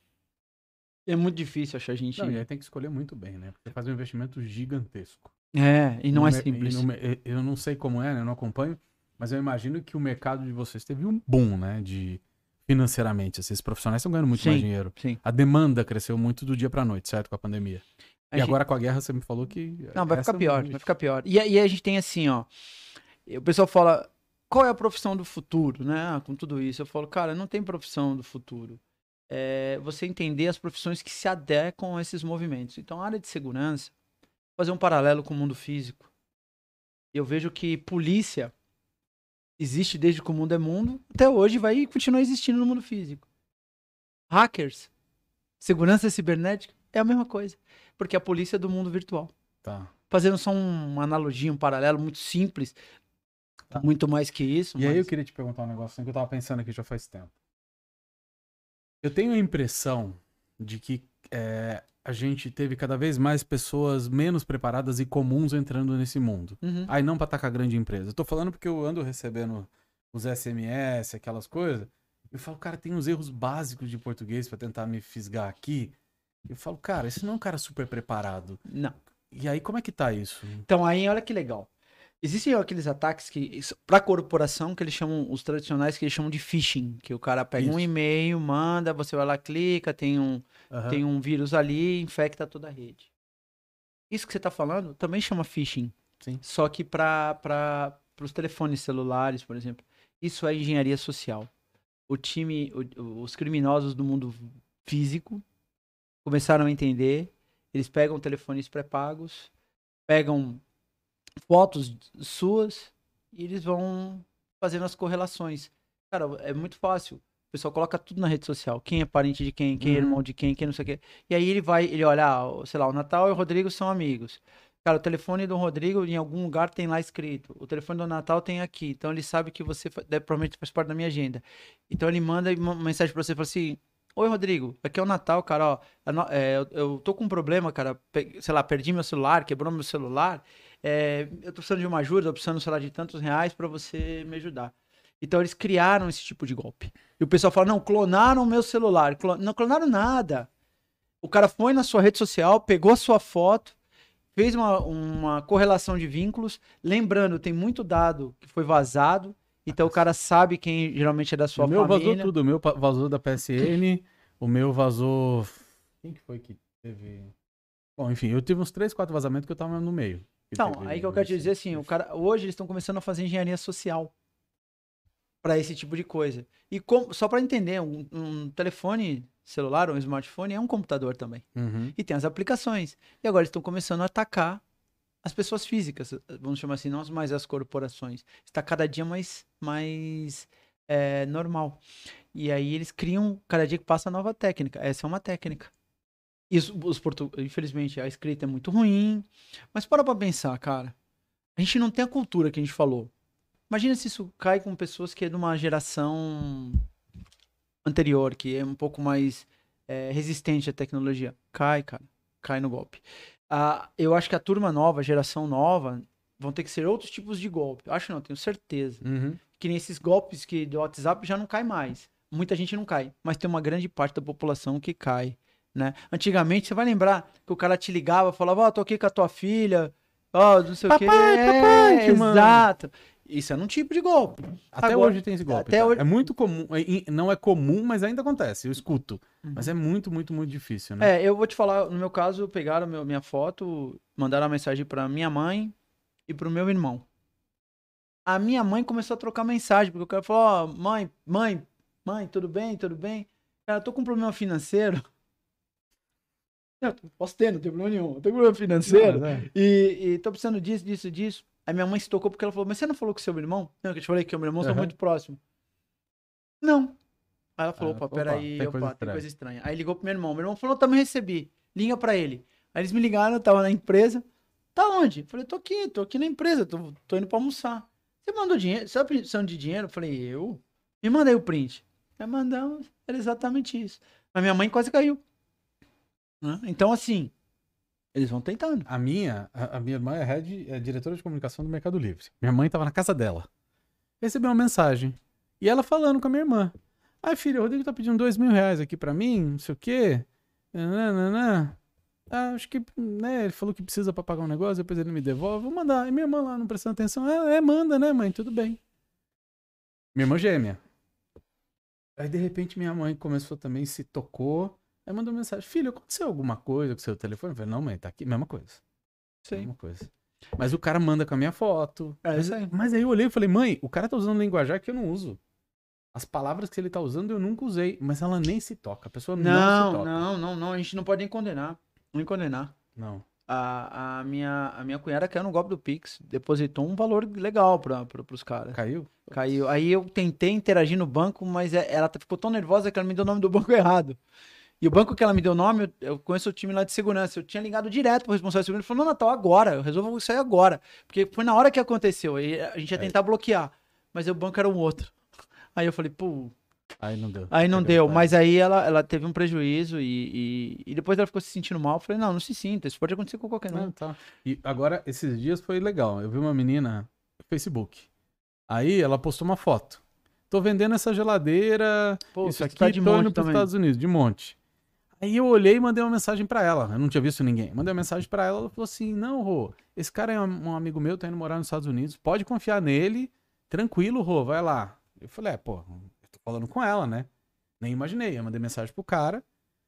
É muito difícil achar gente. Não, e aí tem que escolher muito bem, né? Porque faz um investimento gigantesco. É, e não No é me- simples. e no me- Eu não sei como é, né? Eu não acompanho, mas eu imagino que o mercado de vocês teve um boom, né? De financeiramente. Esses profissionais estão ganhando muito Sim, mais dinheiro. sim. A demanda cresceu muito do dia pra noite, certo? Com a pandemia. A E gente- agora com a guerra você me falou que... Não, vai essa ficar pior, não- vai ficar pior. E, a- e a gente tem assim, ó. O pessoal fala, qual é a profissão do futuro, né? Ah, com tudo isso. Eu falo, cara, não tem profissão do futuro. É você entender as profissões que se adequam a esses movimentos. Então, a área de segurança, fazer um paralelo com o mundo físico. Eu vejo que polícia existe desde que o mundo é mundo, até hoje vai continuar existindo no mundo físico. Hackers, segurança cibernética, é a mesma coisa. Porque a polícia é do mundo virtual. Tá. Fazendo só um- uma analogia, um paralelo muito simples, Tá. Muito mais que isso. E mas... aí eu queria te perguntar um negócio que eu tava pensando aqui já faz tempo. Eu tenho a impressão de que é, a gente teve cada vez mais pessoas menos preparadas e comuns entrando nesse mundo. Uhum. Aí não pra atacar grande empresa. Eu tô falando porque eu ando recebendo os S M S, aquelas coisas. Eu falo, cara, tem uns erros básicos de português pra tentar me fisgar aqui. Eu falo, cara, esse não é um cara super preparado. Não. E aí, como é que tá isso? Então, aí, olha que legal. Existem aqueles ataques que, para corporação, que eles chamam, os tradicionais, que eles chamam de phishing, que o cara pega Isso. um e-mail, manda, você vai lá, clica, tem um, Aham. tem um vírus ali, infecta toda a rede. Isso que você tá falando também chama phishing. Sim. Só que para os telefones celulares, por exemplo, isso é engenharia social. O time, o- os criminosos do mundo físico começaram a entender, eles pegam telefones pré-pagos, pegam fotos suas e eles vão fazendo as correlações. Cara, é muito fácil. O pessoal coloca tudo na rede social. Quem é parente de quem, quem é Uhum. irmão de quem, quem não sei o quê. E aí ele vai, ele olha, ah, o- sei lá, o Natal e o Rodrigo são amigos. Cara, o telefone do Rodrigo em algum lugar tem lá escrito. O telefone do Natal tem aqui. Então ele sabe que você fa- deve, provavelmente faz parte da minha agenda. Então ele manda uma mensagem pra você e fala assim: Oi, Rodrigo, aqui é o Natal, cara. Ó, a no- é, eu, eu tô com um problema, cara. Pe- sei lá, perdi meu celular, quebrou meu celular. É, eu tô precisando de uma ajuda, tô precisando, sei lá, de tantos reais pra você me ajudar. Então eles criaram esse tipo de golpe. E o pessoal fala: Não, clonaram meu celular. Clon- Não clonaram nada. O cara foi na sua rede social, pegou a sua foto, fez uma, uma correlação de vínculos. Lembrando, tem muito dado que foi vazado. Então o cara sabe quem geralmente é da sua O meu família. vazou tudo. O meu pa- vazou da P S N. O meu vazou. Quem que foi que teve? Bom, enfim, eu tive uns três, quatro vazamentos que eu tava no meio. Que Então, teve aí que eu quero te esse- dizer assim, o cara, hoje eles estão começando a fazer engenharia social para esse tipo de coisa. E com- só para entender, um, um telefone celular ou um smartphone é um computador também. Uhum. E tem as aplicações. E agora eles estão começando a atacar as pessoas físicas, vamos chamar assim, não mais as corporações. Está cada dia mais, mais é, normal. E aí eles criam, cada dia que passa, nova técnica. Essa é uma técnica. Isso, os portu... Infelizmente, a escrita é muito ruim. Mas para pra pensar, cara. A gente não tem a cultura que a gente falou. Imagina se isso cai com pessoas que é de uma geração anterior, que é um pouco mais é, resistente à tecnologia. Cai, cara. Cai no golpe. Ah, eu acho que a turma nova, a geração nova, vão ter que ser outros tipos de golpe. Acho não, tenho certeza. Uhum. Que nem esses golpes que do WhatsApp já não cai mais. Muita gente não cai, mas tem uma grande parte da população que cai, né? Antigamente, você vai lembrar que o cara te ligava, falava, ó, tô aqui com a tua filha, ó, não sei o quê. Papai, papai, É, te mando. exato. Isso era um tipo de golpe. Até Agora- hoje tem esse golpe. até tá? hoje- É muito comum. é- e não é comum, mas ainda acontece. Eu escuto. Uhum. Mas é muito, muito, muito difícil, né? É, eu vou te falar, no meu caso, pegaram meu, minha foto, mandaram a mensagem pra minha mãe e pro meu irmão. A minha mãe começou a trocar mensagem, porque o cara falou, ó, mãe, mãe, mãe, tudo bem, tudo bem? Cara, eu tô com um problema financeiro. Eu posso ter, não tem problema nenhum. Eu tô com um problema financeiro Não, mas é. e, e tô precisando disso, disso, disso. Aí minha mãe se tocou porque ela falou, mas você não falou com seu irmão? Não, que eu te falei que o meu irmão são Aham. muito próximos. Não. Aí ela falou, Ah, opa, opa, peraí, tem opa, coisa tem estranha. coisa estranha. Aí ligou pro meu irmão. Meu irmão falou, também recebi. Liga pra ele. Aí eles me ligaram, eu tava na empresa. Tá onde? Eu falei, tô aqui, tô aqui na empresa, tô, tô indo pra almoçar. Você mandou dinheiro? Você tá precisando de dinheiro? Eu falei, eu? Me manda aí o print. Aí mandamos, era exatamente isso. Mas minha mãe quase caiu. Né? Então, assim, eles vão tentando. A minha, a, a minha irmã é, head, é diretora de comunicação do Mercado Livre. Minha mãe tava na casa dela. Recebeu uma mensagem. E ela falando com a minha irmã. Ai, filha, o Rodrigo tá pedindo dois mil reais aqui pra mim, não sei o quê. Nananana. Ah, acho que, né, ele falou que precisa pra pagar um negócio, depois ele me devolve. Vou mandar. E minha irmã lá, não prestando atenção. Ah, é, manda, né, mãe? Tudo bem. Minha irmã gêmea. Aí, de repente, minha mãe começou também, se tocou. Aí mandou mensagem. Filho, aconteceu alguma coisa com o seu telefone? Eu falei, não, mãe, tá aqui. Mesma coisa. Sim. Mesma coisa. Mas o cara manda com a minha foto. É mas, isso aí. mas aí eu olhei e falei, mãe, o cara tá usando um linguajar que eu não uso. As palavras que ele tá usando eu nunca usei. Mas ela nem se toca. A pessoa não, se Não, toca. não, não, não. A gente não pode nem condenar. Nem condenar. Não. A, a, minha, a minha cunhada caiu no golpe do Pix. Depositou um valor legal pra, pra, pros caras. Caiu? Caiu. Aí eu tentei interagir no banco, mas é- ela ficou tão nervosa que ela me deu o nome do banco errado. E o banco que ela me deu o nome, eu, eu conheço o time lá de segurança. Eu tinha ligado direto pro responsável de segurança. Ele falou, não, Natal, agora. Eu resolvo isso aí agora. Porque foi na hora que aconteceu. Aí a gente ia tentar bloquear. Mas aí o banco era um outro. Aí eu falei, pô... Aí não deu. Aí não Pega deu. essa- Mas aí ela, ela teve um prejuízo e, e, e depois ela ficou se sentindo mal. Eu falei, não, não se sinta. Isso pode acontecer com qualquer um. Não, tá. E agora, esses dias foi legal. Eu vi uma menina no Facebook. Aí ela postou uma foto. Tô vendendo essa geladeira, Pô, isso você aqui, tá de tô monte indo pros também. Estados Unidos, de monte. Aí eu olhei e mandei uma mensagem pra ela. Eu não tinha visto ninguém. Mandei uma mensagem pra ela, ela falou assim: "Não, Rô, esse cara é um um amigo meu, tá indo morar nos Estados Unidos, pode confiar nele, tranquilo, Rô, vai lá". Eu falei: "É, pô, eu tô falando com ela, né?". Nem imaginei, eu mandei mensagem pro cara.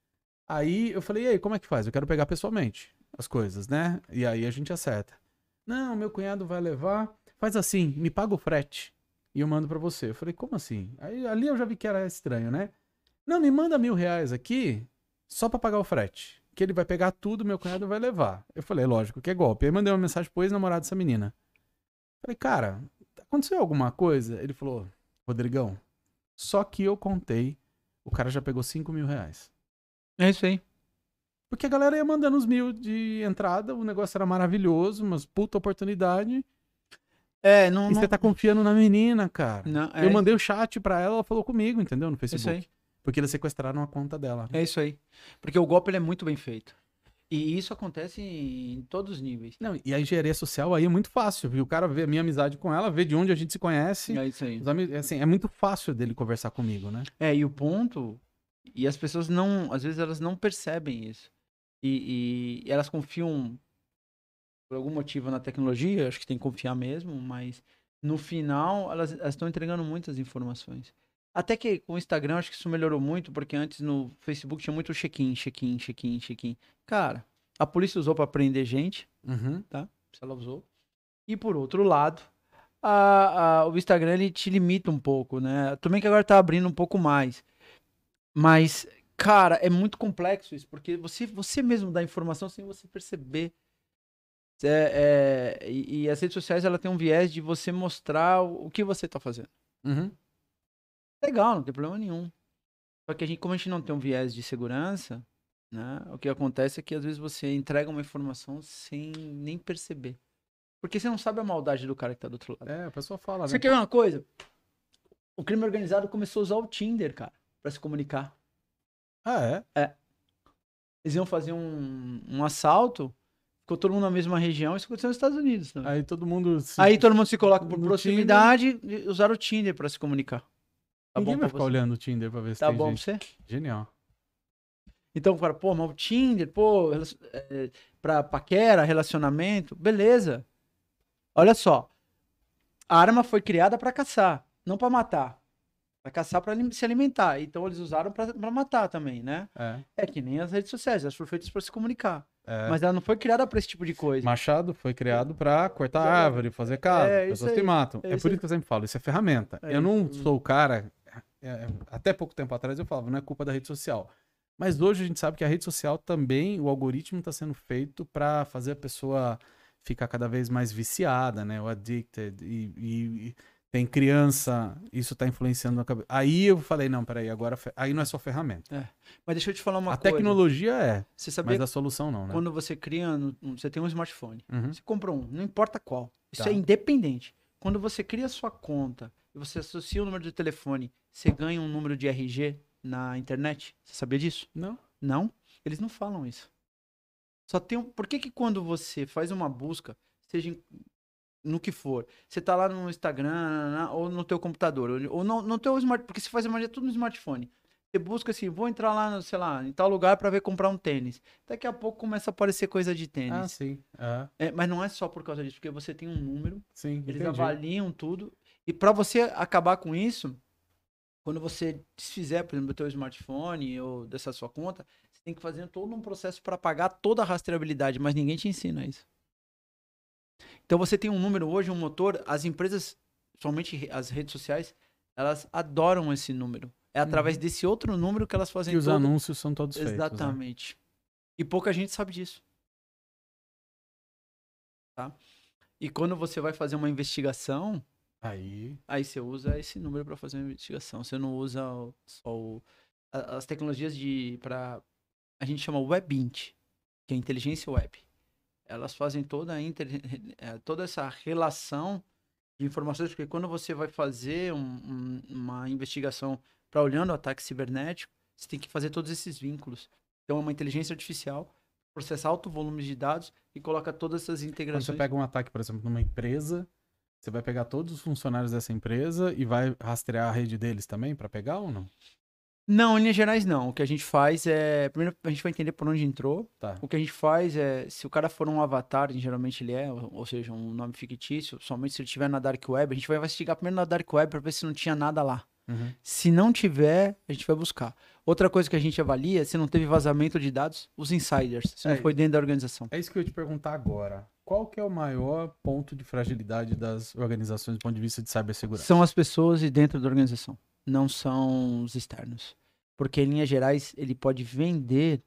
Aí eu falei: "E aí, como é que faz? Eu quero pegar pessoalmente as coisas, né?". E aí a gente acerta. "Não, meu cunhado vai levar. Faz assim, me paga o frete e eu mando pra você". Eu falei: "Como assim?". Aí ali eu já vi que era estranho, né? "Não, me manda mil reais aqui só pra pagar o frete. Que ele vai pegar tudo, meu cunhado vai levar". Eu falei: "Lógico que é golpe". Aí mandei uma mensagem pro ex-namorado dessa menina. Falei: "Cara, aconteceu alguma coisa?". Ele falou: "Rodrigão, só que eu contei, o cara já pegou cinco mil reais". É isso aí. Porque a galera ia mandando os mil de entrada, o negócio era maravilhoso, mas puta oportunidade. É, não, E você não, tá confiando na menina, cara. não, Eu é, mandei o chat pra ela, ela falou comigo, entendeu? No é isso aí. Facebook. Porque eles sequestraram a conta dela. É isso aí. Porque o golpe ele é muito bem feito. E isso acontece em todos os níveis. Não, e a engenharia social aí é muito fácil, viu? O cara vê a minha amizade com ela, vê de onde a gente se conhece. É isso aí. Os amigos, assim, é muito fácil dele conversar comigo, né? É, e o ponto. E as pessoas não. Às vezes elas não percebem isso. E, e elas confiam por algum motivo na tecnologia, acho que tem que confiar mesmo, mas no final elas elas estão entregando muitas informações. Até que com o Instagram acho que isso melhorou muito, porque antes no Facebook tinha muito check-in, check-in, check-in, check-in. Cara, a polícia usou para prender gente, Uhum. tá? Se ela usou. E por outro lado, a, a- o Instagram ele te limita um pouco, né? Também que agora tá abrindo um pouco mais. Mas, cara, é muito complexo isso, porque você, você mesmo dá informação sem você perceber. É, é, e, e as redes sociais ela tem um viés de você mostrar o, o que você tá fazendo. Uhum. Legal, não tem problema nenhum. Só que a gente, como a gente não tem um viés de segurança, né? O que acontece é que às vezes você entrega uma informação sem nem perceber. Porque você não sabe a maldade do cara que tá do outro lado. É, a pessoa fala, Você né? quer ver uma coisa? O crime organizado começou a usar o Tinder, cara, pra se comunicar. Ah, é? É. Eles iam fazer um, um assalto, ficou todo mundo na mesma região, isso aconteceu nos Estados Unidos também. Aí todo mundo se... Aí todo mundo se coloca por no proximidade e usaram o Tinder pra se comunicar. Tá Ninguém bom vai pra ficar você? olhando o Tinder pra ver se Tá tem bom pra gente. você? Genial. Então, cara, pô, mas o Tinder, pô, relacion- é, pra paquera, relacionamento, beleza. Olha só, a arma foi criada pra caçar, não pra matar. Pra caçar pra alim- se alimentar. Então eles usaram pra, pra matar também, né? É. É que nem as redes sociais, elas foram feitas pra se comunicar. É. Mas ela não foi criada pra esse tipo de coisa. Machado foi criado pra cortar Exatamente. árvore, fazer casa, É, isso pessoas se aí. matam. É É isso por aí. isso que eu sempre falo, isso é ferramenta. É Eu não isso. sou o cara, é, é, até pouco tempo atrás eu falava, não é culpa da rede social. Mas hoje a gente sabe que a rede social também, o algoritmo está sendo feito para fazer a pessoa ficar cada vez mais viciada, né? O addicted. E, e- e tem criança, isso está influenciando na cabeça. Aí eu falei, não, peraí, agora fe- aí não é só ferramenta. É. Mas deixa eu te falar uma A coisa. tecnologia é, Você sabia mas a solução não, né? quando você cria, no- um- você tem um smartphone, Uhum. você compra um, não importa qual. Isso Tá. é independente. Quando você cria a sua conta e você associa o número de telefone, você ganha um número de R G na internet. Você sabia disso? Não? Não. Eles não falam isso. Só tem um... Por que que quando você faz uma busca, seja em- no que for, você tá lá no Instagram, na- ou no teu computador, ou ou no, no teu smart, porque você faz a maioria tudo no smartphone. Você busca assim, vou entrar lá, no, sei lá, em tal lugar para ver comprar um tênis. Daqui a pouco começa a aparecer coisa de Ah, tênis. sim. Ah, É, mas não é só por causa disso, porque você tem um número, sim, eles entendi. avaliam tudo. E para você acabar com isso, quando você desfizer, por exemplo, do teu smartphone ou dessa sua conta, você tem que fazer todo um processo para pagar toda a rastreabilidade, mas ninguém te ensina isso. Então você tem um número hoje, um motor, as empresas, somente as redes sociais, elas adoram esse número. É através Uhum. desse outro número que elas fazem E os todo... anúncios são todos feitos, né? Exatamente. E pouca gente sabe disso. Tá? E quando você vai fazer uma investigação, Aí, aí você usa esse número para fazer uma investigação. Você não usa o- só o. a- as tecnologias de para a gente chama WebInt, que é inteligência web. Elas fazem toda a inter, eh, toda essa relação de informações, porque quando você vai fazer um- um- uma investigação para olhando o ataque cibernético, você tem que fazer todos esses vínculos. Então, é uma inteligência artificial, processa alto volume de dados e coloca todas essas Quando você integrações. pega um ataque, por exemplo, numa empresa, você vai pegar todos os funcionários dessa empresa e vai rastrear a rede deles também pra pegar ou não? Não, em linhas gerais não. O que a gente faz é. Primeiro a gente vai entender por onde entrou. Tá. O que a gente faz é, se o cara for um avatar, e geralmente ele é, ou, ou seja, um nome fictício, somente se ele estiver na Dark Web, a gente vai investigar primeiro na Dark Web para ver se não tinha nada lá. Uhum. Se não tiver, a gente vai buscar. Outra coisa que a gente avalia é se não teve vazamento de dados, os insiders, se É, não foi dentro da organização. É isso que eu ia te perguntar agora. Qual que é o maior ponto de fragilidade das organizações do ponto de vista de cibersegurança? São as pessoas e dentro da organização, não são os externos. Porque, em linhas gerais, ele pode vender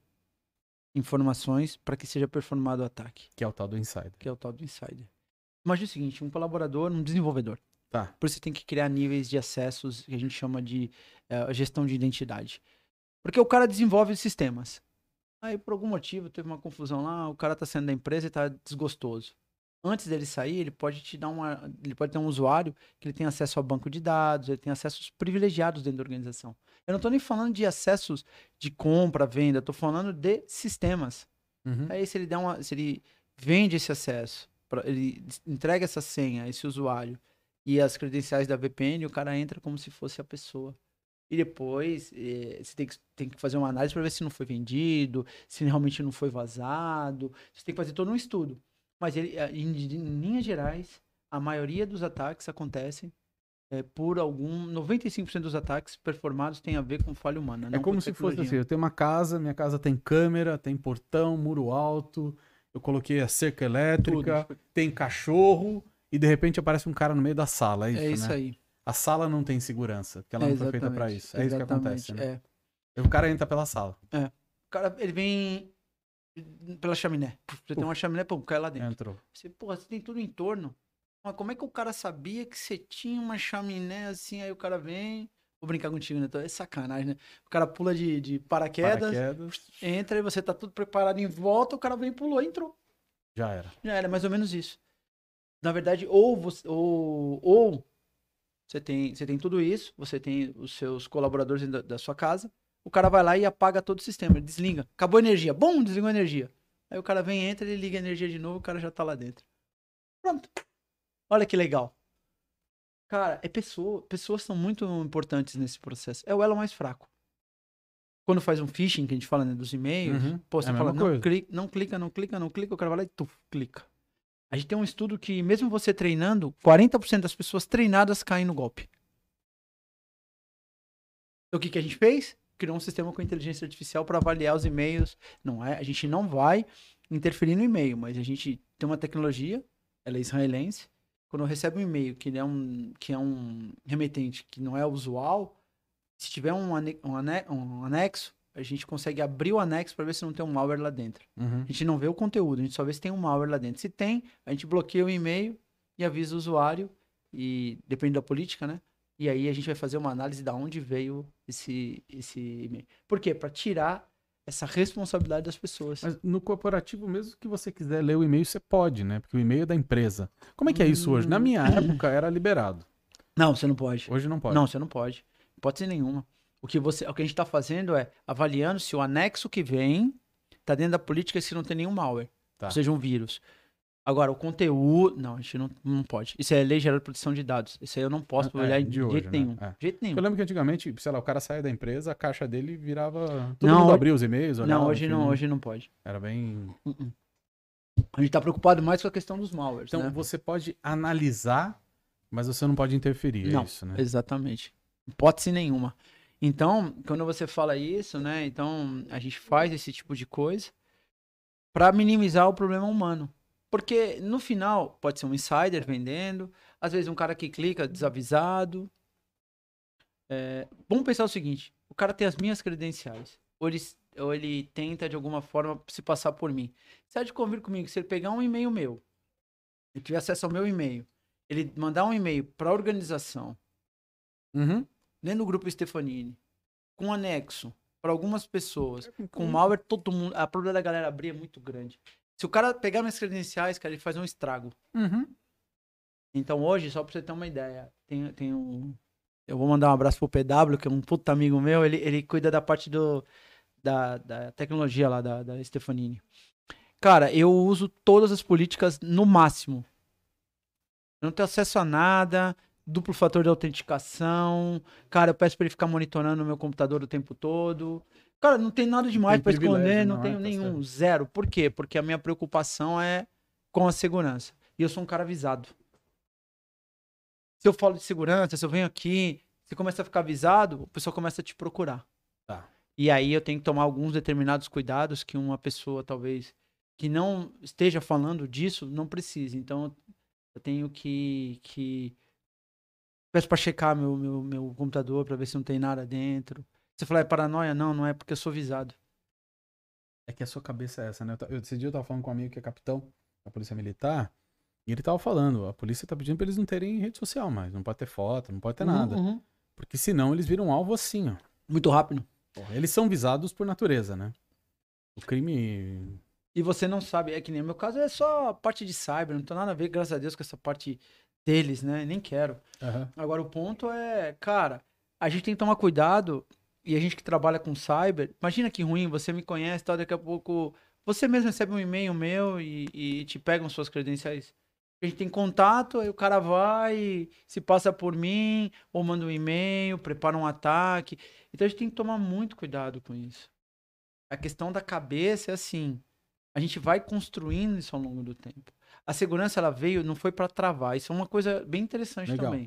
informações para que seja performado o ataque, Que é o tal do insider. que é o tal do insider. Imagina o seguinte, um colaborador, um desenvolvedor. Tá. Por isso você tem que criar níveis de acessos que a gente chama de uh, gestão de identidade. Porque o cara desenvolve sistemas. Aí, por algum motivo, teve uma confusão lá, o cara tá saindo da empresa e tá desgostoso. Antes dele sair, ele pode te dar uma. Ele pode ter um usuário que ele tem acesso ao banco de dados, ele tem acessos privilegiados dentro da organização. Eu não tô nem falando de acessos de compra, venda, eu tô falando de sistemas. Uhum. Aí se ele der uma. Se ele vende esse acesso, pra, ele entrega essa senha a esse usuário e as credenciais da V P N, o cara entra como se fosse a pessoa. E depois eh, você tem que, tem que fazer uma análise para ver se não foi vendido, se realmente não foi vazado. Você tem que fazer todo um estudo. Mas ele, em, em linhas gerais, a maioria dos ataques acontecem é, por algum. noventa e cinco por cento dos ataques performados tem a ver com falha humana. É não como com se fosse assim, tecnologia. eu tenho uma casa, minha casa tem câmera, tem portão, muro alto, eu coloquei a cerca elétrica, Tudo. tem cachorro, e de repente aparece um cara no meio da sala, é isso, É isso né? aí. A sala não tem segurança, porque ela É não foi feita pra exatamente, isso. É isso que exatamente, acontece, né? É. O cara entra pela sala. O cara, ele vem pela chaminé. Você tem uma chaminé, pô, cai lá dentro. Entrou. Você, porra, você tem tudo em torno. Mas como é que o cara sabia que você tinha uma chaminé assim? Aí o cara vem. Vou brincar contigo, né? Então, é sacanagem, né? O cara pula de, de paraquedas, Paraquedas, entra e você tá tudo preparado em volta, o cara vem, pulou e entrou. já era. Já era mais ou menos isso. Na verdade, ou você, ou, ou você tem, você tem tudo isso, você tem os seus colaboradores da, da sua casa, o cara vai lá e apaga todo o sistema, ele desliga. Acabou a energia, bom, desligou a energia. Aí o cara vem, entra, ele liga a energia de novo, o cara já tá lá dentro. Pronto. Olha que legal. Cara, é pessoa, pessoas são muito importantes nesse processo. É o elo mais fraco. Quando faz um phishing, que a gente fala, né, dos e-mails, Uhum, pô, é você a fala, mesma não coisa. clica, não clica, não clica, não clica, o cara vai lá e tu, clica. A gente tem um estudo que, mesmo você treinando, quarenta por cento das pessoas treinadas caem no golpe. Então, o que, que a gente fez? Criou um sistema com inteligência artificial para avaliar os e-mails. Não é, a gente não vai interferir no e-mail, mas a gente tem uma tecnologia, ela é israelense. Quando recebe um e-mail que é um, que é um remetente que não é usual, se tiver um, ane, um, ane, um anexo, a gente consegue abrir o anexo para ver se não tem um malware lá dentro. Uhum. A gente não vê o conteúdo, a gente só vê se tem um malware lá dentro. Se tem, a gente bloqueia o e-mail e avisa o usuário, e depende da política, né? E aí a gente vai fazer uma análise de onde veio esse, esse e-mail. Por quê? Para tirar essa responsabilidade das pessoas. Mas no corporativo, mesmo que você quiser ler o e-mail, você pode, né? Porque o e-mail é da empresa. Como é que é isso hoje? Na minha época era liberado. Não, você não pode. Hoje não pode. Não, você não pode. Pode ser nenhuma. O que, você, o que a gente está fazendo é avaliando se o anexo que vem está dentro da política e se não tem nenhum malware. Tá. Ou seja, um vírus. Agora, o conteúdo... Não, a gente não, não pode. Isso é lei geral de proteção de dados. Isso aí eu não posso É, olhar de de hoje, jeito né? nenhum. É. De jeito nenhum. Eu lembro que antigamente, sei lá, o cara saía da empresa, a caixa dele virava... Todo Não, mundo hoje- abria os e-mails, olhava. Não, hoje enfim, não, hoje não pode. Era bem... Uh-uh. A gente está preocupado mais com a questão dos malwares, Então, né? você pode analisar, mas você não pode interferir, Não, é isso, né? exatamente. Hipótese nenhuma. Então, quando você fala isso, né? Então, a gente faz esse tipo de coisa para minimizar o problema humano. Porque, no final, pode ser um insider vendendo, às vezes um cara que clica desavisado. É, vamos pensar o seguinte, o cara tem as minhas credenciais, ou ele, ou ele tenta, de alguma forma, se passar por mim. Você há de convir comigo, se ele pegar um e-mail meu, ele tiver acesso ao meu e-mail, ele mandar um e-mail para a organização, Uhum. dentro do grupo Stefanini, com anexo para algumas pessoas, com malware, todo mundo, a probabilidade da galera abrir é muito grande. Se o cara pegar minhas credenciais, cara, ele faz um estrago. Uhum. Então hoje, só pra você ter uma ideia, tem, tem um... Eu vou mandar um abraço pro P W, que é um puta amigo meu, ele, ele cuida da parte do, da, da tecnologia lá, da, da Stefanini. Cara, eu uso todas as políticas no máximo. Eu não tenho acesso a nada, duplo fator de autenticação. Cara, eu peço pra ele ficar monitorando o meu computador o tempo todo. Cara, não tem nada demais pra esconder, não, não tenho é? Tá nenhum, certo. zero. Por quê? Porque a minha preocupação é com a segurança. E eu sou um cara avisado. Se eu falo de segurança, se eu venho aqui, você começa a ficar avisado, o pessoal começa a te procurar. Tá. E aí eu tenho que tomar alguns determinados cuidados que uma pessoa, talvez, que não esteja falando disso, não precise. Então, eu tenho que... que... Peço pra checar meu, meu, meu computador pra ver se não tem nada dentro. Você fala, é paranoia? Não, não é porque eu sou visado. É que a sua cabeça é essa, né? Eu, ta- eu- esse dia eu tava falando com um amigo que é capitão da Polícia Militar, e ele tava falando, a polícia tá pedindo pra eles não terem rede social mais, não pode ter foto, não pode ter nada. Uhum, uhum. Porque senão eles viram alvo assim, ó. Muito rápido. Porra, eles são visados por natureza, né? O crime... E você não sabe, é que nem o meu caso, é só a parte de cyber, não tem nada a ver, graças a Deus, com essa parte deles, né? Nem quero. Aham. Agora, o ponto é, cara, a gente tem que tomar cuidado, e a gente que trabalha com cyber, imagina que ruim, você me conhece, tal, daqui a pouco você mesmo recebe um e-mail meu e, e te pegam suas credenciais. A gente tem contato, aí o cara vai, se passa por mim, ou manda um e-mail, prepara um ataque. Então a gente tem que tomar muito cuidado com isso. A questão da cabeça é assim, a gente vai construindo isso ao longo do tempo. A segurança, ela veio, não foi para travar. Isso é uma coisa bem interessante Legal. também.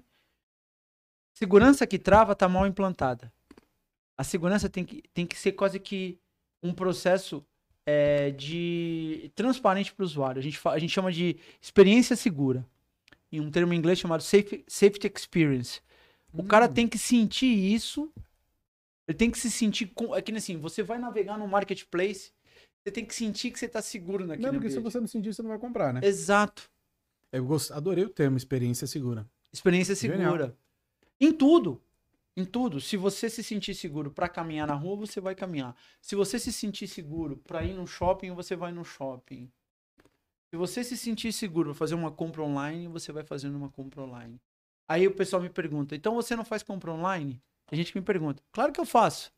Segurança que trava tá mal implantada. A segurança tem que, tem que ser quase que um processo é, de transparente para o usuário. A gente, fa- a gente chama de experiência segura. Em um termo em inglês chamado safe, safety experience. O cara Hum. tem que sentir isso. Ele tem que se sentir... Com, é que nem assim, você vai navegar no marketplace, você tem que sentir que você está seguro naquele Não, porque se ambiente. você não sentir, você não vai comprar, né? Exato. Eu gost... adorei o termo experiência segura. Experiência segura. Genial. Em tudo. Em tudo. Se você se sentir seguro para caminhar na rua, você vai caminhar. Se você se sentir seguro para ir no shopping, você vai no shopping. Se você se sentir seguro para fazer uma compra online, você vai fazendo uma compra online. Aí o pessoal me pergunta, então você não faz compra online? Tem gente que me pergunta. Claro que eu faço.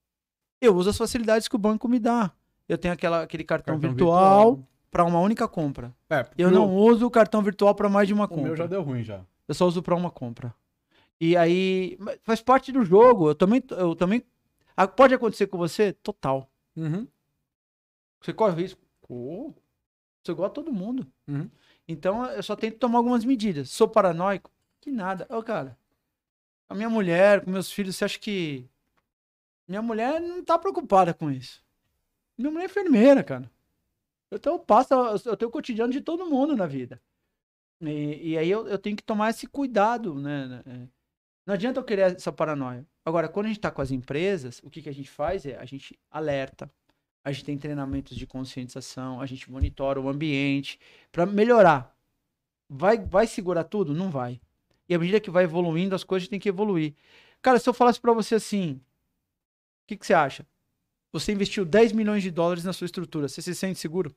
Eu uso as facilidades que o banco me dá. Eu tenho aquela, aquele cartão, Cartão virtual, virtual. para uma única compra. É, porque Eu o- não uso o cartão virtual para mais de uma O meu já compra. deu ruim já. Eu só uso para uma compra. E aí, mas faz parte do jogo. Eu também, eu também. Ah, pode acontecer com você? Total. Uhum. Você corre risco. Oh, você igual a todo mundo. Uhum. Então eu só tento tomar algumas medidas. Sou paranoico? Que nada. Ô, cara, a minha mulher, com meus filhos, você acha que. Minha mulher não tá preocupada com isso. Minha mulher é enfermeira, cara. Então eu passo, eu tenho o cotidiano de todo mundo na vida. E, e aí eu, eu tenho que tomar esse cuidado, né? É. Não adianta eu querer essa paranoia. Agora, quando a gente tá com as empresas, o que, que a gente faz é a gente alerta, a gente tem treinamentos de conscientização, a gente monitora o ambiente para melhorar. Vai, vai segurar tudo? Não vai. E à medida que vai evoluindo, as coisas têm que evoluir. Cara, se eu falasse para você assim, o que, que você acha? Você investiu dez milhões de dólares na sua estrutura, você se sente seguro?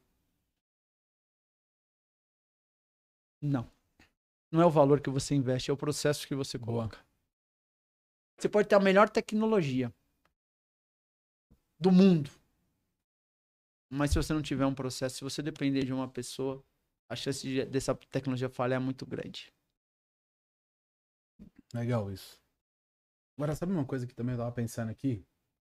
Não. Não é o valor que você investe, é o processo que você Boa. coloca. Você pode ter a melhor tecnologia do mundo. Mas se você não tiver um processo, se você depender de uma pessoa, a chance de, dessa tecnologia falhar é muito grande. Legal isso. Agora, sabe uma coisa que também eu tava pensando aqui?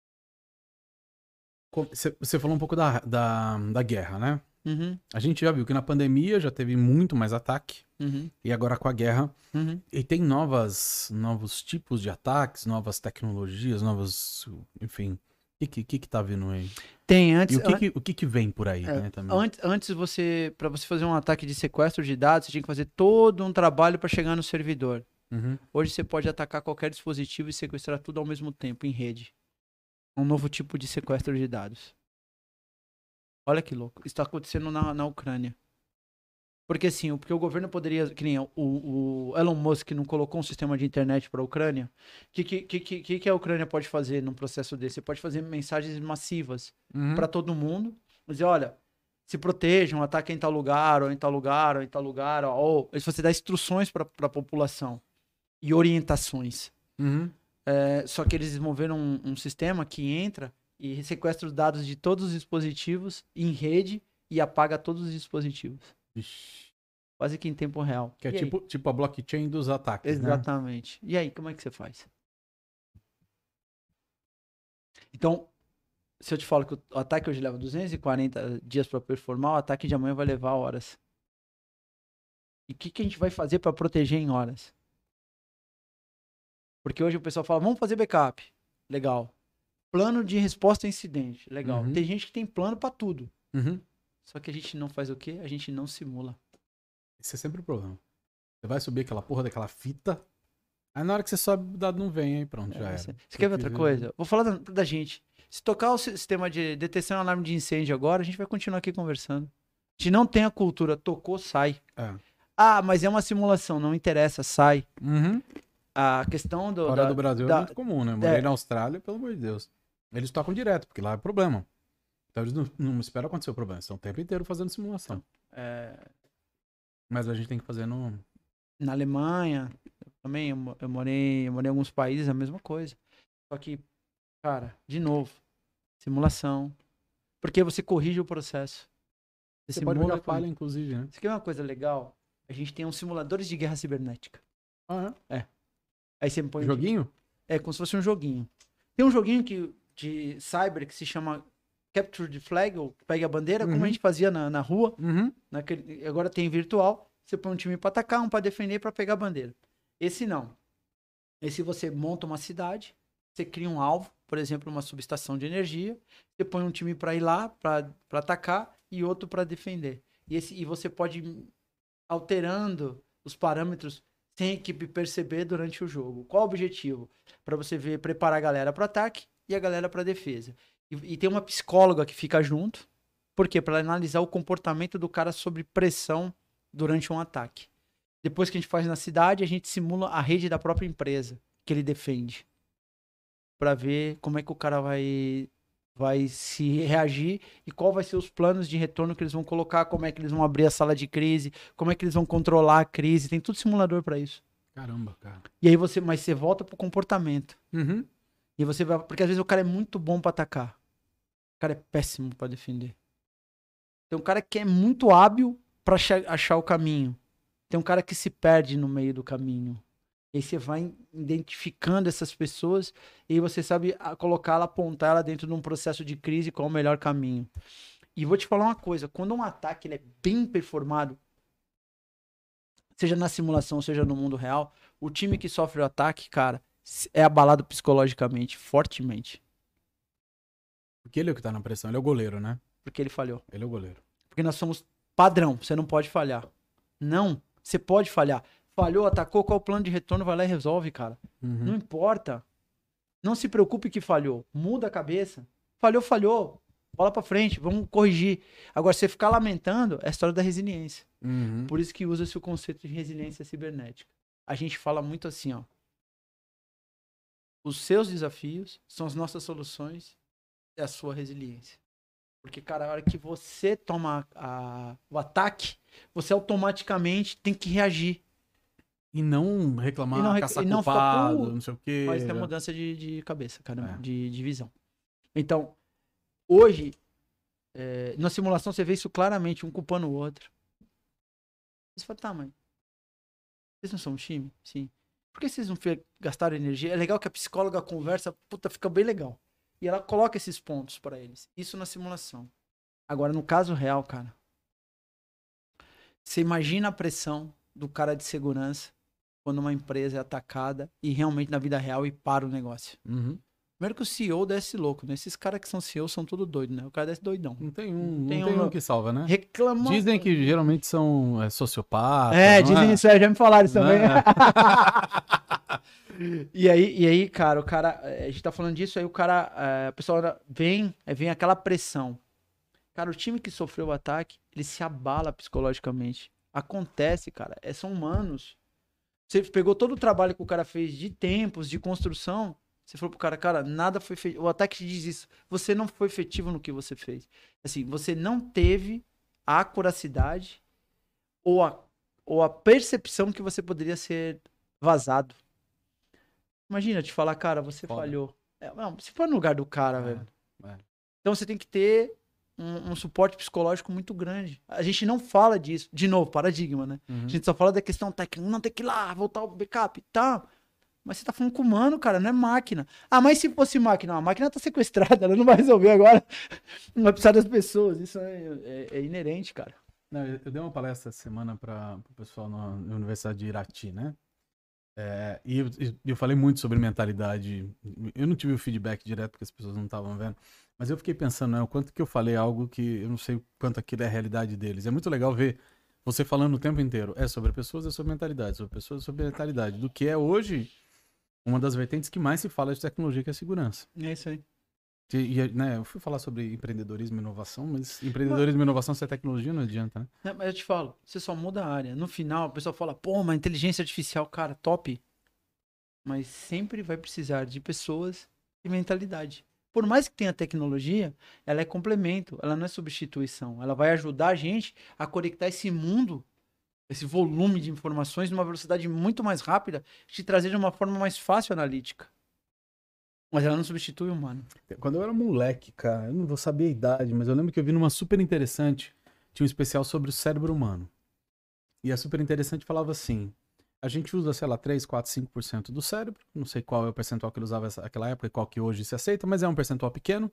Co- Você você falou um pouco da, da, da guerra, né? Uhum, A gente já viu que na pandemia já teve muito mais ataque. uhum, E agora com a guerra. uhum. E tem novas, novos tipos de ataques, novas tecnologias, novas. Enfim. O que, que, que tá vindo aí? Tem E antes. o que, que, o que, que vem por aí, É, né? Também. antes, antes você, para você fazer um ataque de sequestro de dados, você tinha que fazer todo um trabalho para chegar no servidor. Uhum. Hoje você pode atacar qualquer dispositivo e sequestrar tudo ao mesmo tempo em rede. Um novo tipo de sequestro de dados. Olha que louco. Isso está acontecendo na, na Ucrânia. Porque assim, porque o governo poderia, que nem o, o Elon Musk não colocou um sistema de internet para a Ucrânia, o que, que, que, que, que a Ucrânia pode fazer num processo desse? Você pode fazer mensagens massivas Uhum. para todo mundo, dizer, olha, se protejam, ataquem em tal lugar, ou em tal lugar, ou em tal lugar, ou você dá instruções para a população e orientações. Uhum. É, só que eles desenvolveram um, um sistema que entra e sequestra os dados de todos os dispositivos em rede e apaga todos os dispositivos. Ixi. Quase que em tempo real. Que é E tipo, tipo a blockchain dos ataques, né? Exatamente. E aí, como é que você faz? Então, se eu te falo que o ataque hoje leva duzentos e quarenta dias para performar, o ataque de amanhã vai levar horas. E o que, que a gente vai fazer para proteger em horas? Porque hoje o pessoal fala, vamos fazer backup. Legal. Plano de resposta a incidente. Legal. Uhum. Tem gente que tem plano para tudo. Uhum. Só que a gente não faz o quê? A gente não simula. Esse é sempre o problema. Você vai subir aquela porra daquela fita, aí na hora que você sobe, o dado não vem, aí pronto, já É, era. você você quer ver outra coisa? Vou falar da, da gente. Se tocar o sistema de detecção e alarme de incêndio agora, a gente vai continuar aqui conversando. A gente não tem a cultura, tocou, sai. É. Ah, mas é uma simulação, não interessa, sai. Uhum. A questão do... Fora da, do Brasil da, é muito comum, né? Eu morei é. na Austrália, pelo amor de Deus. Eles tocam direto, porque lá é problema. Então eles não, não esperam acontecer o problema. Eles estão o tempo inteiro fazendo simulação. É, Mas a gente tem que fazer no... na Alemanha, eu também, eu, mo- eu morei, eu morei em alguns países, a mesma coisa. Só que, cara, de novo, simulação. Porque você corrige o processo. Você pode simula pegar com- falha, inclusive, né? Isso aqui é uma coisa legal. A gente tem uns simuladores de guerra cibernética. Ah, Aí você põe... é? Joguinho? É, como se fosse um joguinho. Tem um joguinho que, de cyber que se chama Capture the Flag, ou Pegue a Bandeira, como Uhum. a gente fazia na, na rua. Uhum. Naquele, agora tem virtual. Você põe um time pra atacar, um pra defender, pra pegar a bandeira. Esse não. Esse você monta uma cidade, você cria um alvo, por exemplo, uma subestação de energia. Você põe um time pra ir lá, pra, pra atacar, e outro pra defender. E, esse, e você pode ir alterando os parâmetros sem a equipe perceber durante o jogo. Qual o objetivo? Para você ver, preparar a galera para ataque e a galera para defesa. E, e tem uma psicóloga que fica junto. Por quê? Para analisar o comportamento do cara sob pressão durante um ataque. Depois que a gente faz na cidade, a gente simula a rede da própria empresa que ele defende. Para ver como é que o cara vai, vai se reagir e qual vai ser os planos de retorno que eles vão colocar, como é que eles vão abrir a sala de crise, como é que eles vão controlar a crise. Tem tudo simulador para isso. Caramba, cara. E aí você, mas você volta pro comportamento. Uhum. E você vai, porque às vezes o cara é muito bom para atacar. O cara é péssimo para defender. Tem um cara que é muito hábil para achar, achar o caminho. Tem um cara que se perde no meio do caminho. E aí você vai identificando essas pessoas e aí você sabe colocá-la, apontá-la dentro de um processo de crise qual é o melhor caminho. E vou te falar uma coisa, quando um ataque ele é bem performado, seja na simulação, seja no mundo real, o time que sofre o ataque, cara, é abalado psicologicamente, fortemente. Porque ele é o que tá na pressão, ele é o goleiro, né? Porque ele falhou. Ele é o goleiro. Porque nós somos padrão, você não pode falhar. Não, você pode falhar. Falhou, atacou, qual é o plano de retorno? Vai lá e resolve, cara. Uhum. Não importa. Não se preocupe que falhou. Muda a cabeça. Falhou, falhou. Bola pra frente, vamos corrigir. Agora, você ficar lamentando, é a história da resiliência. Uhum. Por isso que usa-se o conceito de resiliência cibernética. A gente fala muito assim, ó. Os seus desafios são as nossas soluções e a sua resiliência. Porque, cara, a hora que você toma a, o ataque, você automaticamente tem que reagir. E não reclamar, E não rec- caçar e não ficar, culpado, "Pô", não sei o quê. Mas tem mudança de, de cabeça, cara, É. de, de visão. Então, hoje, é, na simulação você vê isso claramente, um culpando o outro. Você fala, tá, mãe, vocês não são um time? Sim. Por que vocês não fe- gastaram energia? É legal que a psicóloga conversa, puta, fica bem legal. E ela coloca esses pontos pra eles. Isso na simulação. Agora, no caso real, cara, você imagina a pressão do cara de segurança quando uma empresa é atacada e realmente na vida real e para o negócio. Uhum. Primeiro que o C E O desce louco, né? Esses caras que são C E O são tudo doidos, né? O cara desce doidão. Não tem um, Tem não tem um- um que salva, né? Reclama. Dizem que geralmente são é, sociopatas. É, não dizem isso aí, já me falaram isso Não também. é? E aí, e aí, cara, o cara, eh, a gente tá falando disso, aí o cara, eh, o pessoal vem, aí vem aquela pressão. Cara, o time que sofreu o ataque, ele se abala psicologicamente. Acontece, cara. É, são humanos. Você pegou todo o trabalho que o cara fez de tempos, de construção. Você falou pro cara, cara, nada foi feito. O ataque diz isso. Você não foi efetivo no que você fez. Assim, você não teve a acuracidade ou a, ou a percepção que você poderia ser vazado. Imagina te falar, cara, você Foda. falhou. É, não, você foi no lugar do cara, É, velho. é. Então você tem que ter um, um suporte psicológico muito grande. A gente não fala disso. De novo, paradigma, né? Uhum. A gente só fala da questão técnica. Não tem que ir lá, voltar o backup. Tá. Mas você tá falando com humano, cara, não é máquina. Ah, mas se fosse máquina? A máquina tá sequestrada, ela não vai resolver agora. Não vai precisar das pessoas. Isso é, é- é inerente, cara. Não, eu, eu dei uma palestra essa semana para o pessoal na, na Universidade de Irati, né? É, e eu, e eu falei muito sobre mentalidade. Eu não tive o feedback direto porque as pessoas não estavam vendo. Mas eu fiquei pensando, né, o quanto que eu falei algo que eu não sei o quanto aquilo é a realidade deles. É muito legal ver você falando o tempo inteiro. É sobre pessoas, é sobre mentalidade. Sobre pessoas, é sobre mentalidade. Do que é hoje uma das vertentes que mais se fala de tecnologia, que é a segurança. É isso aí. E, e, né, eu fui falar sobre empreendedorismo e inovação, mas empreendedorismo e inovação sem tecnologia não adianta, né? É, mas eu te falo, você só muda a área. No final, o pessoal fala, pô, mas inteligência artificial, cara, top. Mas sempre vai precisar de pessoas e mentalidade. Por mais que tenha tecnologia, ela é complemento, ela não é substituição. Ela vai ajudar a gente a conectar esse mundo, esse volume de informações numa velocidade muito mais rápida, te trazer de uma forma mais fácil analítica. Mas ela não substitui o humano. Quando eu era moleque, cara, eu não vou saber a idade, mas eu lembro que eu vi numa super interessante, tinha um especial sobre o cérebro humano. E a super interessante falava assim: a gente usa, sei lá, três, quatro, cinco por cento do cérebro, não sei qual é o percentual que ele usava naquela época e qual que hoje se aceita, mas é um percentual pequeno.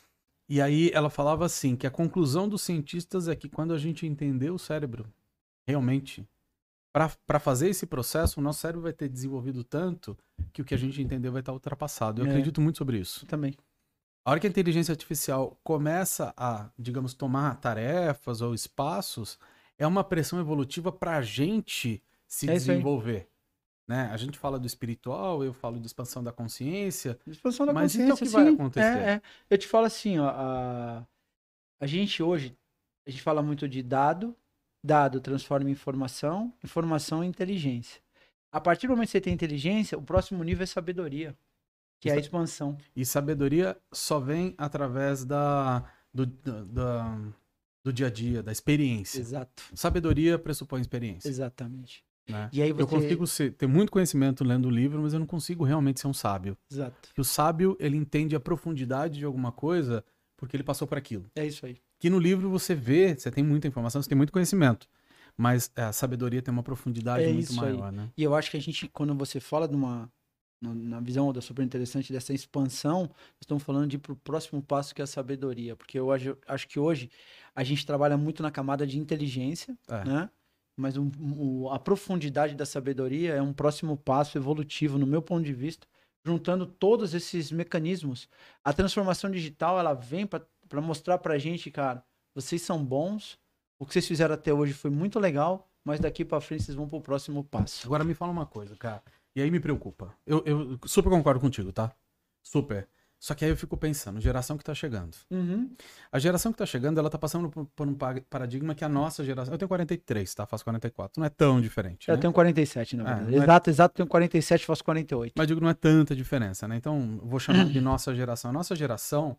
E aí ela falava assim, que a conclusão dos cientistas é que quando a gente entender o cérebro, realmente, para fazer esse processo, o nosso cérebro vai ter desenvolvido tanto que o que a gente entendeu vai estar ultrapassado. Eu É. acredito muito sobre isso. Eu também. A hora que a inteligência artificial começa a, digamos, tomar tarefas ou espaços, é uma pressão evolutiva para a gente se É isso aí. desenvolver. Né? A gente fala do espiritual, eu falo de expansão da consciência, Expansão da mas isso é o consciência, que vai sim. acontecer. É, é. Eu te falo assim, ó, a, a gente hoje, a gente fala muito de dado, dado transforma em informação, informação em inteligência. A partir do momento que você tem inteligência, o próximo nível é sabedoria, que é a Isso- expansão. E sabedoria só vem através da, do, da- da- do dia a dia, da experiência. Exato. Sabedoria pressupõe experiência. Exatamente. Né? E aí Eu você... consigo ser- ter muito conhecimento lendo o livro, mas eu não consigo realmente ser um sábio. Exato. Que o sábio, ele entende a profundidade de alguma coisa porque ele passou por aquilo. É isso aí. Que no livro você vê, você tem muita informação, você tem muito conhecimento, mas a sabedoria tem uma profundidade É muito isso aí. maior, né? E eu acho que a gente, quando você fala de uma, na, na visão da super interessante dessa expansão, estamos falando de ir para o próximo passo que é a sabedoria, porque eu acho, acho que hoje a gente trabalha muito na camada de inteligência, É. né? Mas um- um- a profundidade da sabedoria é um próximo passo evolutivo, no meu ponto de vista, juntando todos esses mecanismos. A transformação digital, ela vem para mostrar para a gente, cara, vocês são bons, o que vocês fizeram até hoje foi muito legal, mas daqui para frente vocês vão pro próximo passo. Agora me fala uma coisa, cara. E aí me preocupa. Eu, eu super concordo contigo, tá? Super. Só que aí eu fico pensando, geração que tá chegando. Uhum. A geração que tá chegando, ela tá passando por, por um pa- paradigma que a nossa geração... Eu tenho quarenta e três, tá? Faço quarenta e quatro. Não é tão diferente, Eu né? tenho quarenta e sete, na É, verdade. não é- Exato, exato, tenho quarenta e sete, faço quarenta e oito. Mas digo, não é tanta diferença, né? Então, eu vou chamar de nossa geração. A nossa geração,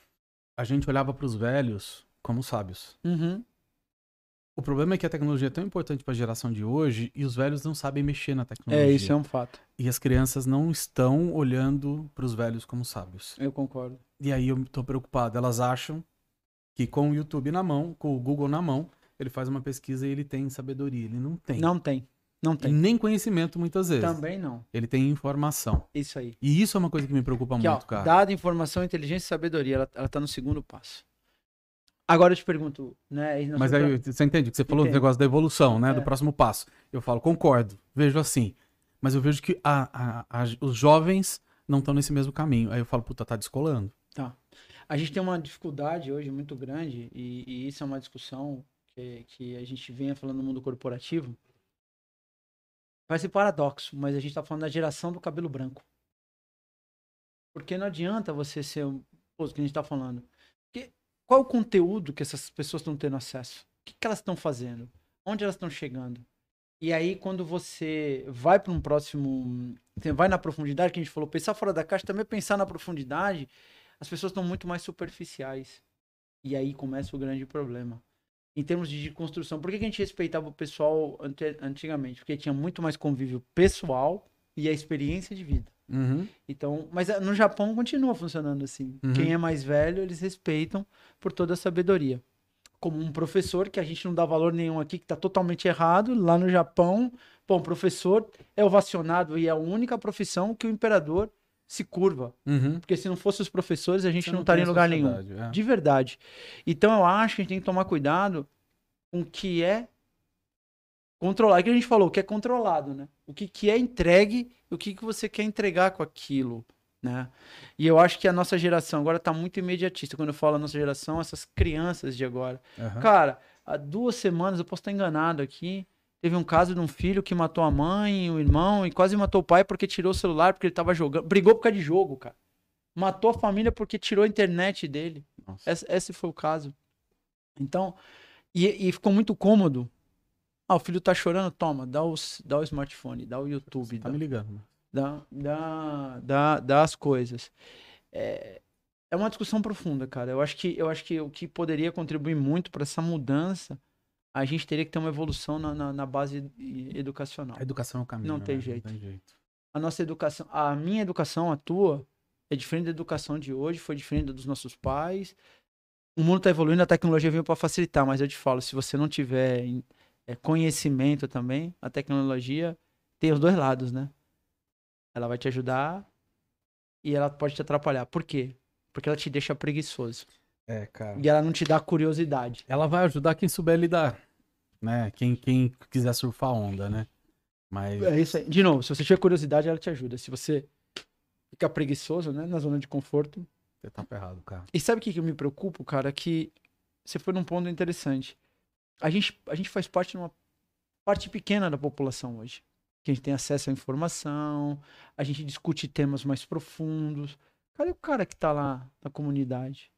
a gente olhava pros velhos como sábios. Uhum. O problema é que a tecnologia é tão importante para a geração de hoje e os velhos não sabem mexer na tecnologia. É, isso é um fato. E as crianças não estão olhando para os velhos como sábios. Eu concordo. E aí eu tô preocupado. Elas acham que com o YouTube na mão, com o Google na mão, ele faz uma pesquisa e ele tem sabedoria. Ele não tem. Não tem. Não E tem. nem conhecimento muitas vezes. Também não. Ele tem informação. Isso aí. E isso é uma coisa que me preocupa Aqui, ó, muito, cara. dado, informação, inteligência e sabedoria, ela, ela tá no segundo passo. Agora eu te pergunto, né? e nós Mas vamos aí pra- você entende que você falou do Entendo. negócio da evolução, né? É. Do próximo passo. Eu falo, concordo, vejo assim. Mas eu vejo que a- a- a- os jovens não estão nesse mesmo caminho. Aí eu falo, puta, tá descolando. Tá. A gente tem uma dificuldade hoje muito grande, e, e isso é uma discussão que, que a gente vem falando no mundo corporativo. Vai ser paradoxo, mas a gente tá falando da geração do cabelo branco. Porque não adianta você ser o pô, que a gente tá falando. Porque qual é o conteúdo que essas pessoas estão tendo acesso? O que, que elas estão fazendo? Onde elas estão chegando? E aí, quando você vai para um próximo... Você vai na profundidade, que a gente falou, pensar fora da caixa, também pensar na profundidade, as pessoas estão muito mais superficiais. E aí começa o grande problema. Em termos de construção, por que que a gente respeitava o pessoal ante- antigamente? Porque tinha muito mais convívio pessoal e a experiência de vida. Uhum. Então, mas no Japão continua funcionando assim. Uhum. Quem é mais velho, eles respeitam por toda a sabedoria. Como um professor, que a gente não dá valor nenhum aqui, que está totalmente errado, lá no Japão, bom, professor é ovacionado e é a única profissão que o imperador se curva. Uhum. Porque se não fossem os professores, a gente Você não não estaria tem em lugar sociedade, nenhum. é. De verdade. Então eu acho que a gente tem que tomar cuidado com o que é controlar. É que a gente falou, o que é controlado, né? O que, que é entregue e o que, que você quer entregar com aquilo, né? E eu acho que a nossa geração agora tá muito imediatista. Quando eu falo a nossa geração, essas crianças de agora. Aham. Cara, há duas semanas, eu posso estar enganado aqui, teve um caso de um filho que matou a mãe, o irmão, e quase matou o pai porque tirou o celular, porque ele tava jogando. Brigou por causa de jogo, cara. Matou a família porque tirou a internet dele. Nossa. Esse, esse foi o caso. Então, e, e ficou muito cômodo. Ah, o filho tá chorando, toma, dá, os, dá o smartphone, dá o YouTube, Você tá dá, me ligando. dá, dá, dá, dá as coisas. É, é uma discussão profunda, cara. Eu acho que, eu acho que o que poderia contribuir muito para essa mudança, a gente teria que ter uma evolução na, na, na base educacional. A educação é o caminho. Não tem né? jeito. Não tem jeito. A nossa educação, a minha educação, a tua, é diferente da educação de hoje, foi diferente da dos nossos pais. O mundo está evoluindo, a tecnologia veio para facilitar, mas eu te falo, se você não tiver é, conhecimento também, a tecnologia tem os dois lados, né? Ela vai te ajudar e ela pode te atrapalhar. Por quê? Porque ela te deixa preguiçoso. É, cara. E ela não te dá curiosidade. Ela vai ajudar quem souber lidar, né? Quem, quem quiser surfar a onda, né? Mas É isso aí. De novo, se você tiver curiosidade, ela te ajuda. Se você ficar preguiçoso, né, na zona de conforto. você tá ferrado, cara. E sabe o que, que eu me preocupo, cara? Que você foi num ponto interessante. A gente, a gente faz parte de uma parte pequena da população hoje. Que a gente tem acesso à informação, a gente discute temas mais profundos. Cadê o cara que tá lá na comunidade?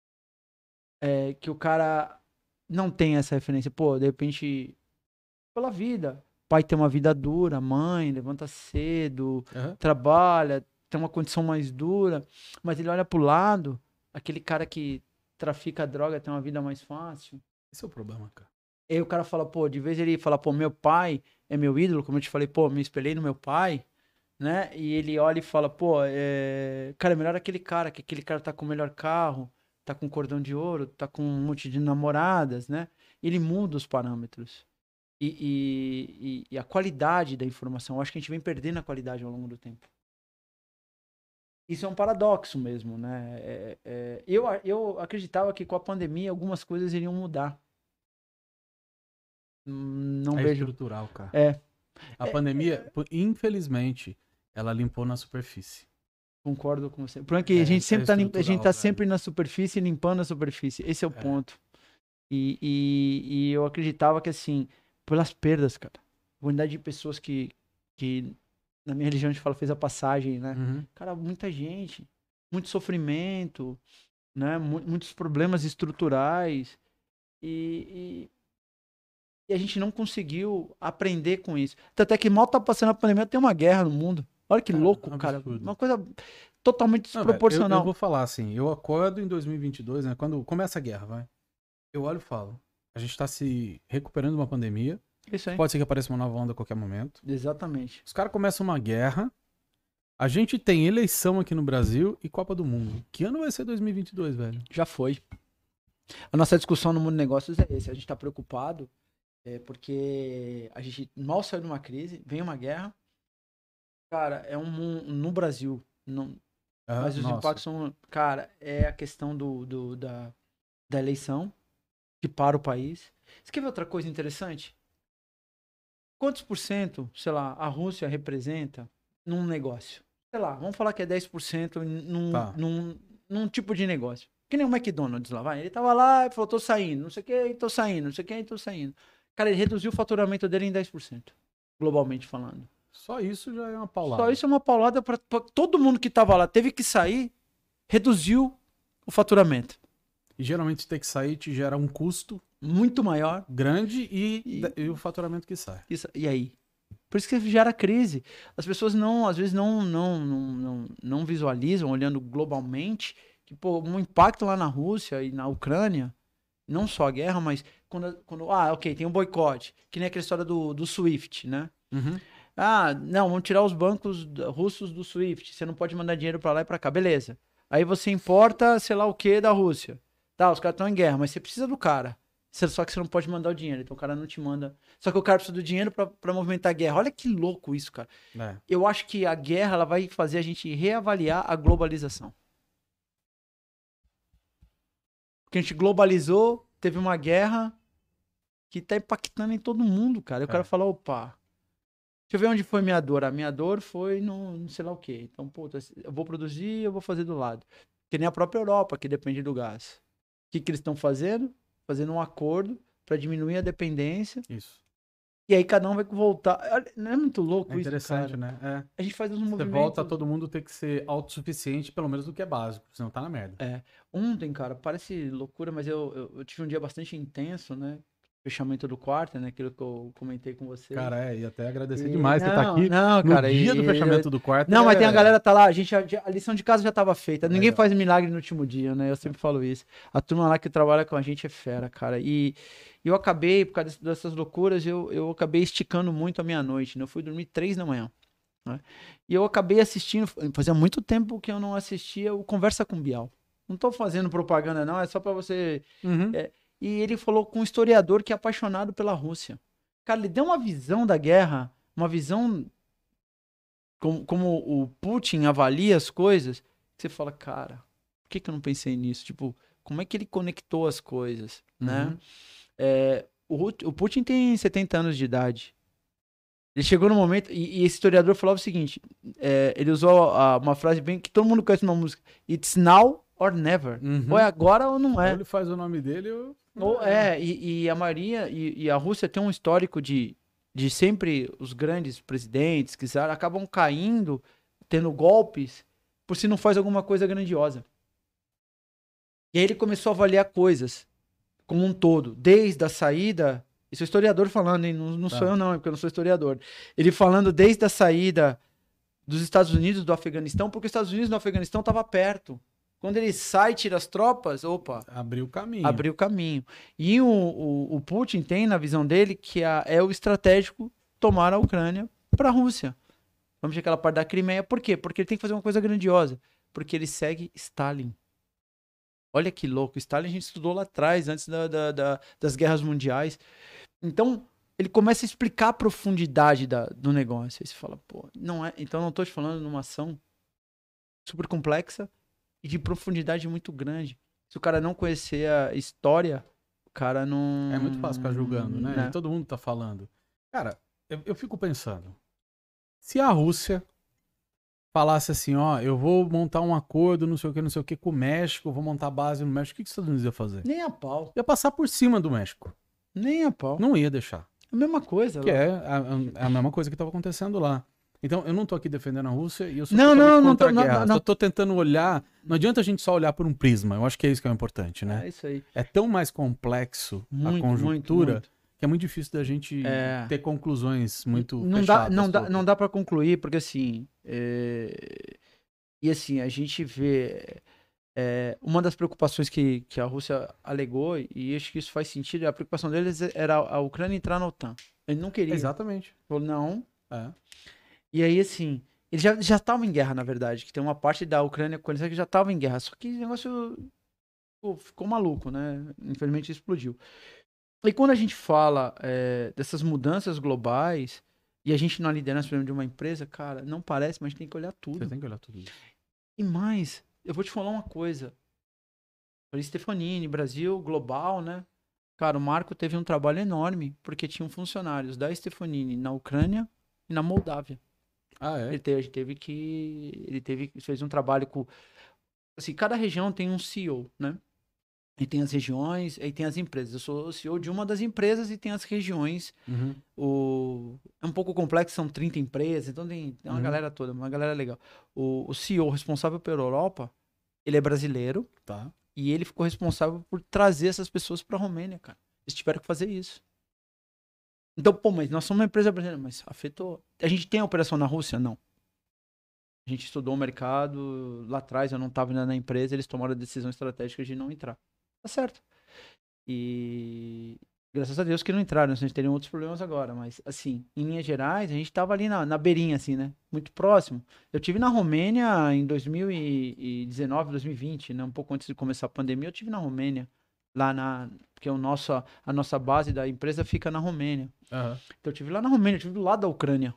É, que o cara não tem essa referência. Pô, de repente, pela vida. Pai tem uma vida dura, mãe levanta cedo, Uhum. trabalha, tem uma condição mais dura, mas ele olha pro lado, aquele cara que trafica droga tem uma vida mais fácil. Esse é o problema, cara. E aí o cara fala, pô, de vez ele fala, pô, meu pai é meu ídolo, como eu te falei, pô, me espelhei no meu pai, né? E ele olha e fala, pô, é... cara, é melhor aquele cara, que aquele cara tá com o melhor carro, tá com cordão de ouro, tá com um monte de namoradas, né? Ele muda os parâmetros. E, e, e, e a qualidade da informação, eu acho que a gente vem perdendo a qualidade ao longo do tempo. Isso é um paradoxo mesmo, né? É, é, eu, eu acreditava que com a pandemia algumas coisas iriam mudar. Não é vejo. estrutural, cara. É. A É, pandemia, infelizmente, ela limpou na superfície. Concordo com você. Porque É, a gente é sempre tá, lim- a gente tá estrutural, sempre na superfície, limpando a superfície. Esse é o É. ponto. E, e, e eu acreditava que, assim, pelas perdas, cara, a quantidade de pessoas que, que na minha religião a gente fala, fez a passagem, né? Uhum. Cara, muita gente, muito sofrimento, né? Mu- muitos problemas estruturais. E, e, e a gente não conseguiu aprender com isso. Tanto é que mal tá passando a pandemia, tem uma guerra no mundo. Olha que Cara, louco, cara. absurdo. Uma coisa totalmente Não, velho, eu, desproporcional. eu vou falar assim, eu acordo em dois mil e vinte e dois, né? Quando começa a guerra, vai. Eu olho e falo, a gente tá se recuperando de uma pandemia. Isso aí. Pode ser que apareça uma nova onda a qualquer momento. Exatamente. Os caras começam uma guerra. A gente tem eleição aqui no Brasil e Copa do Mundo. Que ano vai ser dois mil e vinte e dois, velho? Já foi. A nossa discussão no mundo de negócios é esse. A gente tá preocupado é, porque a gente mal saiu de uma crise, vem uma guerra. Cara, é um mun- no Brasil. Não, Ah, mas os nossa. impactos são. Cara, é a questão do, do- da, da eleição que para o país. Você quer ver outra coisa interessante? Quantos por cento, sei lá, a Rússia representa num negócio? Sei lá, vamos falar que é dez por cento num, Tá. num, num tipo de negócio. Que nem o McDonald's lá, vai. Ele tava lá e falou, tô saindo, não sei o que, tô saindo, não sei o que, tô saindo. Cara, ele reduziu o faturamento dele em dez por cento, globalmente falando. Só isso já é uma paulada. Só isso é uma paulada para todo mundo que tava lá, teve que sair, reduziu o faturamento. E geralmente você tem que sair, te gera um custo muito maior. Grande e, E- e o faturamento que sai. Isso, e aí? Por isso que gera crise. As pessoas não, às vezes não, não, não, não, não visualizam, olhando globalmente, que pô, um impacto lá na Rússia e na Ucrânia, não só a guerra, mas quando, quando ah, ok, tem um boicote, que nem aquela história do, do Swift, né? Uhum. Ah, não, vamos tirar os bancos da- russos do Swift, você não pode mandar dinheiro pra lá e pra cá, beleza. Aí você importa, sei lá o que, da Rússia. Tá, os caras estão em guerra, mas você precisa do cara. Você- Só que você não pode mandar o dinheiro, então o cara não te manda. Só que o cara precisa do dinheiro pra, pra movimentar a guerra. Olha que louco isso, cara. É. Eu acho que a guerra ela vai fazer a gente reavaliar a globalização. Porque a gente globalizou, teve uma guerra que tá impactando em todo mundo, cara. E o É. cara fala, opa, deixa eu ver onde foi minha dor. A minha dor foi no não sei lá o quê. Então, puta, eu vou produzir, eu vou fazer do lado. Que nem a própria Europa, que depende do gás. O que, que eles estão fazendo? Fazendo um acordo para diminuir a dependência. Isso. E aí cada um vai voltar. Olha, não é muito louco É isso, interessante, cara? né? É. A gente faz uns Você movimentos... volta a todo mundo ter que ser autossuficiente, pelo menos do que é básico, senão tá na merda. É. Ontem, cara, parece loucura, mas eu, eu, eu tive um dia bastante intenso, né? Fechamento do quarto, né? Aquilo que eu comentei com você. Cara, é, e até agradecer E- demais você tá não, aqui não, no cara, dia e- do fechamento do quarto. Não, mas é- tem a galera tá lá, a gente já- já- a lição de casa já tava feita. Ninguém Legal. faz milagre no último dia, né? Eu sempre falo isso. A turma lá que trabalha com a gente é fera, cara. E eu acabei, por causa dess- dessas loucuras, eu, eu acabei esticando muito a minha noite, né? Eu fui dormir três da manhã, né? E eu acabei assistindo, fazia muito tempo que eu não assistia o Conversa com Bial. Não tô fazendo propaganda, não, é só pra você. Uhum. É, e ele falou com um historiador que é apaixonado pela Rússia. Cara, ele deu uma visão da guerra, uma visão como, como o Putin avalia as coisas, que você fala, cara, por que, que eu não pensei nisso? Tipo, como é que ele conectou as coisas, né? Uhum. É, o, Ru- o Putin tem setenta anos de idade. Ele chegou no momento, e, e esse historiador falava o seguinte, é, ele usou ah, uma frase bem que todo mundo conhece uma música, It's now or never. Uhum. Ou é agora ou não Ou é. ele faz o nome dele, eu... Ou é, e, e a maioria, e, e a Rússia tem um histórico de, de sempre os grandes presidentes que sabe, acabam caindo, tendo golpes, por se não faz alguma coisa grandiosa. E aí ele começou a avaliar coisas como um todo, desde a saída. Isso é historiador falando, hein? Não, não Tá. sou eu, não, é porque eu não sou historiador. Ele falando desde a saída dos Estados Unidos do Afeganistão, porque os Estados Unidos do Afeganistão estava perto. Quando ele sai e tira as tropas, opa, Abriu o caminho. abriu o caminho. E o, o, o Putin tem, na visão dele, que a- é o estratégico tomar a Ucrânia para a Rússia. Vamos ver aquela parte da Crimeia. Por quê? Porque ele tem que fazer uma coisa grandiosa. Porque ele segue Stalin. Olha que louco. Stalin a gente estudou lá atrás, antes da, da- da- das guerras mundiais. Então, ele começa a explicar a profundidade da- do negócio. Aí você fala, pô, não é. Então, não estou te falando numa ação super complexa e de profundidade muito grande. Se o cara não conhecer a história, o cara não. É muito fácil ficar julgando, né? né? E todo mundo tá falando. Cara, eu, eu fico pensando. Se a Rússia falasse assim, ó, eu vou montar um acordo, não sei o que, não sei o que, com o México, eu vou montar base no México, o que, que os Estados Unidos ia fazer? Nem a pau. Ia passar por cima do México. Nem a pau. Não ia deixar. É a mesma coisa. Que lá. é a, a- a mesma coisa que estava acontecendo lá. Então, eu não tô aqui defendendo a Rússia e eu sou Não, totalmente não, não contra tô- a não, guerra. não, não. Só tô tentando olhar... Não adianta a gente só olhar por um prisma. Eu acho que é isso que é o importante, né? É isso aí. É tão mais complexo a Muito, conjuntura muito, muito. que é muito difícil da gente É. ter conclusões muito não dá, fechadas não dá, sobre. não dá para concluir, porque assim. é, E assim, a gente vê. é, Uma das preocupações que, que a Rússia alegou, e acho que isso faz sentido, a preocupação deles era a Ucrânia entrar na OTAN. Ele não queria. Exatamente. Falou, não. É. E aí, assim, eles já já estavam em guerra, na verdade, que tem uma parte da Ucrânia com eles que já estava em guerra, só que o negócio pô, ficou maluco, né? Infelizmente explodiu. E quando a gente fala é, dessas mudanças globais, e a gente na liderança por exemplo, de uma empresa, cara, não parece, mas a gente tem que olhar tudo. Você tem que olhar tudo isso. E mais, eu vou te falar uma coisa. Falei Stefanini, Brasil, global, né? Cara, o Marco teve um trabalho enorme, porque tinham funcionários da Stefanini na Ucrânia e na Moldávia. Ah, é? Ele teve, ele teve que. Ele teve, fez um trabalho com. Assim, cada região tem um C E O, né? E tem as regiões, e tem as empresas. Eu sou o C E O de uma das empresas e tem as regiões. Uhum. O... É um pouco complexo, são trinta empresas, então tem, tem uma Uhum. galera toda, uma galera legal. O, o C E O responsável pela Europa, ele é brasileiro Tá. e ele ficou responsável por trazer essas pessoas para a Romênia, cara. Eles tiveram que fazer isso. Então, pô, mas nós somos uma empresa brasileira, mas afetou. A gente tem operação na Rússia? Não. A gente estudou o mercado, lá atrás eu não estava ainda na empresa, eles tomaram a decisão estratégica de não entrar. Tá certo. E graças a Deus que não entraram, senão a gente teria outros problemas agora. Mas, assim, em linhas gerais, a gente estava ali na, na beirinha, assim, né? Muito próximo. Eu tive na Romênia em dois mil e dezenove, dois mil e vinte, né? Um pouco antes de começar a pandemia, eu tive na Romênia. Lá na... Porque o nosso, a nossa base da empresa fica na Romênia. Uhum. Então eu tive lá na Romênia, eu tive do lado da Ucrânia.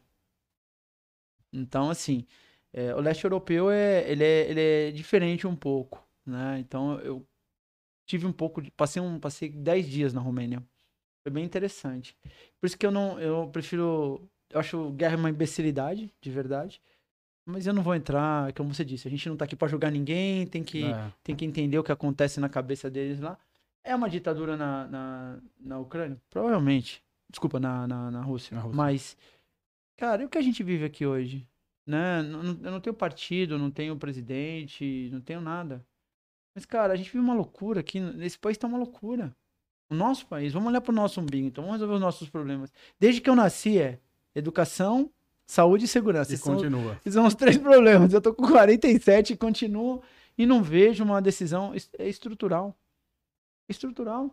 Então, assim, é, o leste europeu é ele, é, ele é diferente um pouco, né? Então eu tive um pouco de... Passei, um, passei dez dias na Romênia. Foi bem interessante. Por isso que eu não... Eu prefiro... Eu acho guerra uma imbecilidade, de verdade. Mas eu não vou entrar, como você disse. A gente não tá aqui pra julgar ninguém. Tem que, É. tem que entender o que acontece na cabeça deles lá. É uma ditadura na, na, na Ucrânia? Provavelmente. Desculpa, na, na, na Rússia. Na Rússia. Mas, cara, e o que a gente vive aqui hoje? Né? Não- não- Eu não tenho partido, não tenho presidente, não tenho nada. Mas, cara, a gente vive uma loucura aqui. Nesse país tá uma loucura. O nosso país, vamos olhar pro nosso umbigo, então vamos resolver os nossos problemas. Desde que eu nasci é educação, saúde e segurança. E Esses são, continua. esses são os três problemas. Eu tô com quarenta e sete e continuo e não vejo uma decisão es- é estrutural. Estrutural.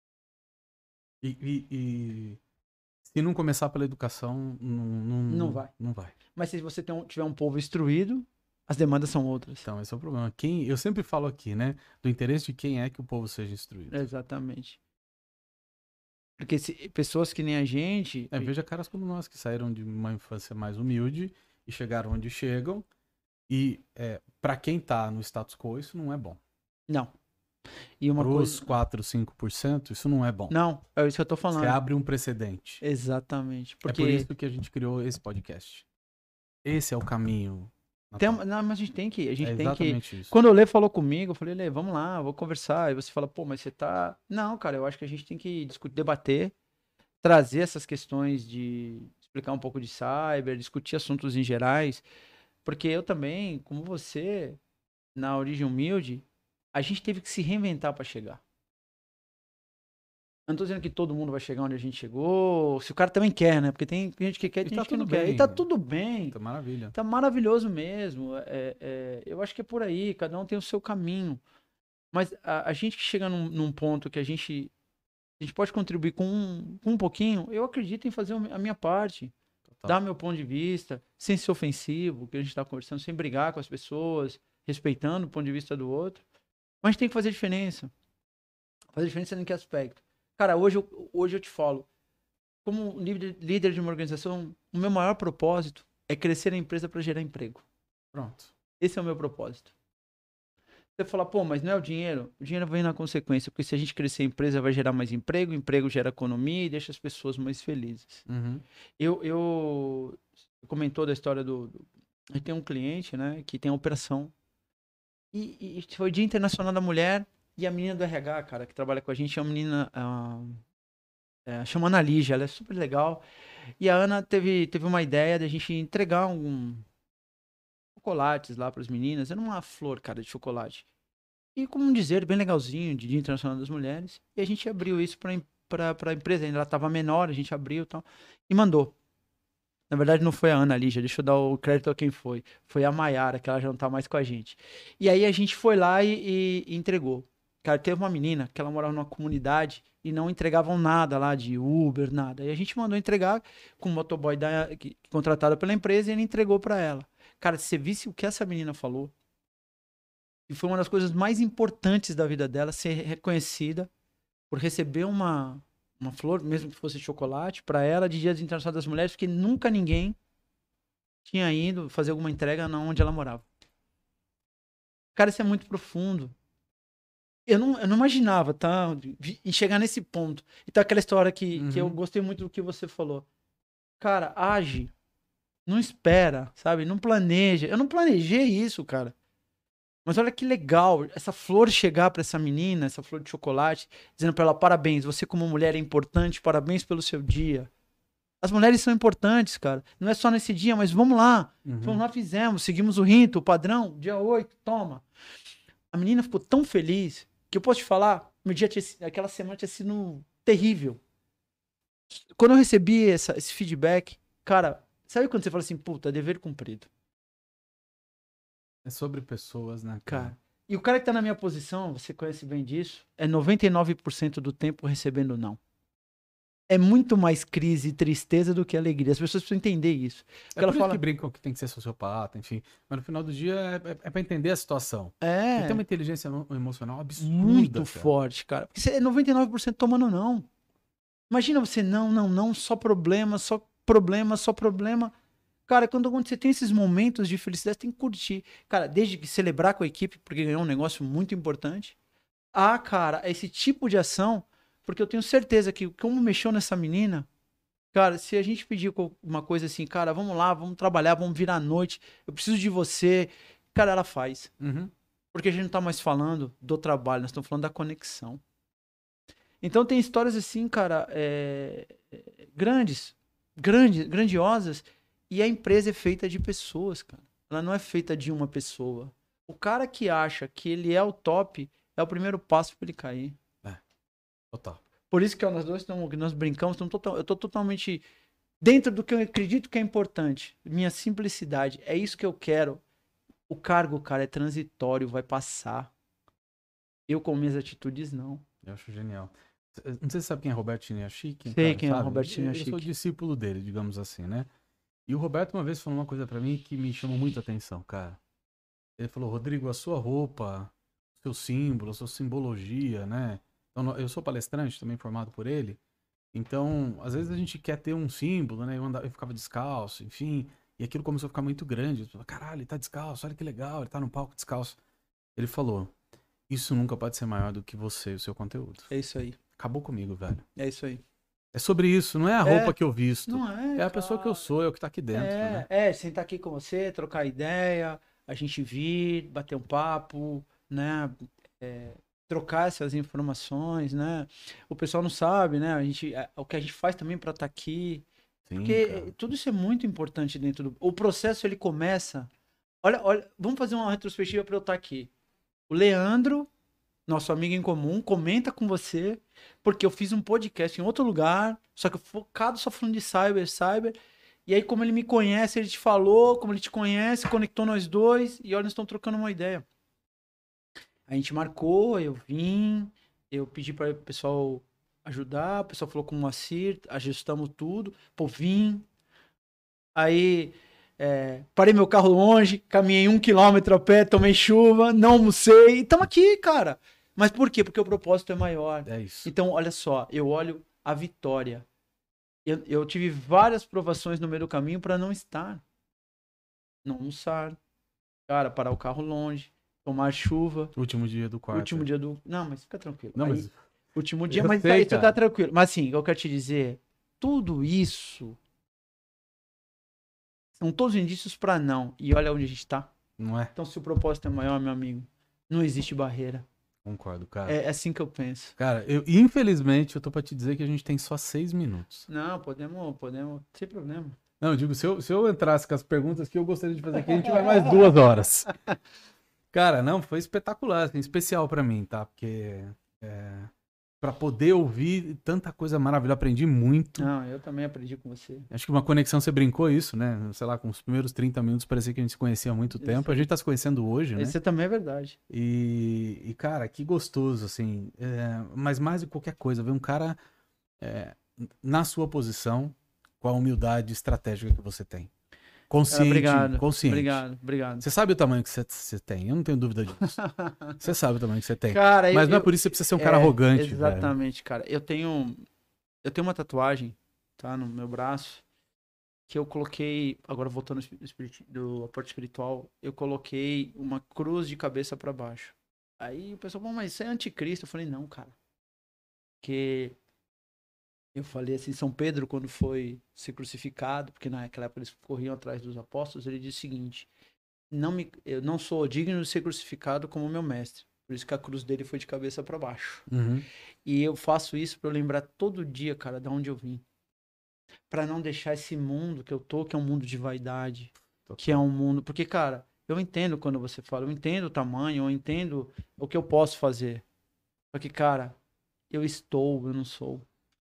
E, e- e se não começar pela educação, não, não, Não vai. Não vai. Mas se você tem um- tiver um povo instruído, as demandas são outras. Então, esse é o problema. Quem, eu sempre falo aqui, né? Do interesse de quem é que o povo seja instruído. Exatamente. Porque se, pessoas que nem a gente. É, veja caras como nós, que saíram de uma infância mais humilde e chegaram onde chegam. E é, para quem tá no status quo, isso não é bom. Não. E uma Para os coisa. quatro, cinco por cento, isso não é bom. Não, é isso que eu tô falando. Você abre um precedente. Exatamente. Porque É por isso que a gente criou esse podcast. Esse é o caminho. tem, Natal. não, mas a gente tem que. A gente É tem que. exatamente isso. Quando o Lê falou comigo, eu falei, Lê, vamos lá, vou conversar. E você fala, pô, mas você tá. Não, cara, eu acho que a gente tem que discutir, debater, trazer essas questões de explicar um pouco de cyber, discutir assuntos em gerais. Porque eu também, como você, na origem humilde, a gente teve que se reinventar para chegar. Eu não tô dizendo que todo mundo vai chegar onde a gente chegou. Se o cara também quer, né? Porque tem gente que quer e E tem tá gente que não tudo quer. E bem. tá tudo bem. Tá maravilha. Tá maravilhoso mesmo. É, é, eu acho que é por aí. Cada um tem o seu caminho. Mas a, a gente que chega num, num ponto que a gente, a gente pode contribuir com um, com um pouquinho, eu acredito em fazer a minha parte. Total. Dar meu ponto de vista, sem ser ofensivo, que a gente tá conversando, sem brigar com as pessoas, respeitando o ponto de vista do outro. Mas a gente tem que fazer diferença. Fazer diferença em que aspecto? Cara, hoje eu, hoje eu te falo, como líder, líder de uma organização, o meu maior propósito é crescer a empresa para gerar emprego. Pronto. Esse é o meu propósito. Você fala, pô, mas não é o dinheiro? O dinheiro vem na consequência, porque se a gente crescer a empresa, vai gerar mais emprego, emprego gera economia e deixa as pessoas mais felizes. Uhum. Eu, eu comentou da história do, do... A gente tem um cliente, né, que tem a operação. E, e foi Dia Internacional da Mulher. E a menina do R H, cara, que trabalha com a gente, é uma menina. Uh, é, chama Ana Lígia, ela é super legal. E a Ana teve, teve uma ideia de a gente entregar um chocolates lá para as meninas. Era uma flor, cara, de chocolate. E como um dizer bem legalzinho, de Dia Internacional das Mulheres. E a gente abriu isso para a empresa. Ainda ela estava menor, a gente abriu e tal. E mandou. Na verdade, não foi a Ana Lígia, deixa eu dar o crédito a quem foi. Foi a Maiara, que ela já não tá mais com a gente. E aí a gente foi lá e, e, e entregou. Cara, teve uma menina que ela morava numa comunidade e não entregavam nada lá de Uber, nada. E a gente mandou entregar com o motoboy da, que, contratado pela empresa e ele entregou para ela. Cara, se você visse o que essa menina falou, e foi uma das coisas mais importantes da vida dela, ser reconhecida por receber uma, uma flor, mesmo que fosse chocolate, para ela de Dia Internacional das Mulheres, porque nunca ninguém tinha ido fazer alguma entrega onde ela morava. Cara, isso é muito profundo. Eu não, eu não imaginava, tá? E chegar nesse ponto. Então, aquela história que, Uhum. que eu gostei muito do que você falou. Cara, age. Não espera, sabe? Não planeja. Eu não planejei isso, cara. Mas olha que legal. Essa flor chegar pra essa menina, essa flor de chocolate, dizendo pra ela, parabéns, você como mulher é importante, parabéns pelo seu dia. As mulheres são importantes, cara. Não é só nesse dia, mas vamos lá. Uhum. Vamos lá, fizemos, seguimos o rito, o padrão, dia oito, toma. A menina ficou tão feliz que eu posso te falar, meu dia tinha, aquela semana tinha sido terrível. Quando eu recebi essa, esse feedback, cara, sabe quando você fala assim, puta, dever cumprido? É sobre pessoas, né, cara? Cara, e o cara que tá na minha posição, você conhece bem disso, é noventa e nove por cento do tempo recebendo não. É muito mais crise e tristeza do que alegria. As pessoas precisam entender isso. É ela por isso fala, que brincam que tem que ser sociopata, enfim. Mas no final do dia é, é, é pra entender a situação. Ele tem é, uma inteligência emo- emocional absurda, muito cara. forte, cara. Porque você é noventa e nove por cento tomando não. Imagina você, não, não, não, só problema, só problema, só problema. Cara, quando, quando você tem esses momentos de felicidade, você tem que curtir. Cara, desde que celebrar com a equipe, porque ganhou um negócio muito importante. Ah, cara, esse tipo de ação, porque eu tenho certeza que como mexeu nessa menina, cara, se a gente pedir co- uma coisa assim, cara, vamos lá, vamos trabalhar, vamos virar à noite, eu preciso de você, cara, ela faz. Uhum. Porque a gente não tá mais falando do trabalho, nós estamos falando da conexão. Então tem histórias assim, cara, é, é, grandes, grandes, grandiosas, e a empresa é feita de pessoas, cara. Ela não é feita de uma pessoa. O cara que acha que ele é o top é o primeiro passo para ele cair. Total. Por isso que ó, nós dois estamos, que nós brincamos, estamos total, eu tô totalmente dentro do que eu acredito que é importante. Minha simplicidade, é isso que eu quero. O cargo, cara, é transitório, vai passar. Eu com minhas atitudes, não. Eu acho genial. Não sei se você sabe quem é Roberto Chiniachik, Sei cara, quem é o sabe? Roberto Eu Chiniachik. sou discípulo dele, digamos assim, né? E o Roberto uma vez falou uma coisa pra mim que me chamou muita atenção, cara. Ele falou, Rodrigo, a sua roupa, seu símbolo, a sua simbologia, né? Então, eu sou palestrante, também formado por ele. Então, às vezes a gente quer ter um símbolo, né? Eu, andava, eu ficava descalço, enfim. E aquilo começou a ficar muito grande. Eu falei, caralho, ele tá descalço, olha que legal, ele tá no palco descalço. Ele falou, isso nunca pode ser maior do que você e o seu conteúdo. É isso aí. Acabou comigo, velho. É isso aí. É sobre isso, não é a roupa É, que eu visto. não é, É a pessoa que eu cara. sou, é o que tá aqui dentro, É, né? é, sentar aqui com você, trocar ideia, a gente vir, bater um papo, né? É, trocar essas informações, né? O pessoal não sabe, né? A gente, é, o que a gente faz também para estar aqui, Sim, porque cara. tudo isso é muito importante dentro do. O processo ele começa. Olha, olha, vamos fazer uma retrospectiva para eu estar aqui. O Leandro, nosso amigo em comum, comenta com você, porque eu fiz um podcast em outro lugar, só que focado só falando de cyber, cyber. E aí, como ele me conhece, ele te falou, como ele te conhece, conectou nós dois, e olha, nós estamos trocando uma ideia. A gente marcou, eu vim, eu pedi para o pessoal ajudar, o pessoal falou com o Moacir, ajustamos tudo, pô, vim. Aí, é, parei meu carro longe, caminhei um quilômetro a pé, tomei chuva, não almocei, e estamos aqui, cara. Mas por quê? Porque o propósito é maior. É isso. Então, olha só, eu olho a vitória. Eu, eu tive várias provações no meio do caminho para não estar. Não almoçar. Cara, parar o carro longe. Tomar chuva. Último dia do quarto. Último dia do. Não, mas fica tranquilo. Não, Aí, mas... último dia, Eu mas sei, tá, isso cara. tá tranquilo. Mas assim, eu quero te dizer, tudo isso são todos indícios para não. E olha onde a gente tá. Não é? Então, se o propósito é maior, meu amigo, não existe barreira. Concordo, cara. É assim que eu penso. Cara, eu, infelizmente, eu tô pra te dizer que a gente tem só seis minutos. Não, podemos, podemos, sem problema. Não, eu digo, se eu, se eu entrasse com as perguntas que eu gostaria de fazer aqui, a gente vai mais duas horas. Cara, não, foi espetacular, assim, especial pra mim, tá? Porque é, pra poder ouvir tanta coisa maravilhosa, aprendi muito. Não, eu também aprendi com você. Acho que uma conexão, você brincou isso, né? Sei lá, com os primeiros trinta minutos parecia que a gente se conhecia há muito tempo. A gente tá se conhecendo hoje, né? Isso também é verdade. E, e, cara, que gostoso, assim. É, mas mais de qualquer coisa, ver um cara é, na sua posição, com a humildade estratégica que você tem. Consciente, Cara, obrigado. consciente. Obrigado, obrigado. Você sabe o tamanho que você, você tem, eu não tenho dúvida disso. Você sabe o tamanho que você tem. Cara, Mas eu, não é eu- por isso que você precisa ser um cara é, arrogante, velho. Exatamente, cara. Eu tenho eu tenho uma tatuagem, tá, no meu braço, que eu coloquei, agora voltando do espírito- do aporte espiritual, eu coloquei uma cruz de cabeça pra baixo. Aí o pessoal falou, mas isso é anticristo. Eu falei, não, cara. Porque eu falei assim, São Pedro, quando foi ser crucificado, porque naquela época eles corriam atrás dos apóstolos, ele disse o seguinte: não me, eu não sou digno de ser crucificado como meu mestre. Por isso que a cruz dele foi de cabeça para baixo. Uhum. E eu faço isso para eu lembrar todo dia, cara, de onde eu vim. Para não deixar esse mundo que eu tô, que é um mundo de vaidade, que é um mundo, porque cara, eu entendo quando você fala, eu entendo o tamanho, eu entendo o que eu posso fazer. Só que, cara, eu estou, eu não sou.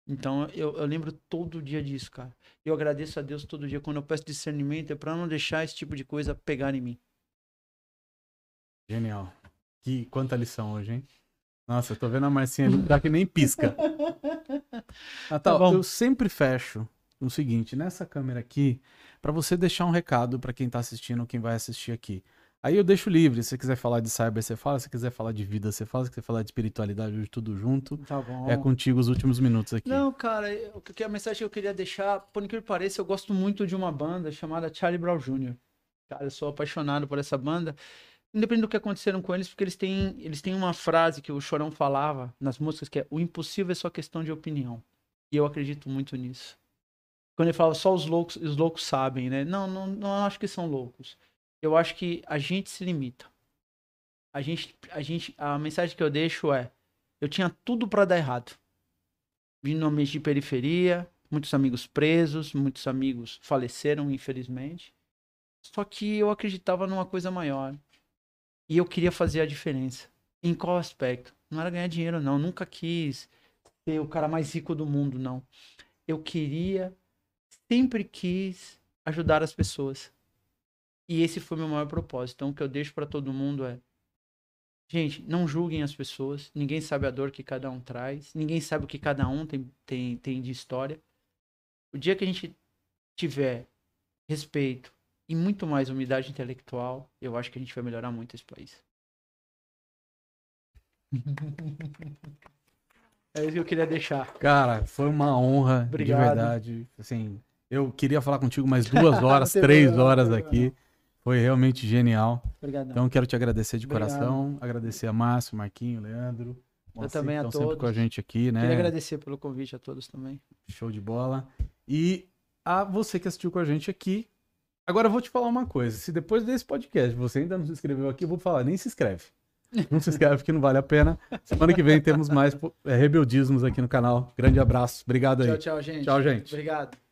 Então, eu, eu lembro todo dia disso, cara. Eu agradeço a Deus todo dia. Quando eu peço discernimento, é pra não deixar esse tipo de coisa pegar em mim. Genial. Que, quanta lição hoje, hein? Nossa, eu tô vendo a Marcinha ali, tá que nem pisca. Natal, Tá bom. eu sempre fecho no seguinte, nessa câmera aqui, pra você deixar um recado pra quem tá assistindo, quem vai assistir aqui. Aí eu deixo livre, se você quiser falar de cyber, você fala, se você quiser falar de vida, você fala, se quiser falar de espiritualidade, hoje tudo junto. Tá bom. É contigo os últimos minutos aqui. Não, cara, eu- o que a mensagem que eu queria deixar, por incrível que pareça, eu gosto muito de uma banda chamada Charlie Brown Júnior Cara, eu sou apaixonado por essa banda. Independente do que aconteceram com eles, porque eles têm, eles têm uma frase que o Chorão falava nas músicas que é: o impossível é só questão de opinião. E eu acredito muito nisso. Quando ele fala só os loucos, os loucos sabem, né? Não, não, não acho que são loucos. Eu acho que a gente se limita. A gente, a gente, a mensagem que eu deixo é: eu tinha tudo pra dar errado. Vim num ambiente de periferia, muitos amigos presos, muitos amigos faleceram, infelizmente. Só que eu acreditava numa coisa maior. E eu queria fazer a diferença. Em qual aspecto? Não era ganhar dinheiro, não. Nunca quis ser o cara mais rico do mundo, não. Eu queria, sempre quis ajudar as pessoas. E esse foi meu maior propósito. Então, o que eu deixo pra todo mundo é: gente, não julguem as pessoas. Ninguém sabe a dor que cada um traz. Ninguém sabe o que cada um tem, tem, tem de história. O dia que a gente tiver respeito e muito mais humildade intelectual, eu acho que a gente vai melhorar muito esse país. É isso que eu queria deixar. Cara, foi uma honra, Obrigado. de verdade. Assim, eu queria falar contigo mais duas horas, Não tem três problema, horas não tem aqui. Foi realmente genial. Obrigadão. Então, quero te agradecer de Obrigado. coração. Agradecer a Márcio, Marquinho, Leandro. Moacir, também a que estão sempre com a todos. gente aqui, né? Queria agradecer pelo convite a todos também. Show de bola. E a você que assistiu com a gente aqui. Agora eu vou te falar uma coisa. Se depois desse podcast você ainda não se inscreveu aqui, eu vou falar, nem se inscreve. Não se inscreve que não vale a pena. Semana que vem temos mais é, rebeldismos aqui no canal. Grande abraço. Obrigado aí. Tchau, tchau, gente. Tchau, gente. Obrigado.